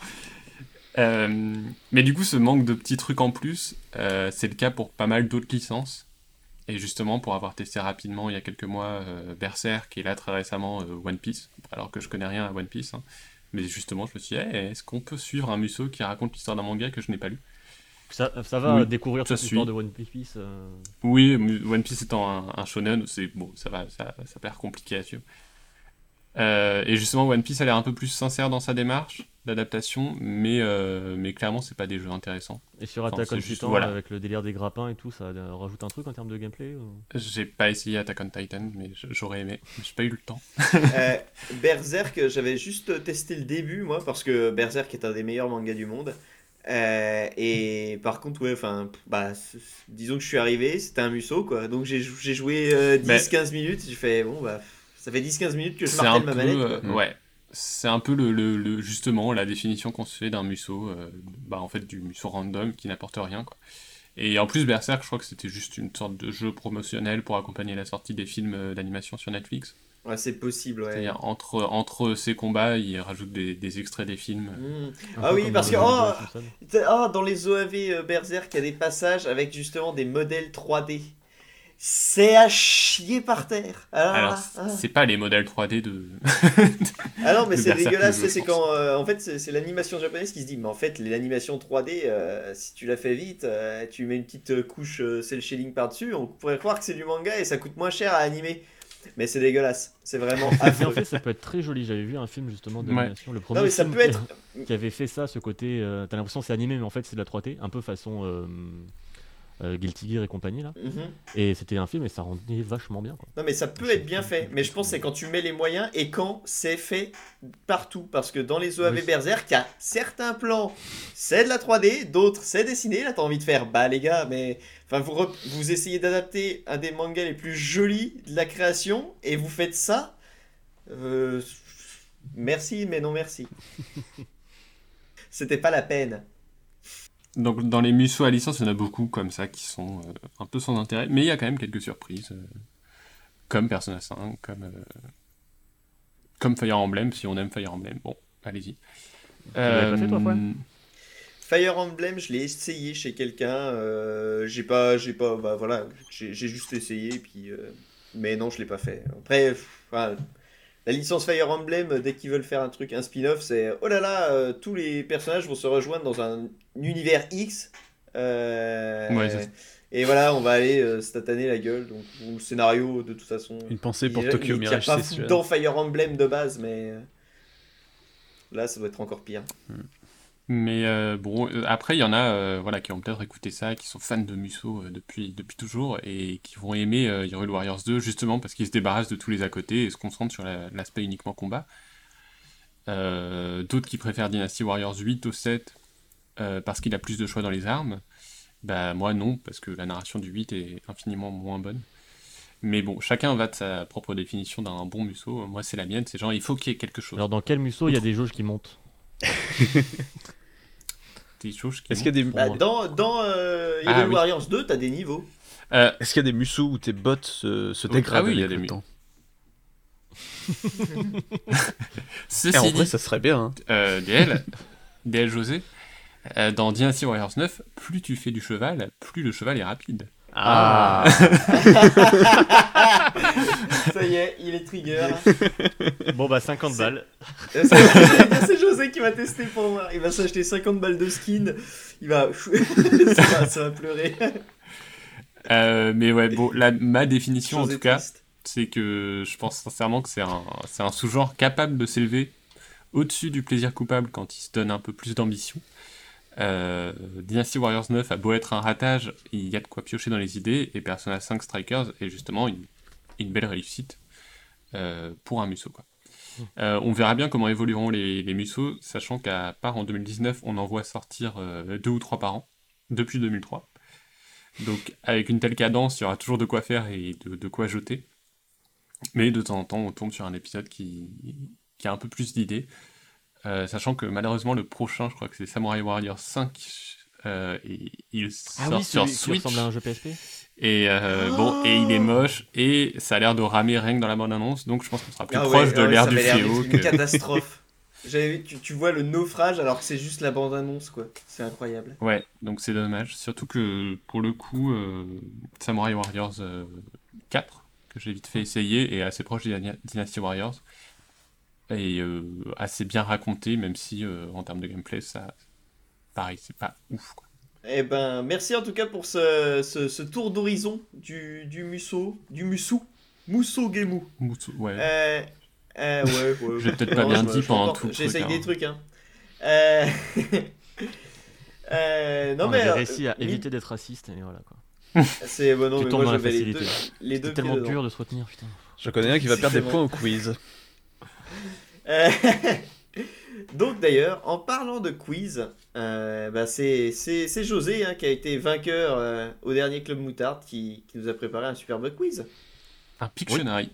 Mais du coup, ce manque de petits trucs en plus, c'est le cas pour pas mal d'autres licences. Et justement, pour avoir testé rapidement il y a quelques mois Berserk et là très récemment One Piece, alors que je connais rien à One Piece, hein, mais justement, je me suis dit, est-ce qu'on peut suivre un muso qui raconte l'histoire d'un manga que je n'ai pas lu? Ça va Oui, découvrir ça toute l'histoire suit. de One Piece. Oui, One Piece étant un shonen, c'est bon, ça peut être compliqué à suivre. Et justement, One Piece a l'air un peu plus sincère dans sa démarche d'adaptation, mais clairement, c'est pas des jeux intéressants. Et sur Enfin, Attack on c'est juste, Titan, voilà. avec le délire des grappins et tout, ça rajoute un truc en termes de gameplay ou... J'ai pas essayé Attack on Titan, mais j'aurais aimé, mais j'ai pas eu le temps. Berserk, j'avais juste testé le début, moi, parce que Berserk est un des meilleurs mangas du monde. Et par contre, ouais, enfin, bah, disons que je suis arrivé, c'était un musso, quoi. Donc j'ai joué 10-15 minutes, j'ai fait, bon, bah, ça fait 10-15 minutes que je C'est un martèle ma peu, manette, quoi. ouais, c'est un peu justement la définition qu'on se fait d'un musso, bah en fait du musso random qui n'apporte rien, quoi. Et en plus, Berserk, je crois que c'était juste une sorte de jeu promotionnel pour accompagner la sortie des films d'animation sur Netflix. Ouais, c'est possible, ouais. C'est-à-dire, entre ces combats, ils rajoutent des extraits des films. Ah oui, comme parce que dans Simpson. dans les OAV Berserk, il y a des passages avec justement des modèles 3D. C'est à chier par terre. Alors, c'est pas les modèles 3D de... Ah non, mais de c'est Berserk, dégueulasse, je c'est pense. quand en fait c'est l'animation japonaise qui se dit mais en fait l'animation 3D si tu la fais vite, tu mets une petite couche cel shading par-dessus, on pourrait croire que c'est du manga et ça coûte moins cher à animer. Mais c'est dégueulasse, c'est vraiment Mais en affreux. fait, ça peut être très joli. J'avais vu un film justement d'animation. Le premier Non mais ça film peut être qui avait fait ça, ce côté. T'as l'impression que c'est animé, mais en fait c'est de la 3D, un peu façon Guilty Gear et compagnie là. Mhm. Et c'était un film et ça rendait vachement bien, quoi. Non mais ça peut être bien fait, mais je pense que c'est quand tu mets les moyens et quand c'est fait partout. Parce que dans les OAV Oui. Berserk, il y a certains plans, c'est de la 3D, d'autres c'est dessiné. Là t'as envie de faire, bah les gars, mais... Enfin vous essayez d'adapter un des mangas les plus jolis de la création et vous faites ça. Merci mais non merci. C'était pas la peine. Donc, dans les musos à licence, il y en a beaucoup comme ça qui sont un peu sans intérêt, mais il y a quand même quelques surprises, comme Persona 5, comme Fire Emblem, si on aime Fire Emblem. Bon, allez-y. l'avais pas fait, toi, Fouad ? Fire Emblem, je l'ai essayé chez quelqu'un. J'ai pas, bah voilà, j'ai juste essayé et puis, mais non, je l'ai pas fait. Après, enfin, la licence Fire Emblem, dès qu'ils veulent faire un truc, un spin-off, c'est oh là là, tous les personnages vont se rejoindre dans un univers X. Ouais, c'est ça. Et voilà, on va aller se tataner la gueule. Donc le scénario, de toute façon, Une pensée pour il Tokyo tient Mirage pas Session. dans Fire Emblem de base, mais là, ça doit être encore pire. Mais bon, après, il y en a voilà, qui ont peut-être écouté ça, qui sont fans de Muso depuis toujours, et qui vont aimer Hyrule Warriors 2, justement parce qu'ils se débarrassent de tous les à côté et se concentrent sur l'aspect uniquement combat. D'autres qui préfèrent Dynasty Warriors 8 au 7 parce qu'il a plus de choix dans les armes. Bah moi non, parce que la narration du 8 est infiniment moins bonne. Mais bon, chacun va de sa propre définition d'un bon Muso. Moi c'est la mienne, c'est genre il faut qu'il y ait quelque chose. Alors dans quel musso il y a des jauges qui montent? Des choses qui Est-ce qu'il y a des, Pour Bah, moi. dans Hyrule Ah, oui. Warriors 2, t'as des niveaux. est-ce qu'il y a des musos où tes bots se dégradent oui, il y a avec des le temps? Ceci en dit, vrai, ça serait bien. Hein. DL José, dans Dynasty Warriors 9, plus tu fais du cheval, plus le cheval est rapide. Ah. Ça y est, il est trigger. Bon bah 50 balles. C'est José qui va tester pour moi. Il va s'acheter 50 balles de skin. Il va... ça va pleurer. Mais ouais, bon, ma définition José en tout cas, triste. c'est que je pense sincèrement que c'est un sous-genre capable de s'élever au-dessus du plaisir coupable quand il se donne un peu plus d'ambition. Dynasty Warriors 9 a beau être un ratage, il y a de quoi piocher dans les idées, et Persona 5 Strikers est justement une belle réussite pour un Muso, quoi. On verra bien comment évolueront les Musos, sachant qu'à part en 2019, on en voit sortir 2 ou 3 par an, depuis 2003. Donc avec une telle cadence, il y aura toujours de quoi faire et de quoi jeter. Mais de temps en temps, on tombe sur un épisode qui a un peu plus d'idées. Sachant que malheureusement le prochain, je crois que c'est Samurai Warriors 5, et il sort sur Qui Switch, ressemble à un jeu PSP. et bon, et il est moche, et ça a l'air de ramer rien que dans la bande-annonce, donc je pense qu'on sera plus Ah ouais, proche de l'ère ça du m'a l'air fléau d'être que... une catastrophe. J'avais vu, tu vois le naufrage alors que c'est juste la bande-annonce, quoi. C'est incroyable. Ouais, donc c'est dommage, surtout que pour le coup, Samurai Warriors 4, que j'ai vite fait essayer, est assez proche de Dynasty Warriors, et assez bien raconté, même si en termes de gameplay, ça, pareil, c'est pas ouf, quoi. Eh ben, merci en tout cas pour ce tour d'horizon du Muso Gemu. Ouais. Ouais. J'ai peut-être pas Non, bien je me- dit je pendant m'emporte. tout le J'essaye truc, des hein. trucs, hein. Non On mais avait réussi à éviter d'être raciste et voilà quoi. c'est bon, non, Tu mais tombes moi dans la j'avais facilité. les deux C'est tellement pieds dedans. dur de se retenir, putain. Je connais un qui va perdre des Exactement. points au quiz. Euh, Donc d'ailleurs, en parlant de quiz, c'est José hein, qui a été vainqueur au dernier Club Moutarde qui nous a préparé un superbe quiz. Un Pictionary.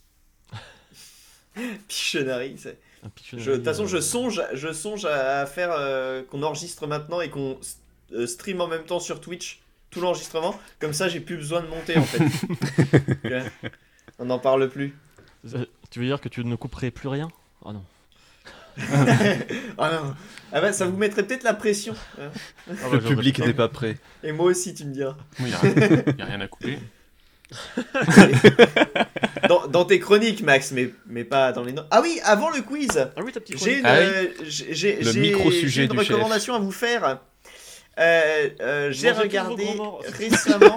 Pictionary, c'est... Un Pictionary, De toute façon, je songe à faire qu'on enregistre maintenant et qu'on stream en même temps sur Twitch tout l'enregistrement. Comme ça, j'ai plus besoin de monter en fait. Ok. On n'en parle plus. Tu veux dire que tu ne couperais plus rien? Oh non. Ah non. Ah bah, ça vous mettrait peut-être la pression. Hein. Ah bah, Le j'aurais public pas. n'est pas prêt. Et moi aussi, tu me diras. Oui, il n'y a rien à couper. Dans tes chroniques, Max, mais pas dans les notes. Ah oui, avant le quiz, Ah oui, ta petite j'ai chronique. une, Le micro-sujet j'ai une du chef. recommandation à vous faire. J'ai Mangez regardé tous vos gros morts. récemment.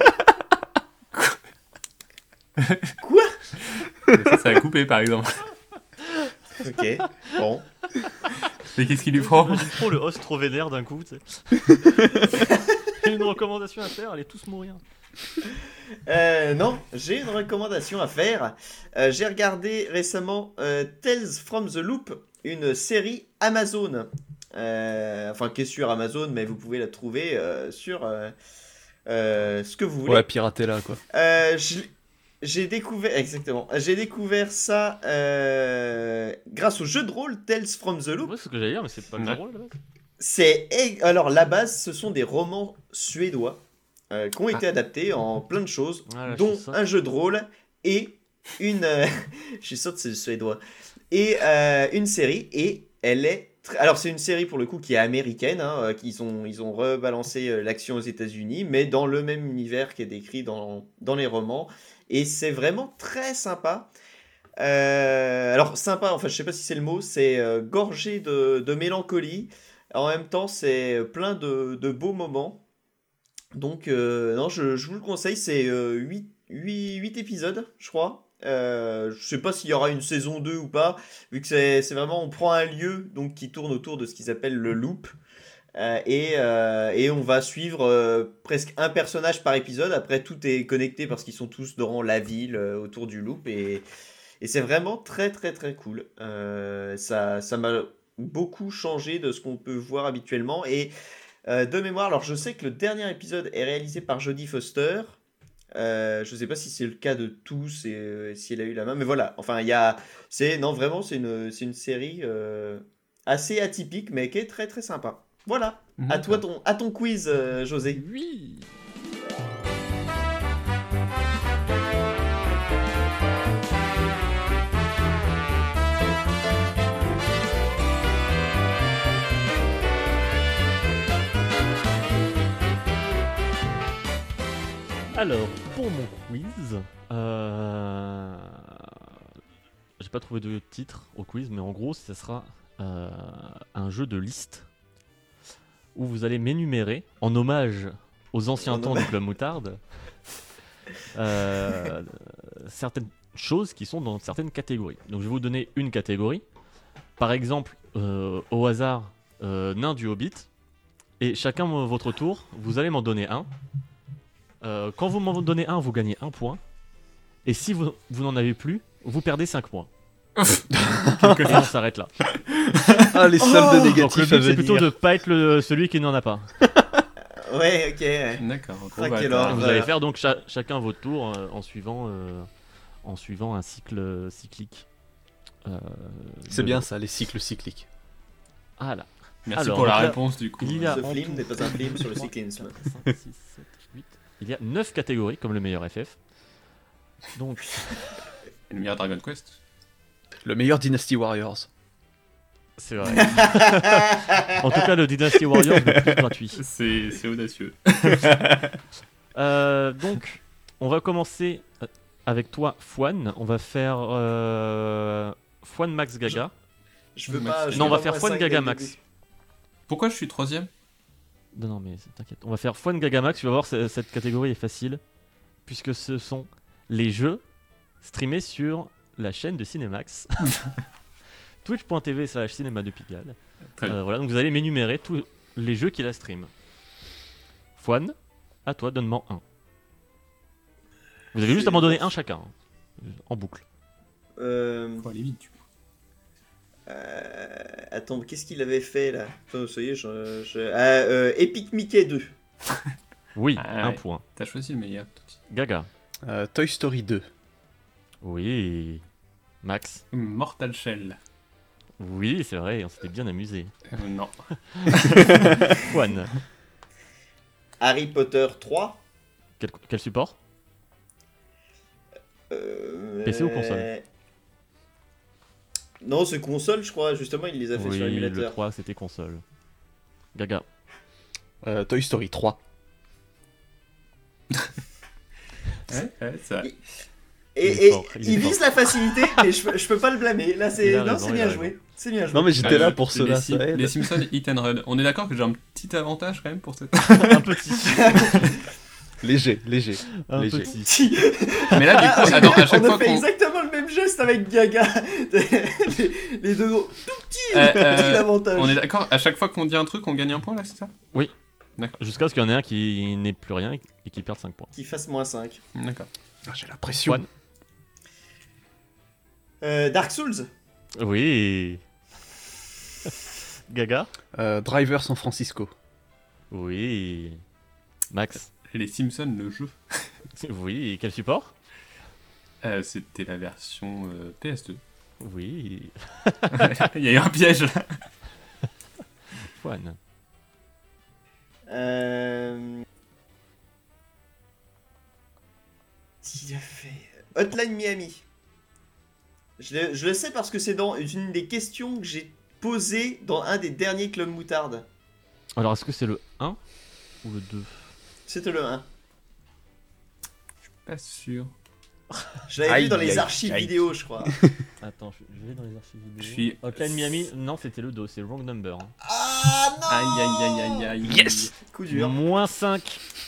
Quoi? Ça a coupé, par exemple. Ok, bon. Mais qu'est-ce qu'il lui prend? J'imagine trop le host trop vénère d'un coup, tu sais. J'ai une recommandation à faire, allez tous mourir. Non, j'ai une recommandation à faire. J'ai regardé récemment Tales from the Loop, une série Amazon. Enfin, qui est sur Amazon, mais vous pouvez la trouver sur ce que vous voulez. Ouais, piratez-la, quoi. J'ai découvert ça grâce au jeu de rôle Tales from the Loop. Ouais, c'est ce que j'allais dire, mais c'est pas le Ouais. drôle là. Alors la base, ce sont des romans suédois qui ont été adaptés en plein de choses, Ah, là, je dont sais ça. un jeu de rôle et une. Je suis sûr que c'est le suédois. Et une série, et elle est. Alors c'est une série pour le coup qui est américaine, hein, ils ont rebalancé l'action aux États-Unis, mais dans le même univers qui est décrit dans les romans, et c'est vraiment très sympa. Alors sympa, enfin je sais pas si c'est le mot, c'est gorgé de mélancolie. En même temps, c'est plein de beaux moments. Donc, non, je vous le conseille. C'est 8 épisodes, je crois. Je sais pas s'il y aura une saison 2 ou pas. Vu que c'est vraiment, on prend un lieu donc, qui tourne autour de ce qu'ils appellent le loop. Et on va suivre presque un personnage par épisode. Après, tout est connecté parce qu'ils sont tous dans la ville autour du loop. Et c'est vraiment très, très, très cool. Ça m'a beaucoup changé de ce qu'on peut voir habituellement. Et de mémoire, alors je sais que le dernier épisode est réalisé par Jodie Foster. Je sais pas si c'est le cas de tous et si elle a eu la main, mais voilà. Enfin, c'est une série assez atypique, mais qui est très très sympa. Voilà. À toi à ton quiz, José. Oui. Alors, pour mon quiz, j'ai pas trouvé de titre au quiz, mais en gros, ça sera un jeu de liste où vous allez m'énumérer, en hommage aux anciens temps du Club Moutarde, certaines choses qui sont dans certaines catégories. Donc, je vais vous donner une catégorie. Par exemple, au hasard, nain du Hobbit. Et chacun à votre tour, vous allez m'en donner un. Quand vous m'en donnez un, vous gagnez 1 point. Et si vous n'en avez plus, vous perdez 5 points. Et on s'arrête là. Ah, les soldes Donc le négatifs à but, c'est venir. plutôt de pas être celui qui n'en a pas. Ouais, ok. Ouais. D'accord. Ah, Bon, quel attends. ordre. Vous allez faire donc chacun votre tour en suivant un cycle cyclique. C'est bien ça, les cycles cycliques. Voilà. Merci Alors, pour la donc là, réponse du coup. il y a Ce en film tout- n'est pas un film sur le cyclisme. 5, 6, 7, 8. Il y a 9 catégories comme le meilleur FF. Donc, Le meilleur Dragon Quest. Le meilleur Dynasty Warriors. c'est vrai. En tout cas, le Dynasty Warriors le plus gratuit. C'est audacieux. Donc, on va commencer avec toi, Fouane. On va faire Fouane Max Gaga. Je veux pas. je Non, on veux va pas faire moins Fouane cinq Gaga dès le Max. début. Pourquoi je suis troisième? Non, mais t'inquiète. On va faire Fouane Gaga Max. Tu vas voir, cette catégorie est facile. Puisque ce sont les jeux streamés sur la chaîne de Cinemax. Twitch.tv/cinéma de Pigalle. Très bien. Voilà, donc vous allez m'énumérer tous les jeux qui la stream. Fouane, à toi, donne-moi un. Vous avez juste à m'en donner un chacun, hein, en boucle. Faut aller vite. Attends, qu'est-ce qu'il avait fait là? Ça y est, Epic Mickey 2. Oui, Ah un ouais. point. T'as choisi le meilleur. Gaga. Toy Story 2. Oui. Max. Mortal Shell. Oui, c'est vrai, on s'était bien amusé. Non. Fouane. Harry Potter 3. Quel support? PC ou console? Non, c'est console, je crois. Justement, il les a fait Oui, sur le émulateur. 3, c'était console. Gaga. Toy Story 3. Ouais, ça. Et, Il est fort, il est il fort. vise la facilité, mais je peux pas le blâmer. Là, Il c'est a non, raison, c'est il bien a joué. raison. C'est bien joué. Non mais j'étais là pour les cela, Sim- ça aide. Les Simpsons Hit and Run. On est d'accord que j'ai un petit avantage quand même pour cette. Un petit. Léger. Un Léger. petit. Mais là, du coup, attends, à chaque On a fois fait qu'on. exactement le même geste avec Gaga. les deux gros. Tout petit l'avantage. On est d'accord, à chaque fois qu'on dit un truc, on gagne un point là, c'est ça? Jusqu'à ce qu'il y en ait un qui n'ait plus rien et qui perde 5 points. Qui fasse moins 5. D'accord. Ah, j'ai la pression. Fouane. Dark Souls. Oui. Gaga. Driver San Francisco. Oui. Max. Les Simpsons, le jeu. Oui. Et quel support? C'était la version PS2. Oui. Il y a eu un piège là. Fouane. Il a fait Hotline Miami. Je le sais parce que c'est dans une des questions que j'ai posées dans un des derniers Club Moutarde. Alors, est-ce que c'est le 1 ou le 2? C'était le 1. Pas sûr. Je l'avais Aïe, vu dans les aïe, archives aïe. vidéo, je crois. Attends, je vais dans les archives vidéo. Je suis- Hotline Miami, non, c'était le 2, c'est le wrong number. Hein. Ah non, Aïe aïe aïe aïe aïe. Yes. coup dur. Moins 5.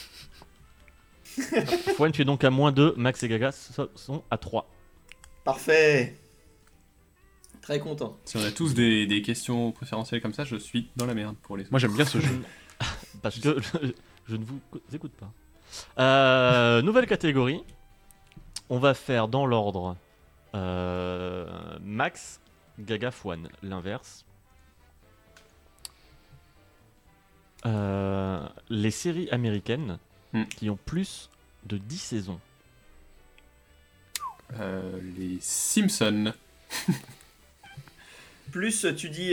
Fouane, tu es donc à moins 2. Max et Gaga sont à 3. Parfait. Très content. Si on a tous des questions préférentielles comme ça, je suis dans la merde pour les autres. Moi j'aime bien ce jeu. Parce que je ne vous écoute pas. Nouvelle catégorie. On va faire dans l'ordre Max, Gaga, Fouane. L'inverse. Les séries américaines qui ont plus de 10 saisons. Les Simpsons. Plus, tu dis,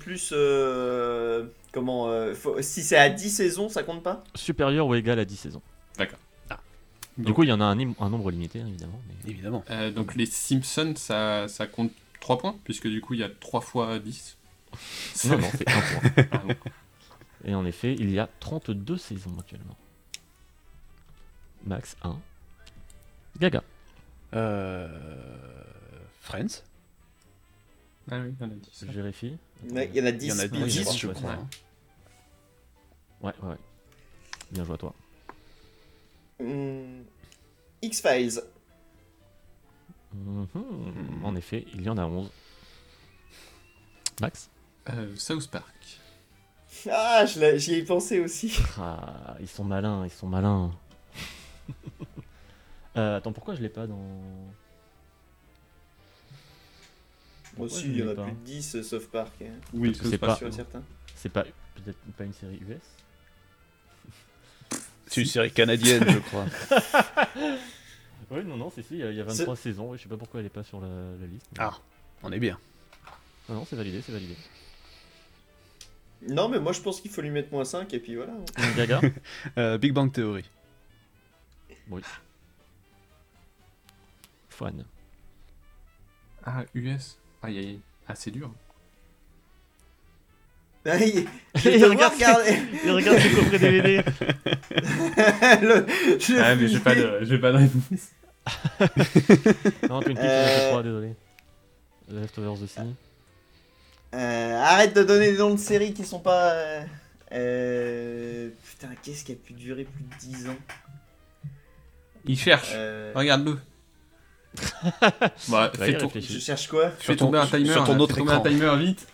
si c'est à 10 saisons, ça compte pas? Supérieur ou égal à 10 saisons. D'accord. Du coup, il y en a un nombre limité, hein, évidemment. Mais... Évidemment. Donc les Simpsons, ça compte 3 points, puisque du coup il y a 3 fois 10. Non, non, c'est 1 point. Ah bon. Et en effet, il y a 32 saisons actuellement. Max 1. Gaga. Friends. Ah oui, on a dit ça. Je vérifie. Ouais, il y en a Il y en 10. a pile, 10, crois. je crois. Ouais. Ouais. Bien joué à toi. X-Files. En effet, il y en a 11. Max. South Park. Ah, j'y ai pensé aussi. Ah, ils sont malins. Attends, pourquoi je l'ai pas dans... Moi aussi, il y en a plus de 10, South Park. Hein. Oui, Parce que c'est pas... Sur certains. C'est pas... Peut-être pas une série US. C'est une série canadienne, je crois. Oui, non, si, il y a 23 saisons. Oui, je sais pas pourquoi elle est pas sur la liste. mais- Ah, on est bien. Non, c'est validé. Non, mais moi je pense qu'il faut lui mettre -5 et puis voilà. Gaga. Big Bang Theory. Fouane. Ah, US. Aïe, aïe. Ah, c'est dur. Je vais Il te regarde regarder. Il regarde ses coffrets DVD. Ah, mais j'ai pas de réponse. Non, Twin Peaks, je crois, désolé. The Leftovers aussi. Arrête de donner des noms de séries qui sont pas. Putain, qu'est-ce qui a pu durer plus de 10 ans Il cherche. Regarde-le. Bah, Ouais, il réfléchit. Je cherche quoi fais tomber un timer. sur ton là, autre fais tomber un écran. timer vite.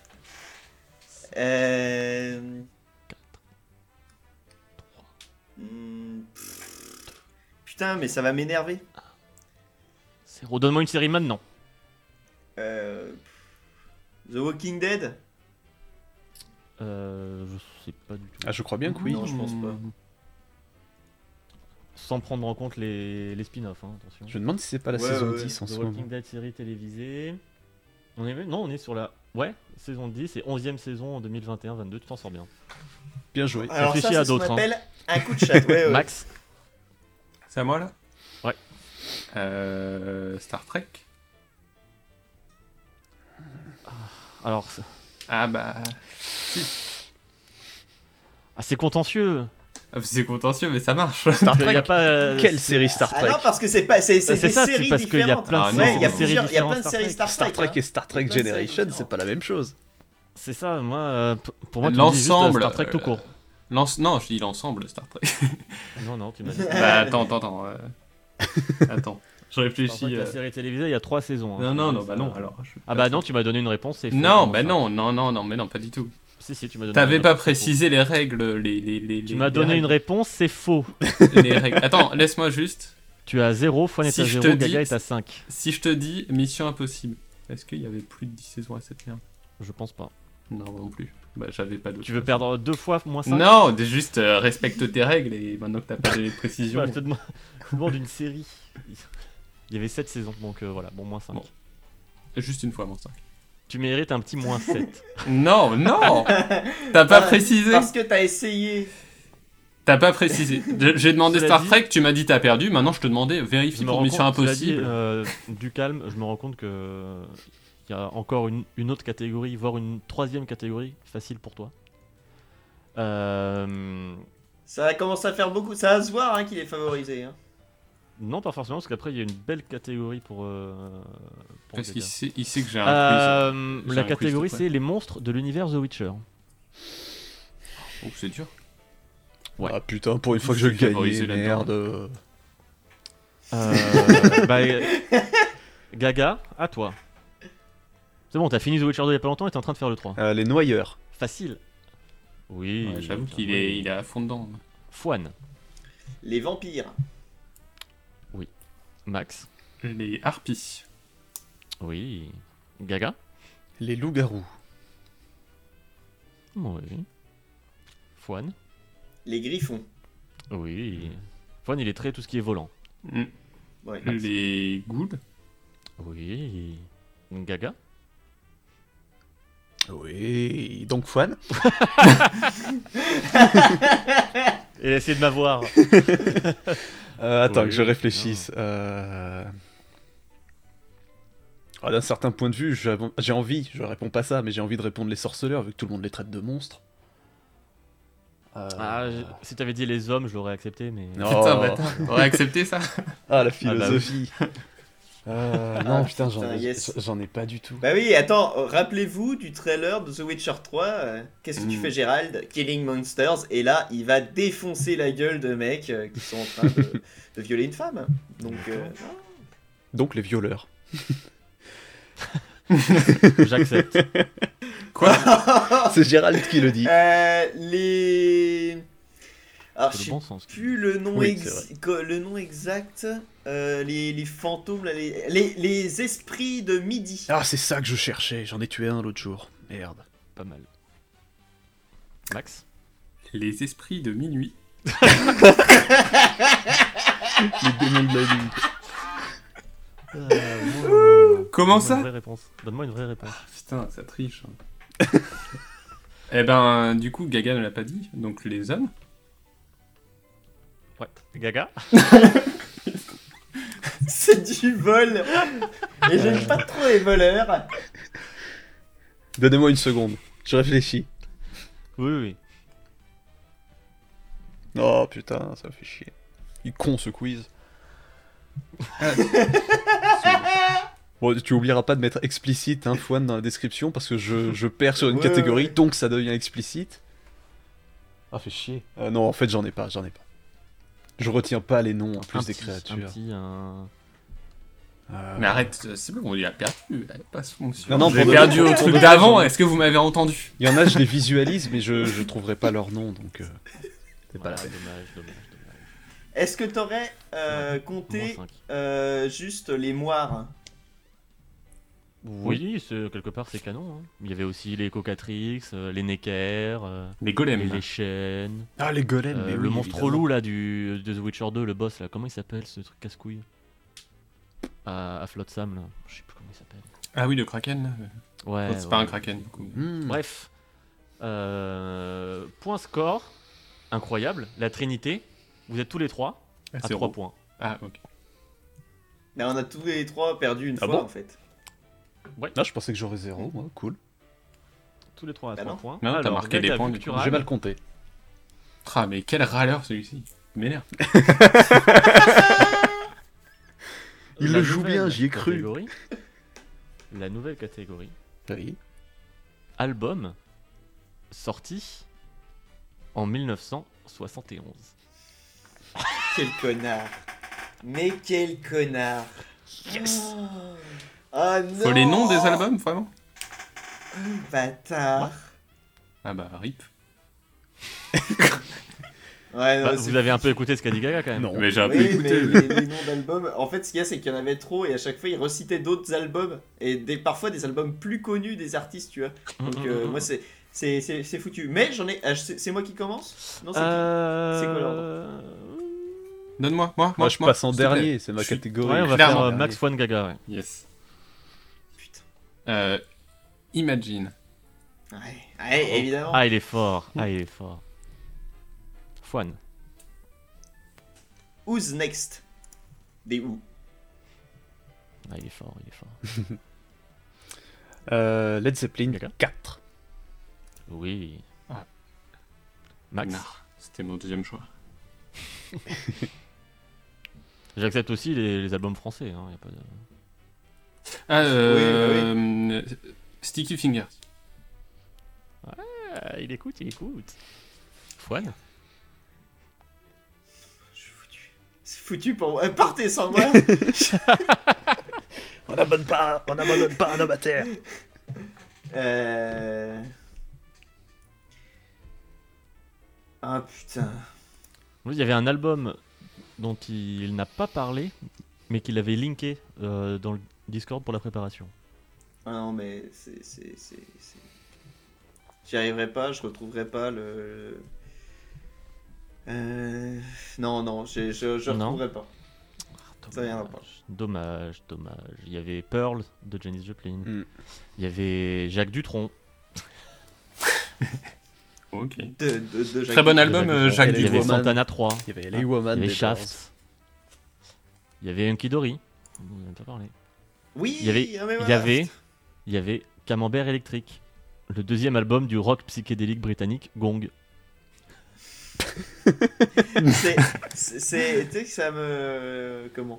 Putain, mais ça va m'énerver. Redonne-moi une série maintenant. The Walking Dead. Je sais pas du tout. Ah, je crois bien que oui. Non, je pense pas. Sans prendre en compte les spin-offs, hein, attention. Je me demande si c'est pas la Ouais, saison ouais. 10 en The ce Walking moment. Dead série télévisée. On est sur la... Ouais, saison 10 et 11ème saison en 2021-22, tu t'en sors bien. Bien joué. Alors ça, Réfléchis à c'est ce qu'on d'autres, hein. appelle un coup de chat. Ouais, ouais. Max. C'est à moi là. Ouais. Star Trek. Alors, Ah bah. c'est contentieux. C'est contentieux, mais ça marche. Star Il y a Trek. pas, Quelle série Star Ah Trek non, parce que c'est pas, c'est C'est des ça, c'est séries parce qu'il y a différentes. plein de Ah, Ouais, non, il y a non, plusieurs, il y a plein de différentes séries Star Trek. Star Trek hein. et Star Trek Plein de séries Generation, c'est différentes. pas la même chose. C'est ça, moi, pour moi, tu me dis juste L'ensemble. Star Trek tout court. Non, je dis l'ensemble Star Trek. Non, tu m'as dit. Bah attends. Attends. Je Star réfléchis. Trek, la série télévisée, il y a 3 saisons. hein. Non, bah non, alors. Ah bah non, tu m'as donné une réponse, c'est faux. Non, Comment bah ça non, mais non, pas du tout. Si, tu m'as donné T'avais une pas réponse, c'est faux. précisé les règles, les. Tu m'as les donné une règles. réponse, c'est faux. Les règles. Attends, laisse-moi juste. Tu as 0, Fouane est Si à je 0, te Gaga dis- est à 5. Si je te dis Mission Impossible, est-ce qu'il y avait plus de 10 saisons à cette merde? Je pense pas. Non, non plus. Bah j'avais pas d'autre. Tu veux perdre 2 fois moins 5? Non, juste respecte tes règles et maintenant que t'as pas donné de précision. Bah, je te demande une série. Il y avait 7 saisons, donc voilà, bon, moins 5. Bon. Juste une fois, mon 5. Tu mérites un petit moins 7. Non, t'as pas précisé. Parce que t'as essayé. T'as pas précisé. J'ai demandé Cela Star dit- Trek, tu m'as dit t'as perdu. Maintenant je te demandais Je vérifie me pour rends Mission compte, cela dit, Impossible. du calme, je me rends compte que il y a encore une autre catégorie, voire une 3ème catégorie facile pour toi. Ça va commencer à faire beaucoup. Ça va se voir hein, qu'il est favorisé. Hein. Non, pas forcément, parce qu'après il y a une belle catégorie pour Parce Gaga. qu'il sait que j'ai un quiz. J'ai La un quiz, catégorie s'il te plaît. c'est les monstres de l'univers The Witcher. Oh, c'est dur. Ouais. Ah putain, pour une fois que je Je suis favorisé gagnais, là-dedans. merde. Bah, Gaga, à toi. C'est bon, t'as fini The Witcher 2 il y a pas longtemps et t'es en train de faire le 3. Les noyeurs. Facile. Oui. Ouais, j'avoue bien qu'il joué. est à fond dedans. Fouane, Les vampires. Max. Les harpies. Oui. Gaga. Les loups-garous. Oui. Fouane. Les griffons. Oui. Fouane, il est très tout ce qui est volant. Mm. Ouais. Les ghouls. Oui. Gaga. Oui, donc Fouane. Et essayez de m'avoir. Attends Oui, que je réfléchisse. D'un certain point de vue, j'ai envie, je réponds pas ça, mais j'ai envie de répondre les sorceleurs, vu que tout le monde les traite de monstres. Si t'avais dit les hommes, je l'aurais accepté, mais. Non. Putain, bâtard. On aurait accepté ça. Ah, la bah philosophie. Non, putain, yes. j'en ai pas du tout. Bah oui, attends, rappelez-vous du trailer de The Witcher 3. Qu'est-ce que tu fais, Gérald? Killing Monsters. Et là, il va défoncer la gueule de mecs qui sont en train de violer une femme. Donc les violeurs. J'accepte. Quoi? C'est Gérald qui le dit. Alors, C'est je le sais bon sens. plus le nom, Oui, c'est le nom exact. Les fantômes, là, les esprits de midi. Ah, c'est ça que je cherchais. J'en ai tué un l'autre jour. Merde. Pas mal. Max? Les esprits de minuit. Les démons de la nuit. Comment Donne-moi ça? une vraie réponse. Donne-moi une vraie réponse. Putain, ça triche. Eh ben, du coup, Gaga ne l'a pas dit, donc les hommes. Ouais. Gaga? C'est du vol. Et j'aime pas trop les voleurs. Donnez-moi une seconde. Je réfléchis. Oui. Oh putain, ça me fait chier. Il est con ce quiz. Bon, tu oublieras pas de mettre explicite Fouane dans la description parce que je perds sur une Ouais, catégorie, ouais. donc ça devient explicite. Ah, fait chier. Non, en fait, j'en ai pas. Je retiens pas les noms en plus des créatures. Mais arrête, c'est bon, il a perdu. Pas son Non, J'ai pour perdu de- au pour truc de- d'avant, est-ce que vous m'avez entendu? Il y en a, je les visualise, mais je trouverai pas leur nom, donc c'est pas la peine. Dommage. Est-ce que t'aurais Moins compté 5. juste les moires? Oui, quelque part c'est canon. Hein. Il y avait aussi les Cocatrix, les Necker, Les golems. les chênes, Ah, les golems, mais oui, le monstre évidemment. relou là de The Witcher 2, le boss là, comment il s'appelle ce truc casse-couille à Flotsam là, je sais plus comment il s'appelle. Ah oui, le kraken. Là. Ouais. C'est pas un kraken, du coup. Bref, point score, incroyable, la Trinité, vous êtes tous les trois Ah, à c'est 3 roux. points. Ah, ok. Mais on a tous les trois perdu une Ah fois bon en fait. Ah, je pensais que j'aurais 0, moi, cool. Tous les trois à Bah 3 non. points. Non, t'as Alors, marqué des Gaga, points, vu du que tu coup. rages, J'ai mal compté. Ah, mais quel râleur celui-ci. Il m'énerve. Il la le joue nouvelle bien, j'y ai cru. catégorie- La nouvelle catégorie. Oui. Album sorti en 1971. Quel connard. Mais quel connard. Yes. Ah non. Faut les noms des albums, vraiment? Bâtard. Ah bah, rip. Ouais, non, Bah, c'est vous avez un peu écouté ce qu'a dit Gaga quand même. Non. Mais j'ai un peu Oui, écouté. mais les noms d'albums. En fait, ce qu'il y a, c'est qu'il y en avait trop et à chaque fois, ils recitaient d'autres albums et parfois des albums plus connus des artistes, tu vois. Donc, moi, c'est foutu. Mais j'en ai. C'est moi qui commence? Non, c'est qui? C'est quoi l'ordre? Donne-moi, Moi, je passe en s'il te plaît. dernier, c'est ma Je suis- catégorie. Ouais, on va Clairement. faire Max Fouane Gaga. Ouais. Yes. Putain. Imagine. Ouais, évidemment. Ah, il est fort. Fouane. Who's next? Des Who. Ah, il est fort. Led Zeppelin Gaga 4. Oui. Ah. Max. Non, c'était mon deuxième choix. J'accepte aussi les albums français. Hein, y a pas de... Ah, Sticky Fingers. Ah, il écoute. Fouane. Je suis foutu. C'est foutu pour moi. Partez sans moi. On n'abandonne pas un homme à terre. Ah putain. Il y avait un album dont il n'a pas parlé, mais qu'il avait linké dans le Discord pour la préparation. Ah non, mais c'est. J'y arriverai pas, je retrouverai pas le. Non, je Non. retrouverai pas. Ça viendra pas. Dommage. Il y avait Pearl de Janis Joplin. Mm. Il y avait Jacques Dutronc. Ok. De Jacques Très bon Dutronc. album, Jacques Il y avait Woman. Santana 3. Il y avait Il les y Woman. avait des Shaft. Il y avait Hunky Dory. On en a pas parlé. Oui, Il y avait- ah, mais Il voilà. y avait Camembert électrique. Le deuxième album du rock psychédélique britannique Gong. Tu sais que ça me... Comment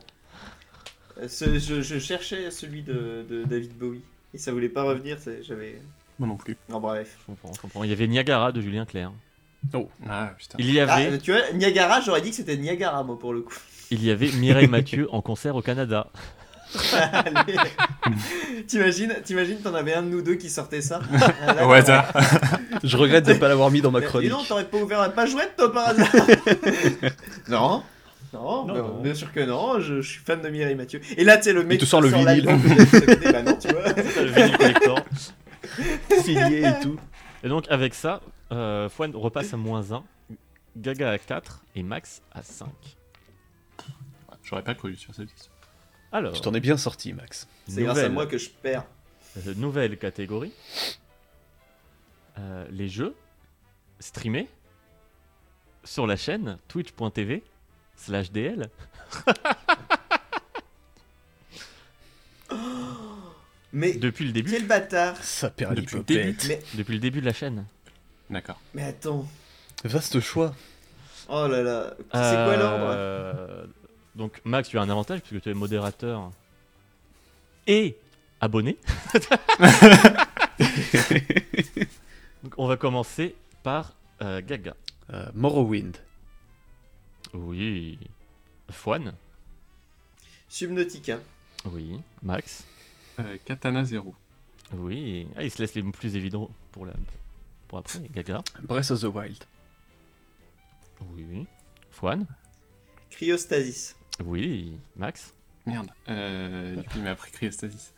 je cherchais celui de David Bowie. Et ça voulait pas revenir, j'avais... Moi non plus. Non, bref. Je comprends. Il y avait Niagara de Julien Clerc. Ah, putain. Il y avait, Tu vois, Niagara, j'aurais dit que c'était Niagara, moi, pour le coup. il y avait Mireille Mathieu en concert au Canada. Allez. T'imagines, t'en avais un de nous deux qui sortait ça. Au hasard. Je regrette de ne pas l'avoir mis dans ma Et chronique. non, t'aurais pas ouvert la page web, toi, par hasard. Non. Non, bien sûr que non, je suis fan de Mireille Mathieu. Et là, tu sais, le mec te sort le sort vinyle. l'album de bah non, tu vois. Le vinyle collector. Signé et tout. Et donc avec ça, Fouane repasse à -1, Gaga à 4 et Max à 5. J'aurais pas cru sur cette question. Alors, Tu t'en es bien sorti, Max. C'est grâce à moi que je perds. Nouvelle catégorie. Les jeux streamés sur la chaîne twitch.tv/DL. Mais Depuis le début. quel bâtard. Ça perd Depuis le l'hypopète. Mais, Depuis le début de la chaîne. D'accord. mais attends. Vaste choix. Oh là là. C'est quoi l'ordre? Donc Max, tu as un avantage puisque tu es modérateur et abonné. Donc on va commencer par Gaga. Morrowind. Oui. Fouane. Subnautica. Oui. Max. Katana 0. Oui. Ah, il se laisse les plus évidents pour après. Gaga. Breath of the Wild. Oui. Fouane. Cryostasis. Oui. Max. Merde. Du coup, il m'a pris Cryostasis.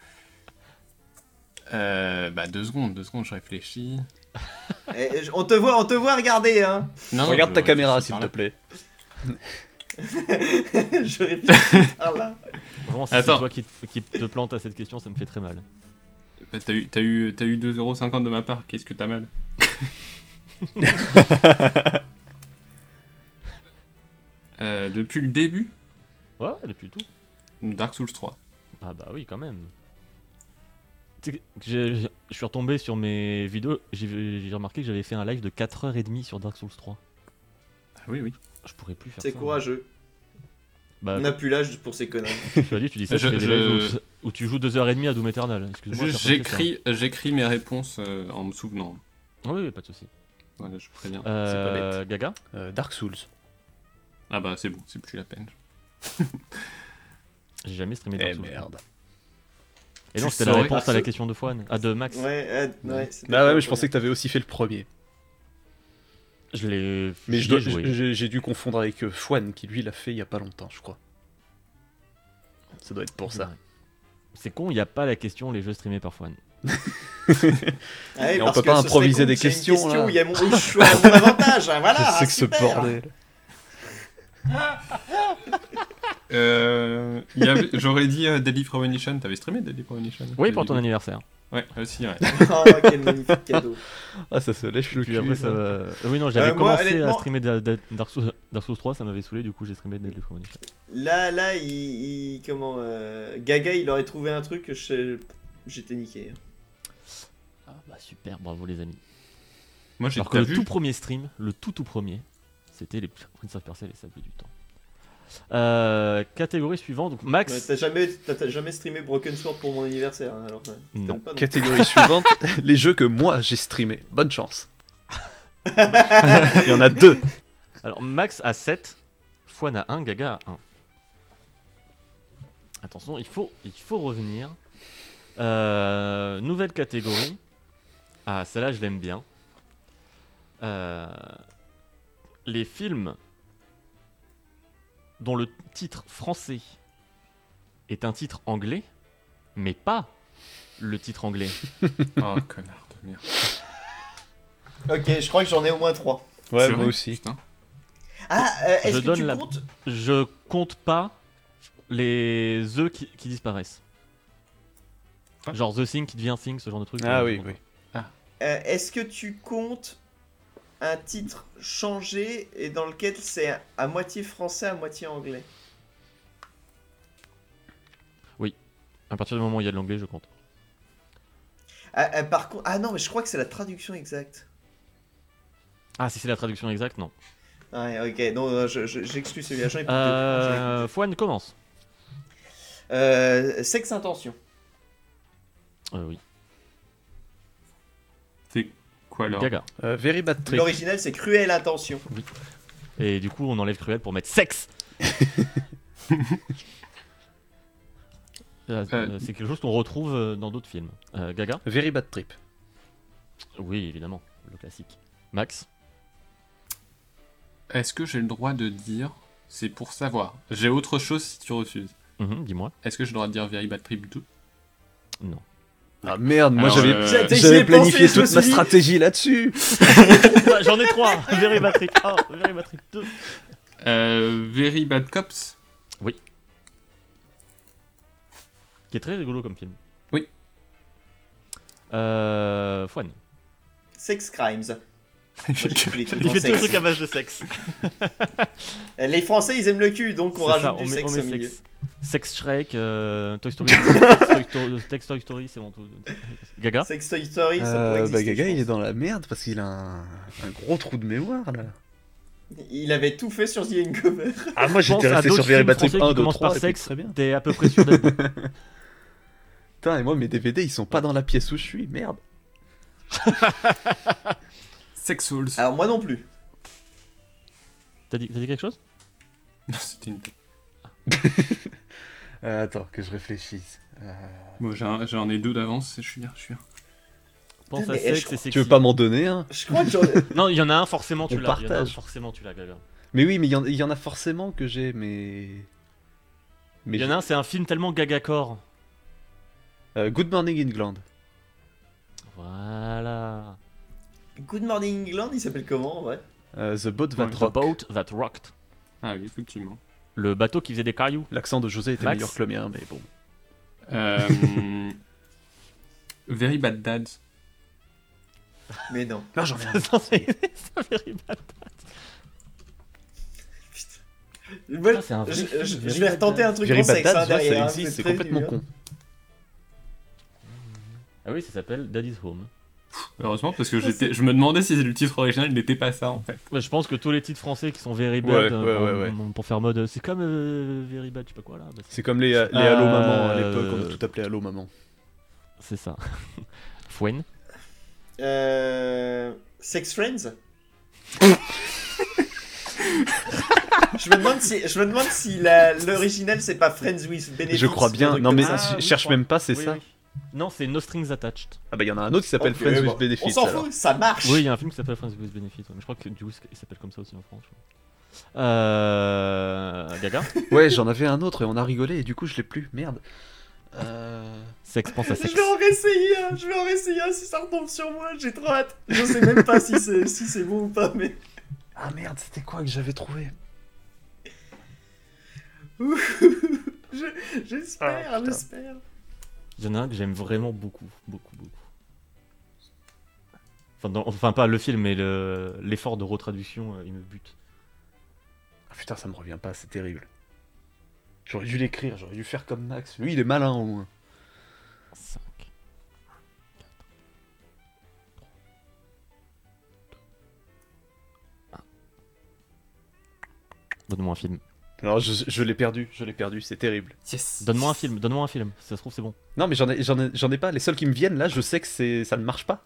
2 secondes, je réfléchis. On te voit regarder, hein. Non, Regarde je ta caméra, réfléchis s'il par te là. plaît. Je réfléchis par là. Vraiment, si c'est Attends. toi qui te plante à cette question, ça me fait très mal. Bah, t'as eu 2,50€ de ma part, qu'est-ce que t'as mal? Depuis le début, Ouais, depuis tout. Dark Souls 3. Ah bah oui, quand même. Tu sais que je suis retombé sur mes vidéos, j'ai remarqué que j'avais fait un live de 4h30 sur Dark Souls 3. Ah oui, oui. Je pourrais plus faire C'est ça. courageux. Bah, On n'a plus l'âge pour ces conneries. tu dis ça, tu fais des lives où tu joues 2h30 à Doom Eternal. Excuse-moi. Juste, ça fait j'écris mes réponses en me souvenant. ça. Oui, pas de soucis. Voilà, je préviens. pas bête. Gaga. Dark Souls. Ah bah c'est bon, c'est plus la peine. J'ai jamais streamé Dark Eh Souls. merde. Et non, Tu c'était la saurais. réponse à la question de Fouane. Ah, de Max. Ouais, c'était Bah ouais, pas mais je pensais que t'avais aussi fait le premier. Je l'ai. Mais j'y ai joué. j'ai dû confondre avec Fouane, qui lui l'a fait il y a pas longtemps, je crois. Ça doit être pour ça. Ouais. C'est con, il n'y a pas la question les jeux streamés par Fouane. Ah oui, Et on parce peut que pas ce serait improviser con des que c'est une questions, question là. où il y a mon choix, mon avantage, hein, voilà. Qu'est-ce que c'est que ce super. bordel? J'aurais dit Deadly Premonition. T'avais streamé Deadly Premonition? Oui, pour ton anniversaire. Ouais, aussi, ouais. Oh, quel magnifique cadeau. Ah, ça se lèche le Puis cul. après, ça ça. va- Oui, non, j'avais moi, commencé à honnêtement- streamer Dark Souls 3, ça m'avait saoulé, du coup j'ai streamé Deadly Premonition. Là, comment Gaga, il aurait trouvé un truc que j'étais niqué. Ah bah super, bravo les amis. Moi, j'ai Alors que t'as le vu tout premier stream, le tout premier, c'était les Prince of Persia et les Sables du Temps. Catégorie suivante, donc Max. Ouais, t'as jamais streamé Broken Sword pour mon anniversaire, hein, alors. Non. Pas, Catégorie suivante, les jeux que moi j'ai streamés. Bonne chance. Il y en a 2. Alors Max a 7, Fouane a 1, Gaga a 1. Attention, il faut revenir. Nouvelle catégorie. Ah, celle-là je l'aime bien. Les films dont le titre français est un titre anglais, mais pas le titre anglais. Oh, connard de merde. Ok, je crois que j'en ai au moins 3. Ouais, C'est moi vrai aussi. Putain. Ah, est-ce Je que donne tu la- comptes Je compte pas les The qui disparaissent. Quoi Genre The Thing qui devient Thing, ce genre de truc. Ah je oui, compte oui. pas. Est-ce que tu comptes un titre changé et dans lequel c'est à moitié français, à moitié anglais? À partir du moment où il y a de l'anglais, je compte. Par contre, ah non, mais je crois que c'est la traduction exacte. Ah, si c'est la traduction exacte, non. Ouais, ok, non, j'exclus celui-là. J'en ai plus que deux. Fouane commence. Sexe intention. Oui. C'est quoi alors? Gaga. Very Bad Trip. L'original, c'est cruelle intention. Et du coup, on enlève cruel pour mettre sexe. C'est quelque chose qu'on retrouve dans d'autres films. Gaga. Very Bad Trip. Oui, évidemment, le classique. Max. Est-ce que j'ai le droit de dire, c'est pour savoir, j'ai autre chose si tu refuses. Dis-moi. Est-ce que j'ai le droit de dire Very Bad Trip 2? Non. Ah merde, moi Alors, j'avais j'y ai planifié pensé, je me toute ma suis dit. stratégie là-dessus. J'en ai 3. Very Bad Trip 1, Very Bad Trip 2. Very Bad Cops? Qui est très rigolo comme film. Oui. Fouane. Sex crimes. Moi, j'ai tous les trucs Il en fait tous les sexe. trucs à base de sexe. Les Français, ils aiment le cul, donc on C'est rajoute ça, du met- sexe met au milieu. sexe. Sex Shrek, Toy Story, Toy Story, c'est bon. Gaga. Sex Toy Story, ça pourrait exister. Gaga, je il est pense. dans la merde parce qu'il a un gros trou de mémoire là. Il avait tout fait sur The Hangover. Ah, moi Pense à d'autres films français qui 1, 2, commencent 3, par et puis sexe. très bien. T'es à peu près sûr d'être. Putain, et moi mes DVD ils sont pas dans la pièce où je suis, merde. Sex Souls. Alors moi non plus. T'as dit quelque chose? Non, c'était une tête. Attends, que je réfléchisse. Bon, j'en ai 2 d'avance, je suis bien. Pense à Mais sexe je- et sexy. Tu veux pas m'en donner un? Je crois que Non, il y en a un forcément, tu On l'as. Il y en a un partage. forcément, tu l'as, Gaga. Mais oui, mais il y en a forcément que j'ai, mais. Il y en a un, c'est un film tellement Gaga-core. Good Morning England. Voilà. Good Morning England, il s'appelle comment, ouais. The Boat That The Rock. Boat That Rocked. Ah oui, effectivement. Le bateau qui faisait des cailloux. L'accent de José était Max. meilleur que le mien, mais bon. Very Bad Dads. Mais non. Non, j'en ai un. Ça, c'est very bad. Moi, c'est un vrai film, je Very vais Bad retenter Dad. un truc Very en Bad sexe hein, Dads, ouais, derrière. ça hein, existe, vous c'est êtes complètement prévenus, con. Ah oui, ça s'appelle Daddy's Home. Heureusement, parce que je me demandais si le titre original n'était pas ça en fait. Ouais, je pense que tous les titres français qui sont Very Bad, Ouais. pour faire mode, c'est comme Very Bad, je sais pas quoi là. Bah, C'est comme les Allo Maman à l'époque, on a tout appelé Allo Maman. c'est ça. Fouane. Sex Friends. Je me demande si l'original c'est pas Friends with Benefits. Je crois ou un bien. truc Non, comme mais ça. oui, cherche je crois. même pas, c'est Oui, ça. oui. Non, c'est No Strings Attached. Ah bah il y en a un autre qui s'appelle Ok, Friends bon. with Benefits. On s'en alors. fout, ça marche. Oui, il y a un film qui s'appelle Friends with Benefits, ouais, mais je crois que du coup il s'appelle comme ça aussi en France. je crois. Gaga. Ouais, j'en avais un autre et on a rigolé et du coup je l'ai plus. Merde. Sexe, pense à Je sexe. vais en réessayer un si ça retombe sur moi, j'ai trop hâte. Je sais même pas si c'est bon ou pas, mais. Ah merde, c'était quoi que j'avais trouvé? J'espère, Ah, putain. j'espère. Il y en a un que j'aime vraiment beaucoup. Enfin, pas le film, mais l'effort de retraduction, il me bute. Ah putain, ça me revient pas, c'est terrible. J'aurais dû l'écrire, j'aurais dû faire comme Max. Lui, il est malin au moins. 5. Donne-moi un film. Alors je l'ai perdu, c'est terrible. Yes. Donne-moi un film. Si ça se trouve, c'est bon. Non mais j'en ai pas, les seuls qui me viennent là, je sais que ça ne marche pas.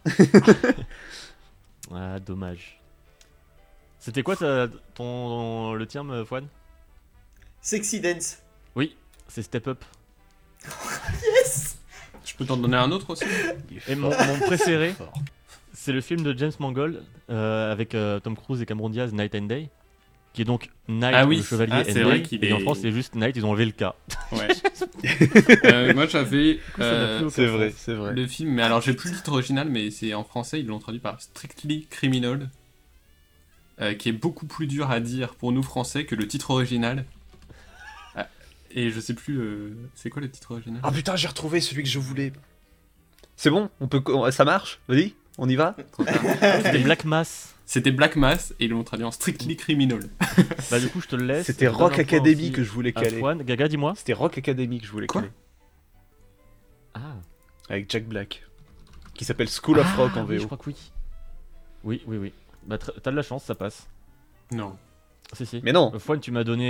Ah, dommage. C'était quoi le terme, Fouane? Sexy Dance. Oui, c'est Step Up. Yes. Je peux t'en donner un autre aussi? Et mon préféré, Fort. c'est le film de James Mangold avec Tom Cruise et Cameron Diaz, Night and Day, qui est donc Night, Ah oui, le chevalier, ah, and c'est vrai Day, qu'il et en est- France c'est juste Night, ils ont enlevé le K. Ouais. Moi j'avais Ça n'a plus aucun C'est vrai, sens. c'est vrai. le film, mais alors j'ai plus le titre original, mais c'est en français, ils l'ont traduit par Strictly Criminal, qui est beaucoup plus dur à dire pour nous français que le titre original. Et je sais plus, c'est quoi le titre original? Ah putain, j'ai retrouvé celui que je voulais. C'est bon, ça marche? Vas-y, on y va? Trop tard. C'était Black Mass. C'était Black Mass et ils l'ont traduit en Strictly Criminal. Bah du coup je te le laisse. C'était Je donne Rock un point Academy aussi que je voulais à caler. Fouane. Gaga, dis-moi. C'était Rock Academy que je voulais Quoi? caler. Ah. Avec Jack Black. Qui s'appelle School of Rock en oui, je VO. crois que oui. Oui. Bah t'as de la chance, ça passe. Non. Si. Mais non. Fouane, tu m'as donné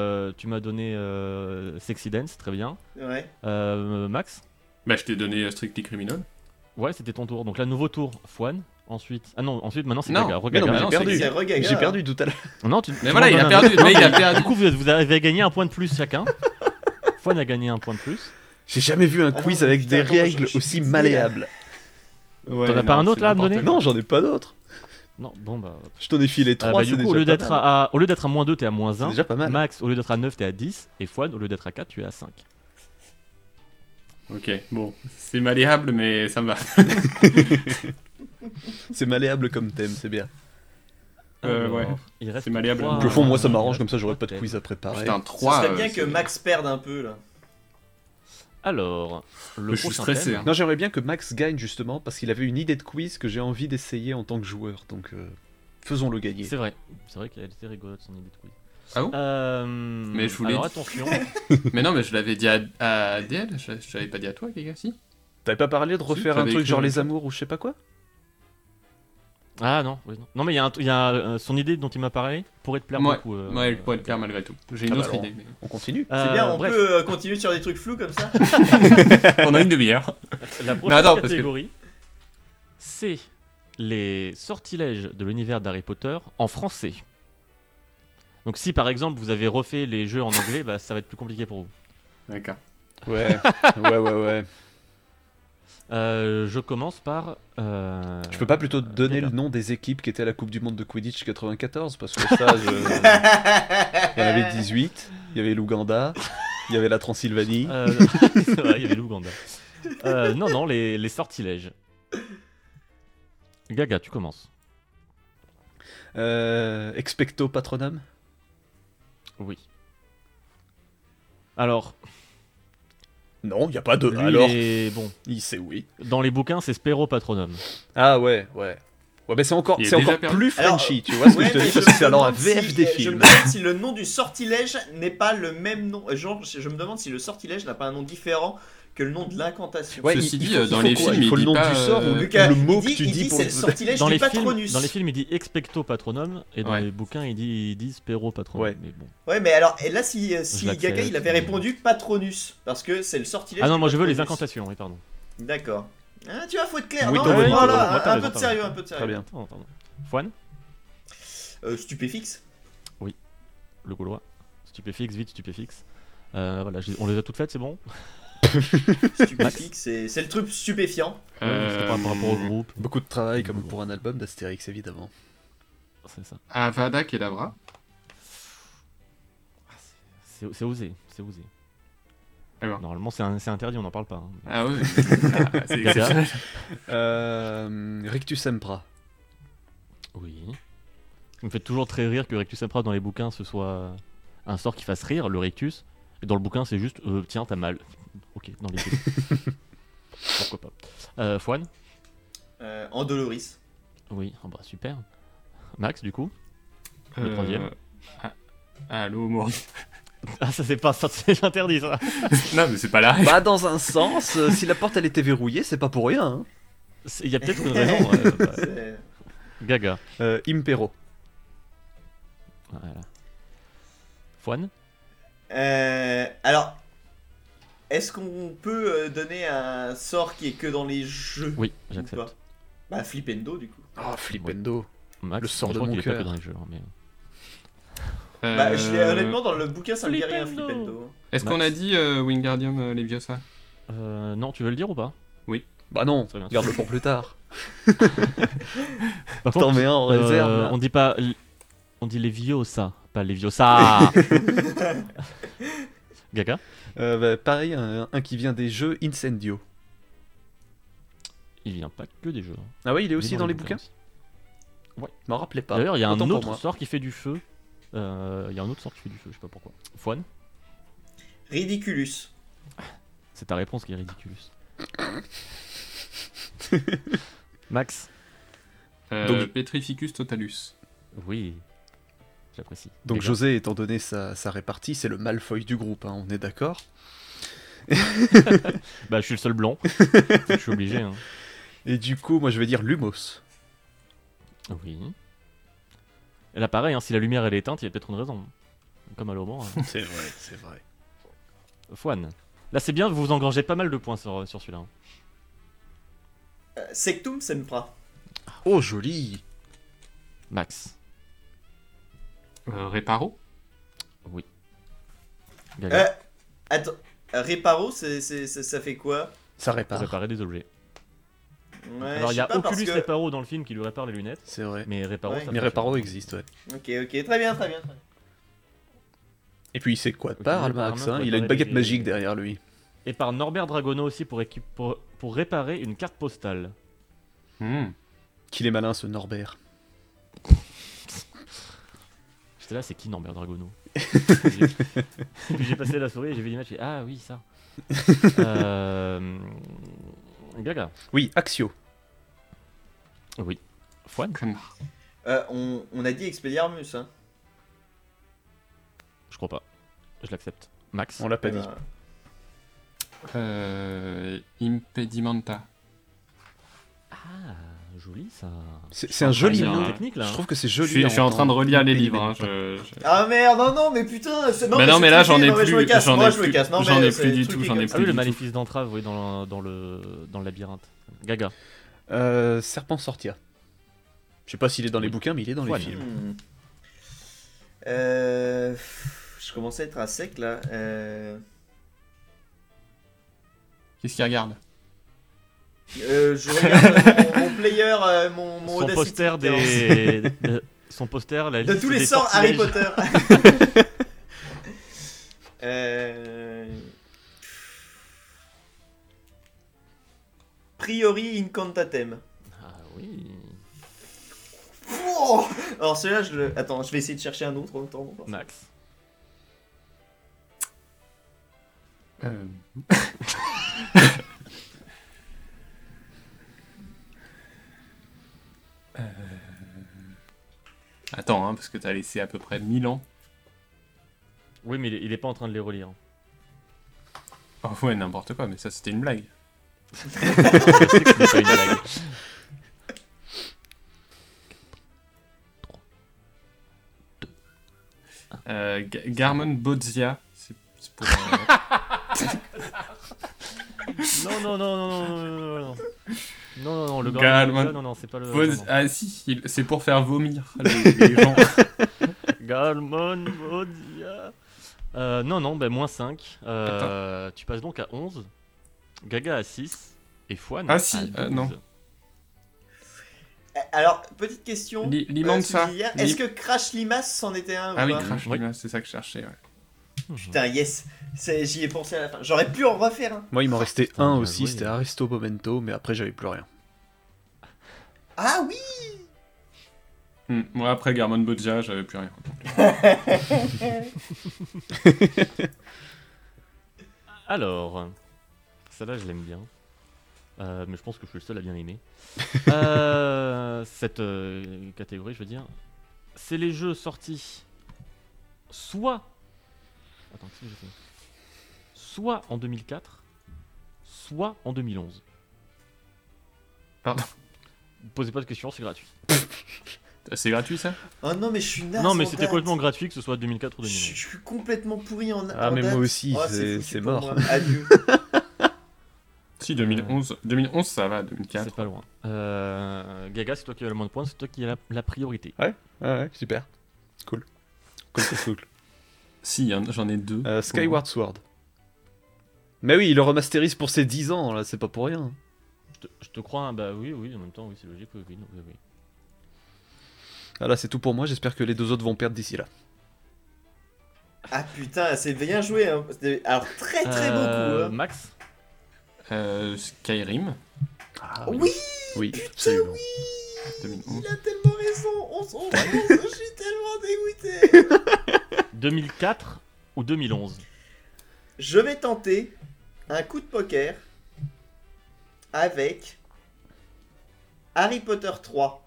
Sexy Dance, très bien. Ouais. Max? Bah, je t'ai donné Strictly Criminal. Ouais, c'était ton tour. Donc là, nouveau tour, Fouane. Ensuite, maintenant c'est Non, Gaga. Mais non, mais non, j'ai perdu. C'est Regaga. J'ai perdu tout à l'heure. Non, Mais voilà, il a perdu. Mais il a perdu. Du coup, vous avez gagné un point de plus chacun. Fouane a gagné un point de plus. J'ai jamais vu un Ah quiz non, avec putain, des attends, règles je suis aussi fatigué, malléables. Ouais, T'en as pas non, un autre c'est là à me n'importe donner? quoi. Non, j'en ai pas d'autres. Non, bon bah. Je t'en ai filé 3, Du c'est coup, déjà au lieu pas d'être mal. au lieu d'être à -2, t'es à -1. C'est déjà pas mal. Max, au lieu d'être à 9, t'es à 10. Et Fouane, au lieu d'être à 4, tu es à 5. Ok, bon. C'est malléable, mais ça me va. C'est malléable comme thème, c'est bien. Ouais. Il reste C'est malléable. trois- Donc, Le fond, moi, ça il m'arrange, reste comme ça, j'aurai pas de trois quiz à préparer. Putain, Ça 3. serait bien que Max perde un peu là. Alors, le Je suis prochain stressé, thème- hein. Non, j'aimerais bien que Max gagne, justement, parce qu'il avait une idée de quiz que j'ai envie d'essayer en tant que joueur. Donc, faisons-le gagner. C'est vrai qu'elle était rigolote son idée de quiz. Ah bon Mais je voulais- Alors attention, Mais non, mais je l'avais dit à DL. Je l'avais pas dit à toi, les gars, si. T'avais pas parlé de refaire un t'avais truc écrit genre un les truc. amours ou je sais pas quoi? ah non, oui, non. Non, mais il y a son idée dont il m'a parlé pourrait te plaire Ouais, beaucoup. ouais, elle pourrait te plaire malgré tout. J'ai une Ah bah autre alors. idée. Mais... On continue. C'est bien, on bref, peut continuer sur des trucs flous comme ça. On a une demi-heure. La prochaine attends, parce que- catégorie, c'est les sortilèges de l'univers d'Harry Potter en français. Donc si par exemple vous avez refait les jeux en anglais, bah, ça va être plus compliqué pour vous. D'accord. Ouais, ouais. Je commence par... Je peux pas plutôt te donner Gaga. le nom des équipes qui étaient à la Coupe du Monde de Quidditch 94? Parce que ça, il y en avait 18. Il y avait l'Ouganda. Il y avait la Transylvanie. c'est vrai, il y avait l'Ouganda. Non, les sortilèges. Gaga, tu commences. Expecto Patronum. Oui. Alors, Non, il y a pas de. lui, Alors, bon, il sait oui. dans les bouquins, c'est Spero Patronum. Ah ouais. Ouais, mais c'est encore, Il est c'est déjà encore perdu. plus Alors, Frenchy, tu vois ce que Ouais, je te mais dis? je Parce que c'est me alors un demande VF des Je films. me demande si le nom du sortilège n'est pas le même nom. Genre, je me demande si le sortilège n'a pas un nom différent que le nom de l'incantation. Ouais, Ceci dit, faut- dans faut les quoi? films, il faut il le dit nom pas, du sort ou Lucas, le mot il dit, que tu il dis dit pour c'est le sortilège Dans du les, Patronus. dans les films, il dit Expecto Patronum, et dans Ouais. les bouquins, il dit Spero Patronum. Ouais. Mais bon. Ouais, mais alors, et là, si l'accepte, Gaga il avait mais- répondu Patronus, parce que c'est le sortilège. Ah non, du moi je veux les Patronus. incantations, oui, pardon. D'accord. Ah, tu vois, faut être clair. Oui, non, t'as mais raison, t'as voilà, raison, t'as un raison, peu de t'as sérieux, un peu de sérieux. Très bien. Pardon. Fouane, Stupéfixe. le Gaulois. Stupéfixe, vite, stupéfixe. Voilà, on les a toutes faites, c'est bon. Stupéfixe, c'est le truc stupéfiant. C'était par rapport au groupe. Beaucoup de travail comme pour un album d'Astérix évidemment. C'est ça. Avada Kedavra. C'est osé, c'est osé. Alors. Normalement, c'est interdit, on n'en parle pas. hein. Ah oui. C'est Gaga. exceptionnel. Rictus Sempra. Oui. Ça me fait toujours très rire que Rectus Sempra dans les bouquins ce soit un sort qui fasse rire, le Rectus. Et dans le bouquin, c'est juste tiens, t'as mal. Ok, dans les deux. Pourquoi pas. Fouane. Andoloris. Oui, oh bah super. Max, du coup. Le troisième. Allô, Maurice. Ah, ça c'est pas c'est interdit ça. Non, mais c'est pas la règle. Bah dans un sens, si la porte elle était verrouillée, c'est pas pour rien. Hein. Il y a peut-être une raison. Bah, C'est- Gaga. Impero. Voilà. Fouane. Alors, est-ce qu'on peut donner un sort qui est que dans les jeux Oui, ou j'accepte. pas Bah, Flipendo, du coup. Ah, Flipendo. Max, Le sort je de crois mon qu'il est pas cœur. que dans les jeux. hein, mais... Bah, honnêtement, dans le bouquin, ça me dit rien, Flipendo. Flipendo. Est-ce qu'on a dit Wingardium Leviosa? Non, tu veux le dire ou pas? Bah non, Très bien. garde-le pour plus tard. Par T'en mets un en réserve. là. on dit pas. On dit les Viosa, pas les Viosa. Gaga. Bah, pareil, un qui vient des jeux Incendio. Il vient pas que des jeux. hein. Ah ouais, il est Il aussi est dans les bouquins. aussi. Je m'en rappelais pas. D'ailleurs, il y a un Autant pour autre moi. sort qui fait du feu. Il y a un autre sort qui fait du feu, je sais pas pourquoi. Fouane, Ridiculus. c'est ta réponse qui est ridicule. Max. Donc- Petrificus Totalus. Oui. J'apprécie. Donc Gaga. José, étant donné sa répartie, c'est le Malfoy du groupe, hein, on est d'accord. Bah, je suis le seul blanc. Je suis obligé. Hein. Et du coup, moi je vais dire Lumos. Oui. Et là, pareil, hein, si la lumière elle est éteinte, il y a peut-être une raison. Comme à l'Oman. C'est vrai, c'est vrai. Fouane. Là, c'est bien, vous engrangez pas mal de points sur celui-là. Sectum Sempra. Oh, joli. Max. Reparo. Gaga. Attends, Reparo, ça fait quoi? Ça Pour répare. réparer des objets. Ouais, Alors, il y je a sais pas, parce Oculus que- Reparo dans le film qui lui répare les lunettes. C'est vrai. Mais Reparo, Ouais. ça Mais fait Reparo cher. existe, ouais. Ok, très bien. Et puis il sait quoi de Ok, part, le Almax, barman hein. pour Il a une réparer baguette les- magique derrière lui. Et par Norbert Dragono aussi pour réparer une carte postale. Qu'il est malin, ce Norbert. J'étais là, c'est qui Norbert Dragono? Puis j'ai passé la souris et j'ai vu l'image, j'ai dit, ah oui, ça. Gaga. Oui, Axio. Oui. Fouane. Connard. On a dit Expelliarmus, hein. Je crois pas. Je l'accepte. Max. On l'a pas dit. Impedimenta. Ah, joli ça. C'est un joli bien, mot. hein. Technique là. Je hein. trouve que c'est Je joli. suis en train de relire les livres. Hein, Ah merde, non, mais putain, c'est Bah non, mais là, j'en ai je me plus, casse, j'en moi ai je me plus, casse. Non, j'en mais ai c'est plus du truqué tout, j'en comme ai ça. Ah oui, plus le du maléfice d'entrave, oui, dans le labyrinthe. Gaga. Serpent Sortia. Je sais pas s'il est dans les bouquins, mais il est dans les Fouane. films. Je commençais à être à sec là. Qu'est-ce qu'il regarde? Je regarde mon player, mon Son Audacity, poster son poster, la de liste tous les des sorts Harry sortilèges. Potter. Priori incantatem. Ah oui. Oh, alors celui-là, attends, je vais essayer de chercher un autre en même temps. Max. Attends, hein, parce que t'as laissé à peu près 1000 ans. Oui, mais il est pas en train de les relire. Oh ouais, n'importe quoi, mais ça c'était une blague. Je sais que ce n'est pas une blague. Garmon Bodzia, c'est pour... Non, le Galman. gars, non, c'est pas le. Bodz- non. Ah si, c'est pour faire vomir les gens. Galmon, Bodia. Non, ben moins 5. Tu passes donc à 11. Gaga à 6. Et Fouane Ah si, à 12. non. Alors, petite question. Limansa. subsidiaire, est-ce que Crash Limas c'en était un Ah ou oui, pas Crash, Oui. c'est ça que je cherchais, ouais. Putain, yes. J'y ai pensé à la fin. J'aurais pu en refaire un. Moi, il m'en restait Putain, un bien aussi, joué. c'était Aristo Momento, mais après, j'avais plus rien. Ah oui. Moi après Garmon Bodzia, j'avais plus rien. Alors, celle-là, je l'aime bien. Mais je pense que je suis le seul à bien aimer. Cette catégorie, je veux dire. C'est les jeux sortis soit. Attends, qu'est-ce que j'ai fait? Soit en 2004, soit en 2011. Pardon. Posez pas de questions, c'est gratuit. C'est gratuit ça? Oh non, mais je suis naze. Non, mais en c'était date. complètement gratuit que ce soit 2004 ou Je 2011. suis complètement pourri en Ah, en mais date. moi aussi, Oh, c'est foutu mort. pour moi. Adieu. Si, 2011. 2011 ça va, 2004. C'est pas loin. Gaga, c'est toi qui as le moins de points, c'est toi qui as la priorité. Ouais, super. Cool. Cool. Si, j'en ai deux. Skyward Sword. Mais oui, il le remasterise pour ses 10 ans, là, c'est pas pour rien. Je te crois, hein, bah oui, en même temps, oui, c'est logique, oui. Voilà, c'est tout pour moi, j'espère que les deux autres vont perdre d'ici là. Ah putain, c'est bien joué. Hein. Alors, très beaucoup. Hein. Max. Skyrim, Ah, Oui, oui, absolument. 2011. il a tellement raison. Je suis tellement dégoûté. 2004 ou 2011? Je vais tenter un coup de poker avec Harry Potter 3.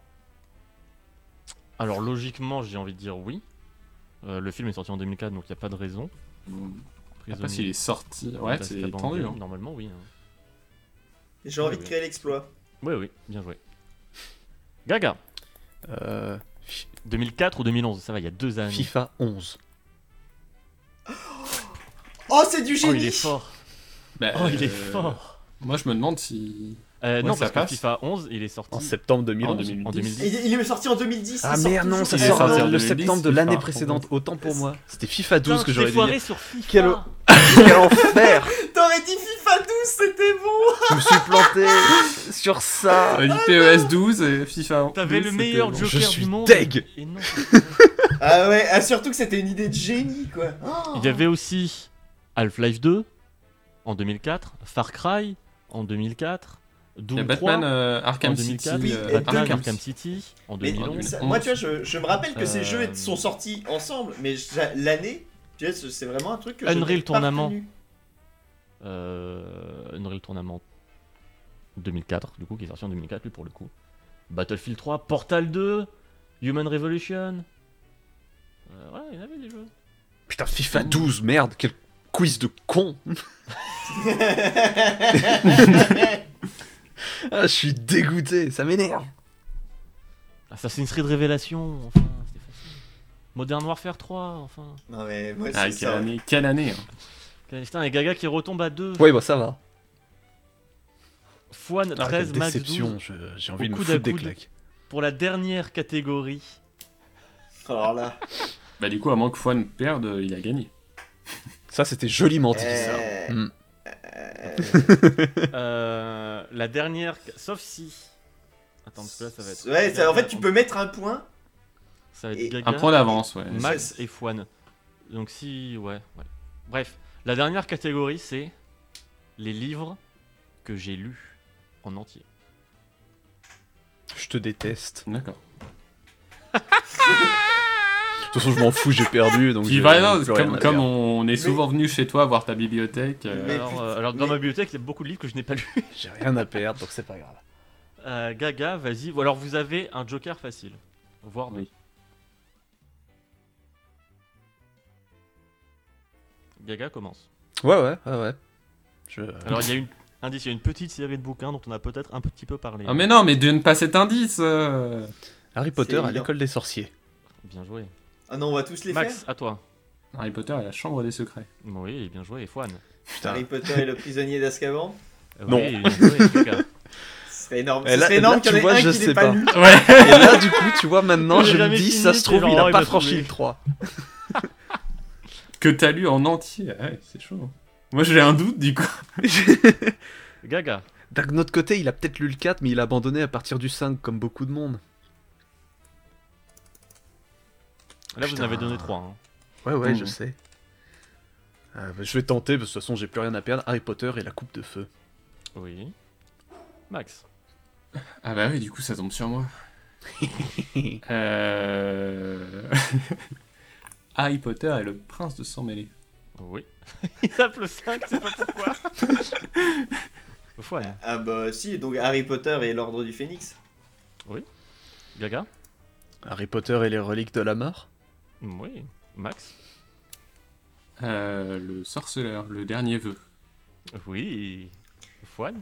Alors logiquement, j'ai envie de dire oui. Le film est sorti en 2004, donc il n'y a pas de raison. Je sais pas Prisonnier s'il est sorti. Ouais, c'est d'Azkaban, tendu. Hein. Normalement, oui. J'ai envie Oui. de créer l'exploit. Oui, bien joué. Gaga. 2004 ou 2011, ça va, il y a 2 années. FIFA 11. Oh, c'est du Oh, génie. il est fort. Bah, Oh, il est fort. Moi, je me demande si. Non, ça parce que passe. FIFA 11, il est sorti En septembre En 2011. 2010. en 2010. Il est sorti en 2010. Ah il sort merde, non, toujours. ça Il est sort sorti en le 2010, septembre de FIFA l'année 11. précédente. Autant pour moi. C'était FIFA Putain, 12 que je j'aurais t'ai dû dire. foiré sur FIFA. Quel enfer. T'aurais dit FIFA 12, c'était bon. Je me suis planté sur ça. Il PES 12 et FIFA 11. T'avais le meilleur Je Joker suis du monde. deg. Et non. Ah ouais, surtout que c'était une idée de génie, quoi. Il y avait aussi Half-Life 2 en 2004, Far Cry en 2004, Il y a Doom 3 Batman en Arkham 2004, City. Oui, et Batman Doom. Arkham City en Mais 2011. ça, moi, tu vois, je me rappelle que ces jeux Euh, sont sortis ensemble, mais l'année, tu vois, c'est vraiment un truc que Unreal je n'ai pas Tournament. retenu. Unreal Tournament 2004, du coup, qui est sorti en 2004, lui pour le coup. Battlefield 3, Portal 2, Human Revolution. Voilà, il y en avait des jeux. Putain, FIFA 12, merde, quel quiz de con. Ah, je suis dégoûté, ça m'énerve. Assassin's Creed Révélation, enfin, c'était facile. Modern Warfare 3, enfin. Non mais moi Ah, c'est quelle ça. année, quelle année. Putain, et Gaga qui retombe à 2. Ouais, bah ça va. Fouane Ah, 13, quelle Max déception, 12. j'ai envie de Au me coude à foutre des coude. claques. Pour la dernière catégorie. Alors là. Bah, du coup, à moins que Fouane perde, il a gagné. Ça, c'était joliment dit, Euh, ça. Hmm. La dernière. Sauf si. Attends, parce que là, ça va être. Ouais, en fait, tu Gaga, peux mettre un point. Ça va être et- Gaga, Un point d'avance, ouais. Max et Fouane. Donc si. Ouais. Bref. La dernière catégorie, c'est. Les livres que j'ai lus en entier. Je te déteste. D'accord. De toute façon, je m'en fous, j'ai perdu, donc Puis j'ai voilà, plus rien à comme dire. on est souvent venu chez toi voir ta bibliothèque. Mais Alors, dans mais- ma bibliothèque, il y a beaucoup de livres que je n'ai pas lus. J'ai rien à perdre, donc c'est pas grave. Gaga, vas-y. Ou alors vous avez un joker facile. Voire deux. Oui. Gaga commence. Ouais. Alors il y a une indice, il y a une petite série de bouquins dont on a peut-être un petit peu parlé. Ah mais non, mais donne pas cet indice. Harry Potter C'est à évident. l'école des sorciers. Bien joué. Ah non, on va tous les Max, faire. à toi. Harry Potter et la chambre des secrets. Oui, bien joué. Et Fouane. Putain. Harry Potter et le prisonnier d'Azkaban. Non. Oui, bien joué. Gaga. Ce serait énorme. Et Ce là- serait énorme là, qu'il y en tu ait vois, un je qui sais n'ait pas pas. lu. Ouais. Et là, du coup, tu vois, maintenant, J'ai je me jamais dis, fini, ça se c'est trouve, genre, il il a va pas trouver. franchi le 3. Que t'as lu en entier. Ouais, c'est chaud. Moi j'ai un doute du coup. Gaga. D'un autre côté, il a peut-être lu le 4, mais il a abandonné à partir du 5, comme beaucoup de monde. Là, vous en Putain. avez donné 3. Hein. Ouais, Mmh. je sais. Bah, je vais tenter, parce que de toute façon, j'ai plus rien à perdre. Harry Potter et la coupe de feu. Oui. Max. Ah bah oui, du coup ça tombe sur moi. Harry Potter et le prince de sang mêlé. Oui. Il tape le 5, c'est pas pourquoi. Fouane. Ah bah si, donc Harry Potter et l'Ordre du Phénix. Gaga. Harry Potter et les reliques de la mort. Oui. Max. Le sorceleur, le dernier vœu. Oui. Fouane.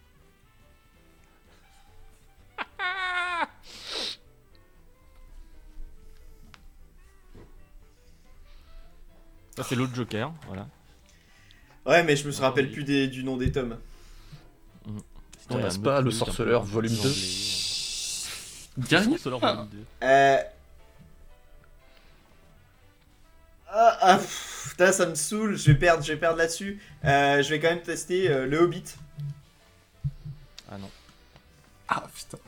Ça c'est l'autre Joker, voilà. Ouais, mais je me Ah, rappelle oui. plus du nom des tomes. Sinon, il y a reste un pas autre le truc un peu sorceleur, en volume 2. anglais. Dernier. Sorceleur, volume 2. Putain, ça me saoule, je vais perdre là-dessus. Je vais quand même tester le Hobbit. Ah non. Ah putain.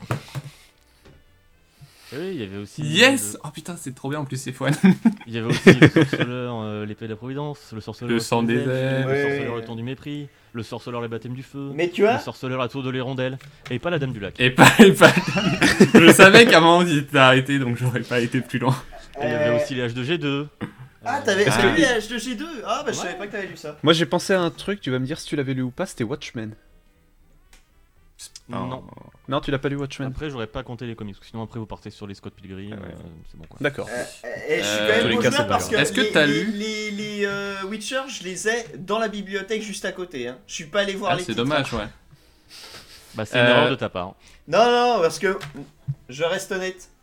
Et oui, il y avait aussi. Yes. Oh putain, c'est trop bien en plus c'est Fouane. Il y avait aussi le sorceleur, l'épée de la providence, le sorceleur, Le sang des ailes. le Ouais. sorceleur, le temps du mépris, le sorceleur, les baptêmes du feu, Mais tu le vois, sorceleur, la tour de l'hirondelle, et pas la dame du lac. Et pas. Je savais qu'à un moment il était arrêté donc j'aurais pas été plus loin. Et il y avait aussi les H2G2. Ah, t'avais Est-ce que- lu H2G2 Ah, bah je savais pas que t'avais lu ça. Moi, j'ai pensé à un truc, tu vas me dire si tu l'avais lu ou pas, c'était Watchmen. Non. Non, tu l'as pas lu Watchmen. Après, j'aurais pas compté les comics, parce que sinon après vous partez sur les Scott Pilgrim, Ah ouais. c'est bon quoi. D'accord. Et je suis quand Dans même tous les bon cas, joueur c'est pas parce que grave. Est-ce que les- t'as les- lu les Witcher, je les ai dans la bibliothèque juste à côté. Hein. Je suis pas allé voir Ah, les c'est titres. dommage, ouais. Bah c'est une erreur de ta part. Non, parce que je reste honnête.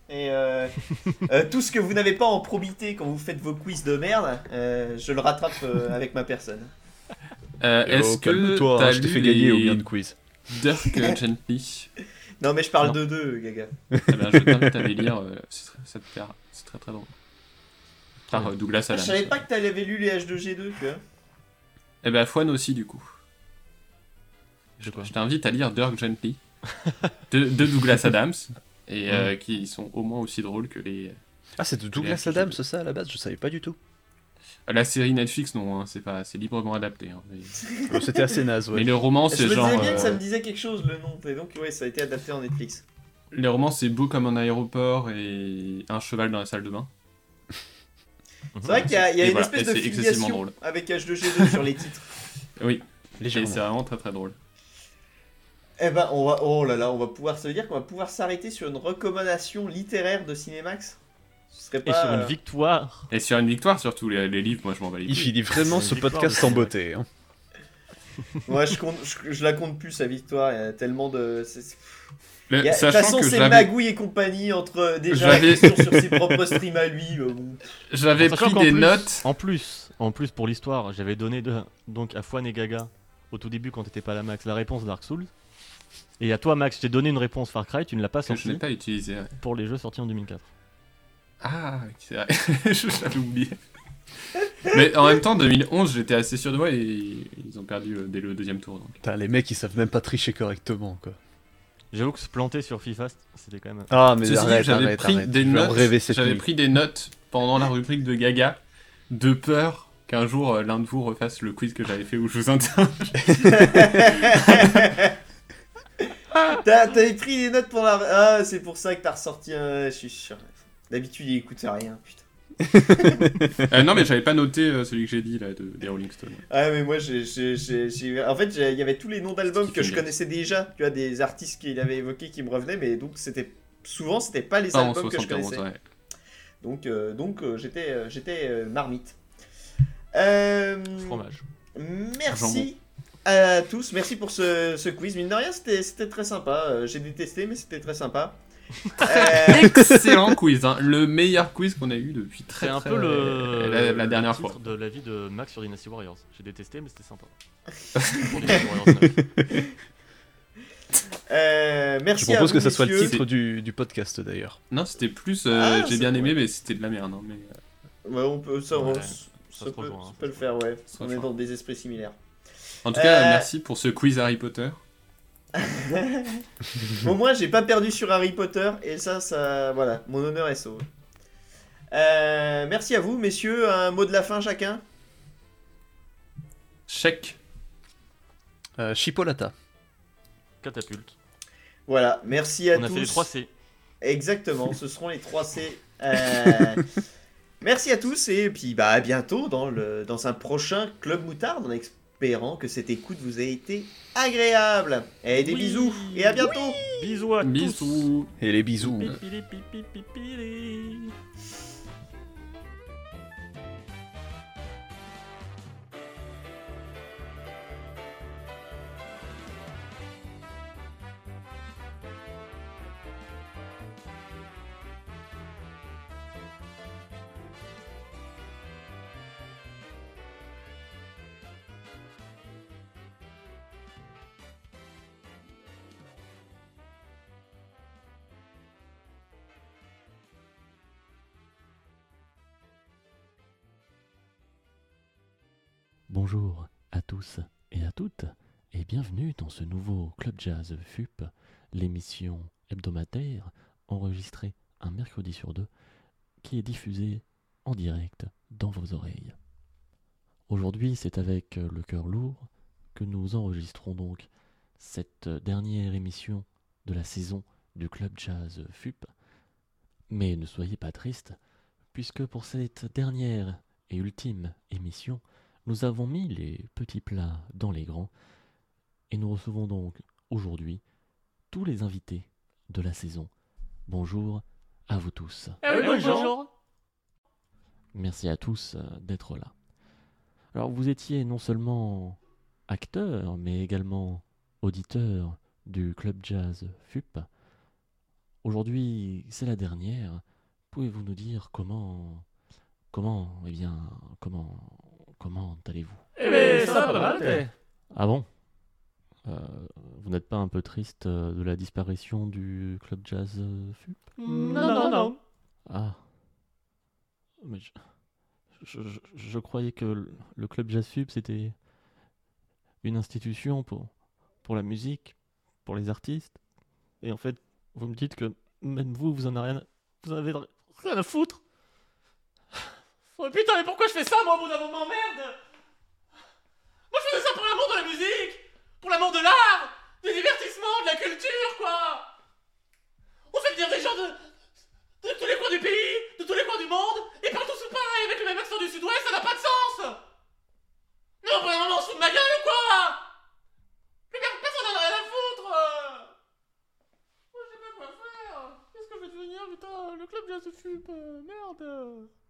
Et tout ce que vous n'avez pas en probité quand vous faites vos quiz de merde, je le rattrape avec ma personne. Est-ce que calme-toi, t'as je t'ai lu fait gagner au les bien de quiz. Dirk Gently? Non, mais je parle Non. de deux, gaga. Eh ben, je t'invite à les lire, ça te plaira. C'est très très drôle. Par Douglas Je Adams. savais pas que t'avais lu les H2G2, tu vois. Eh ben, Fouane aussi, du coup. De quoi Je t'invite à lire Dirk Gently de Douglas Adams, et qui sont au moins aussi drôles que les. Ah, c'est de Douglas Adams, ça, à la base, je savais pas du tout. La série Netflix, non, hein, c'est librement adapté. Hein, mais... C'était assez naze, ouais. mais le roman, Je c'est me genre. disais bien que ça me disait quelque chose, le nom. Et donc, ouais, ça a été adapté en Netflix. Les romans, c'est beau comme un aéroport et un cheval dans la salle de bain. C'est vrai qu'il y a Et une voilà, espèce et de c'est excessivement filiation drôle. avec H2G2 sur les titres. Oui, et Légèrement. c'est vraiment très très drôle. Eh ben, oh là là, on va pouvoir, ça veut dire qu'on va pouvoir s'arrêter sur une recommandation littéraire de Cinémax. Ce serait Et pas. sur une victoire. Et sur une victoire, surtout, les livres, moi je m'en bats les Il couilles. finit vraiment C'est ce une victoire podcast de en Cinémax. beauté. Hein. Moi, je la compte plus sa victoire. Il y a tellement de. De toute Sachant façon, que c'est j'avais Magouille et compagnie entre déjà la J'avais- question sur ses propres streams à lui. Bon. j'avais Sachant pris qu'en des plus- notes. En plus pour l'histoire, j'avais donné donc à Fouane et Gaga au tout début quand t'étais pas là Max la réponse Dark Souls. Et à toi Max, je t'ai donné une réponse Far Cry, tu ne l'as pas Que je n'ai sortie pas utilisé. Ouais. pour les jeux sortis en 2004. Ah, c'est vrai. J'avais oublié. Mais en même temps, 2011, j'étais assez sûr de moi et ils ont perdu dès le deuxième tour. Donc. Putain, les mecs, ils savent même pas tricher correctement, quoi. J'avoue que se planter sur FIFA, c'était quand même... Ah, mais Ceci dit, arrête, j'avais arrête, pris arrête. des Je vais en notes. rêver cette J'avais nuit. pris des notes pendant la rubrique de Gaga, de peur qu'un jour l'un de vous refasse le quiz que j'avais fait où je vous interroge. T'avais pris des notes pour la. Ah, c'est pour ça que t'as ressorti un. Je suis sûr. D'habitude, il écoute rien, putain. Non, mais j'avais pas noté celui que j'ai dit là des Rolling Stones. Ah, mais moi, en fait, il y avait tous les noms d'albums que je Stephen connaissais déjà. Tu vois, des artistes qu'il avait évoqués qui me revenaient, mais donc souvent, c'était pas les Pas en albums que je 71, connaissais. ouais. Donc j'étais marmite. Fromage. Merci à tous, merci pour ce quiz. Mine de rien, c'était très sympa. J'ai détesté, mais c'était très sympa. Excellent quiz, hein. Le meilleur quiz qu'on a eu depuis très C'est un très peu la dernière le fois. titre de l'avis de Max sur Dynasty Warriors. J'ai détesté, mais c'était sympa. Pour Dynasty Warriors 9. Merci Je propose à que vous, ça soit le messieurs. titre du podcast, d'ailleurs. Non, c'était plus Ah, j'ai c'est bien aimé, vrai. mais c'était de la merde. Hein, mais Ouais, on peut, ça, Ouais, ça se peut, rejoint, ça hein. peut le faire, ouais. Ça se On est rejoint. dans des esprits similaires. en tout cas, Euh, merci pour ce quiz Harry Potter. Au moins, j'ai pas perdu sur Harry Potter, et ça, voilà, mon honneur est sauvé. Merci à vous, messieurs. Un mot de la fin chacun. Chèque. Chipolata. Catapulte. Voilà, merci à On tous. a fait les 3 C. Exactement, ce seront les 3 C. Merci à tous et puis bah à bientôt dans un prochain Club Moutarde en espérant que cette écoute vous a été agréable. Et des Oui. bisous et à bientôt. Bisous à tous. Bisous. Et les bisous. Pipili, pipi, pipili. Bonjour à tous et à toutes et bienvenue dans ce nouveau Club Jazz FUP, l'émission hebdomadaire enregistrée un mercredi sur deux qui est diffusée en direct dans vos oreilles. Aujourd'hui, c'est avec le cœur lourd que nous enregistrons donc cette dernière émission de la saison du Club Jazz FUP. Mais ne soyez pas tristes, puisque pour cette dernière et ultime émission, nous avons mis les petits plats dans les grands et nous recevons donc aujourd'hui tous les invités de la saison. Bonjour à vous tous. Bonjour. Merci à tous d'être là. Alors vous étiez non seulement acteur, mais également auditeur du Club Jazz FUP. aujourd'hui, c'est la dernière. Pouvez-vous nous dire comment allez-vous? Eh ben, ça va pas mal, t'es. Ah bon? Vous n'êtes pas un peu triste de la disparition du club jazz FUP? Non. Ah. Mais je croyais que le club jazz FUP c'était une institution pour la musique, pour les artistes. Et en fait, vous me dites que même vous en avez rien à foutre. Oh putain, mais pourquoi je fais ça, moi, au bout d'un moment, merde? Moi, je faisais ça pour l'amour de la musique, pour l'amour de l'art, du divertissement, de la culture, quoi. On fait venir des gens de tous les coins du pays, de tous les coins du monde, et partout sous pareil, avec le même accent du sud-ouest, ça n'a pas de sens. Non, pour un moment, on se fout de ma gueule ou quoi? Plus personne n'en a rien à foutre. Moi, je sais pas quoi faire. Qu'est-ce que je vais devenir, putain? Le club vient se fume, merde.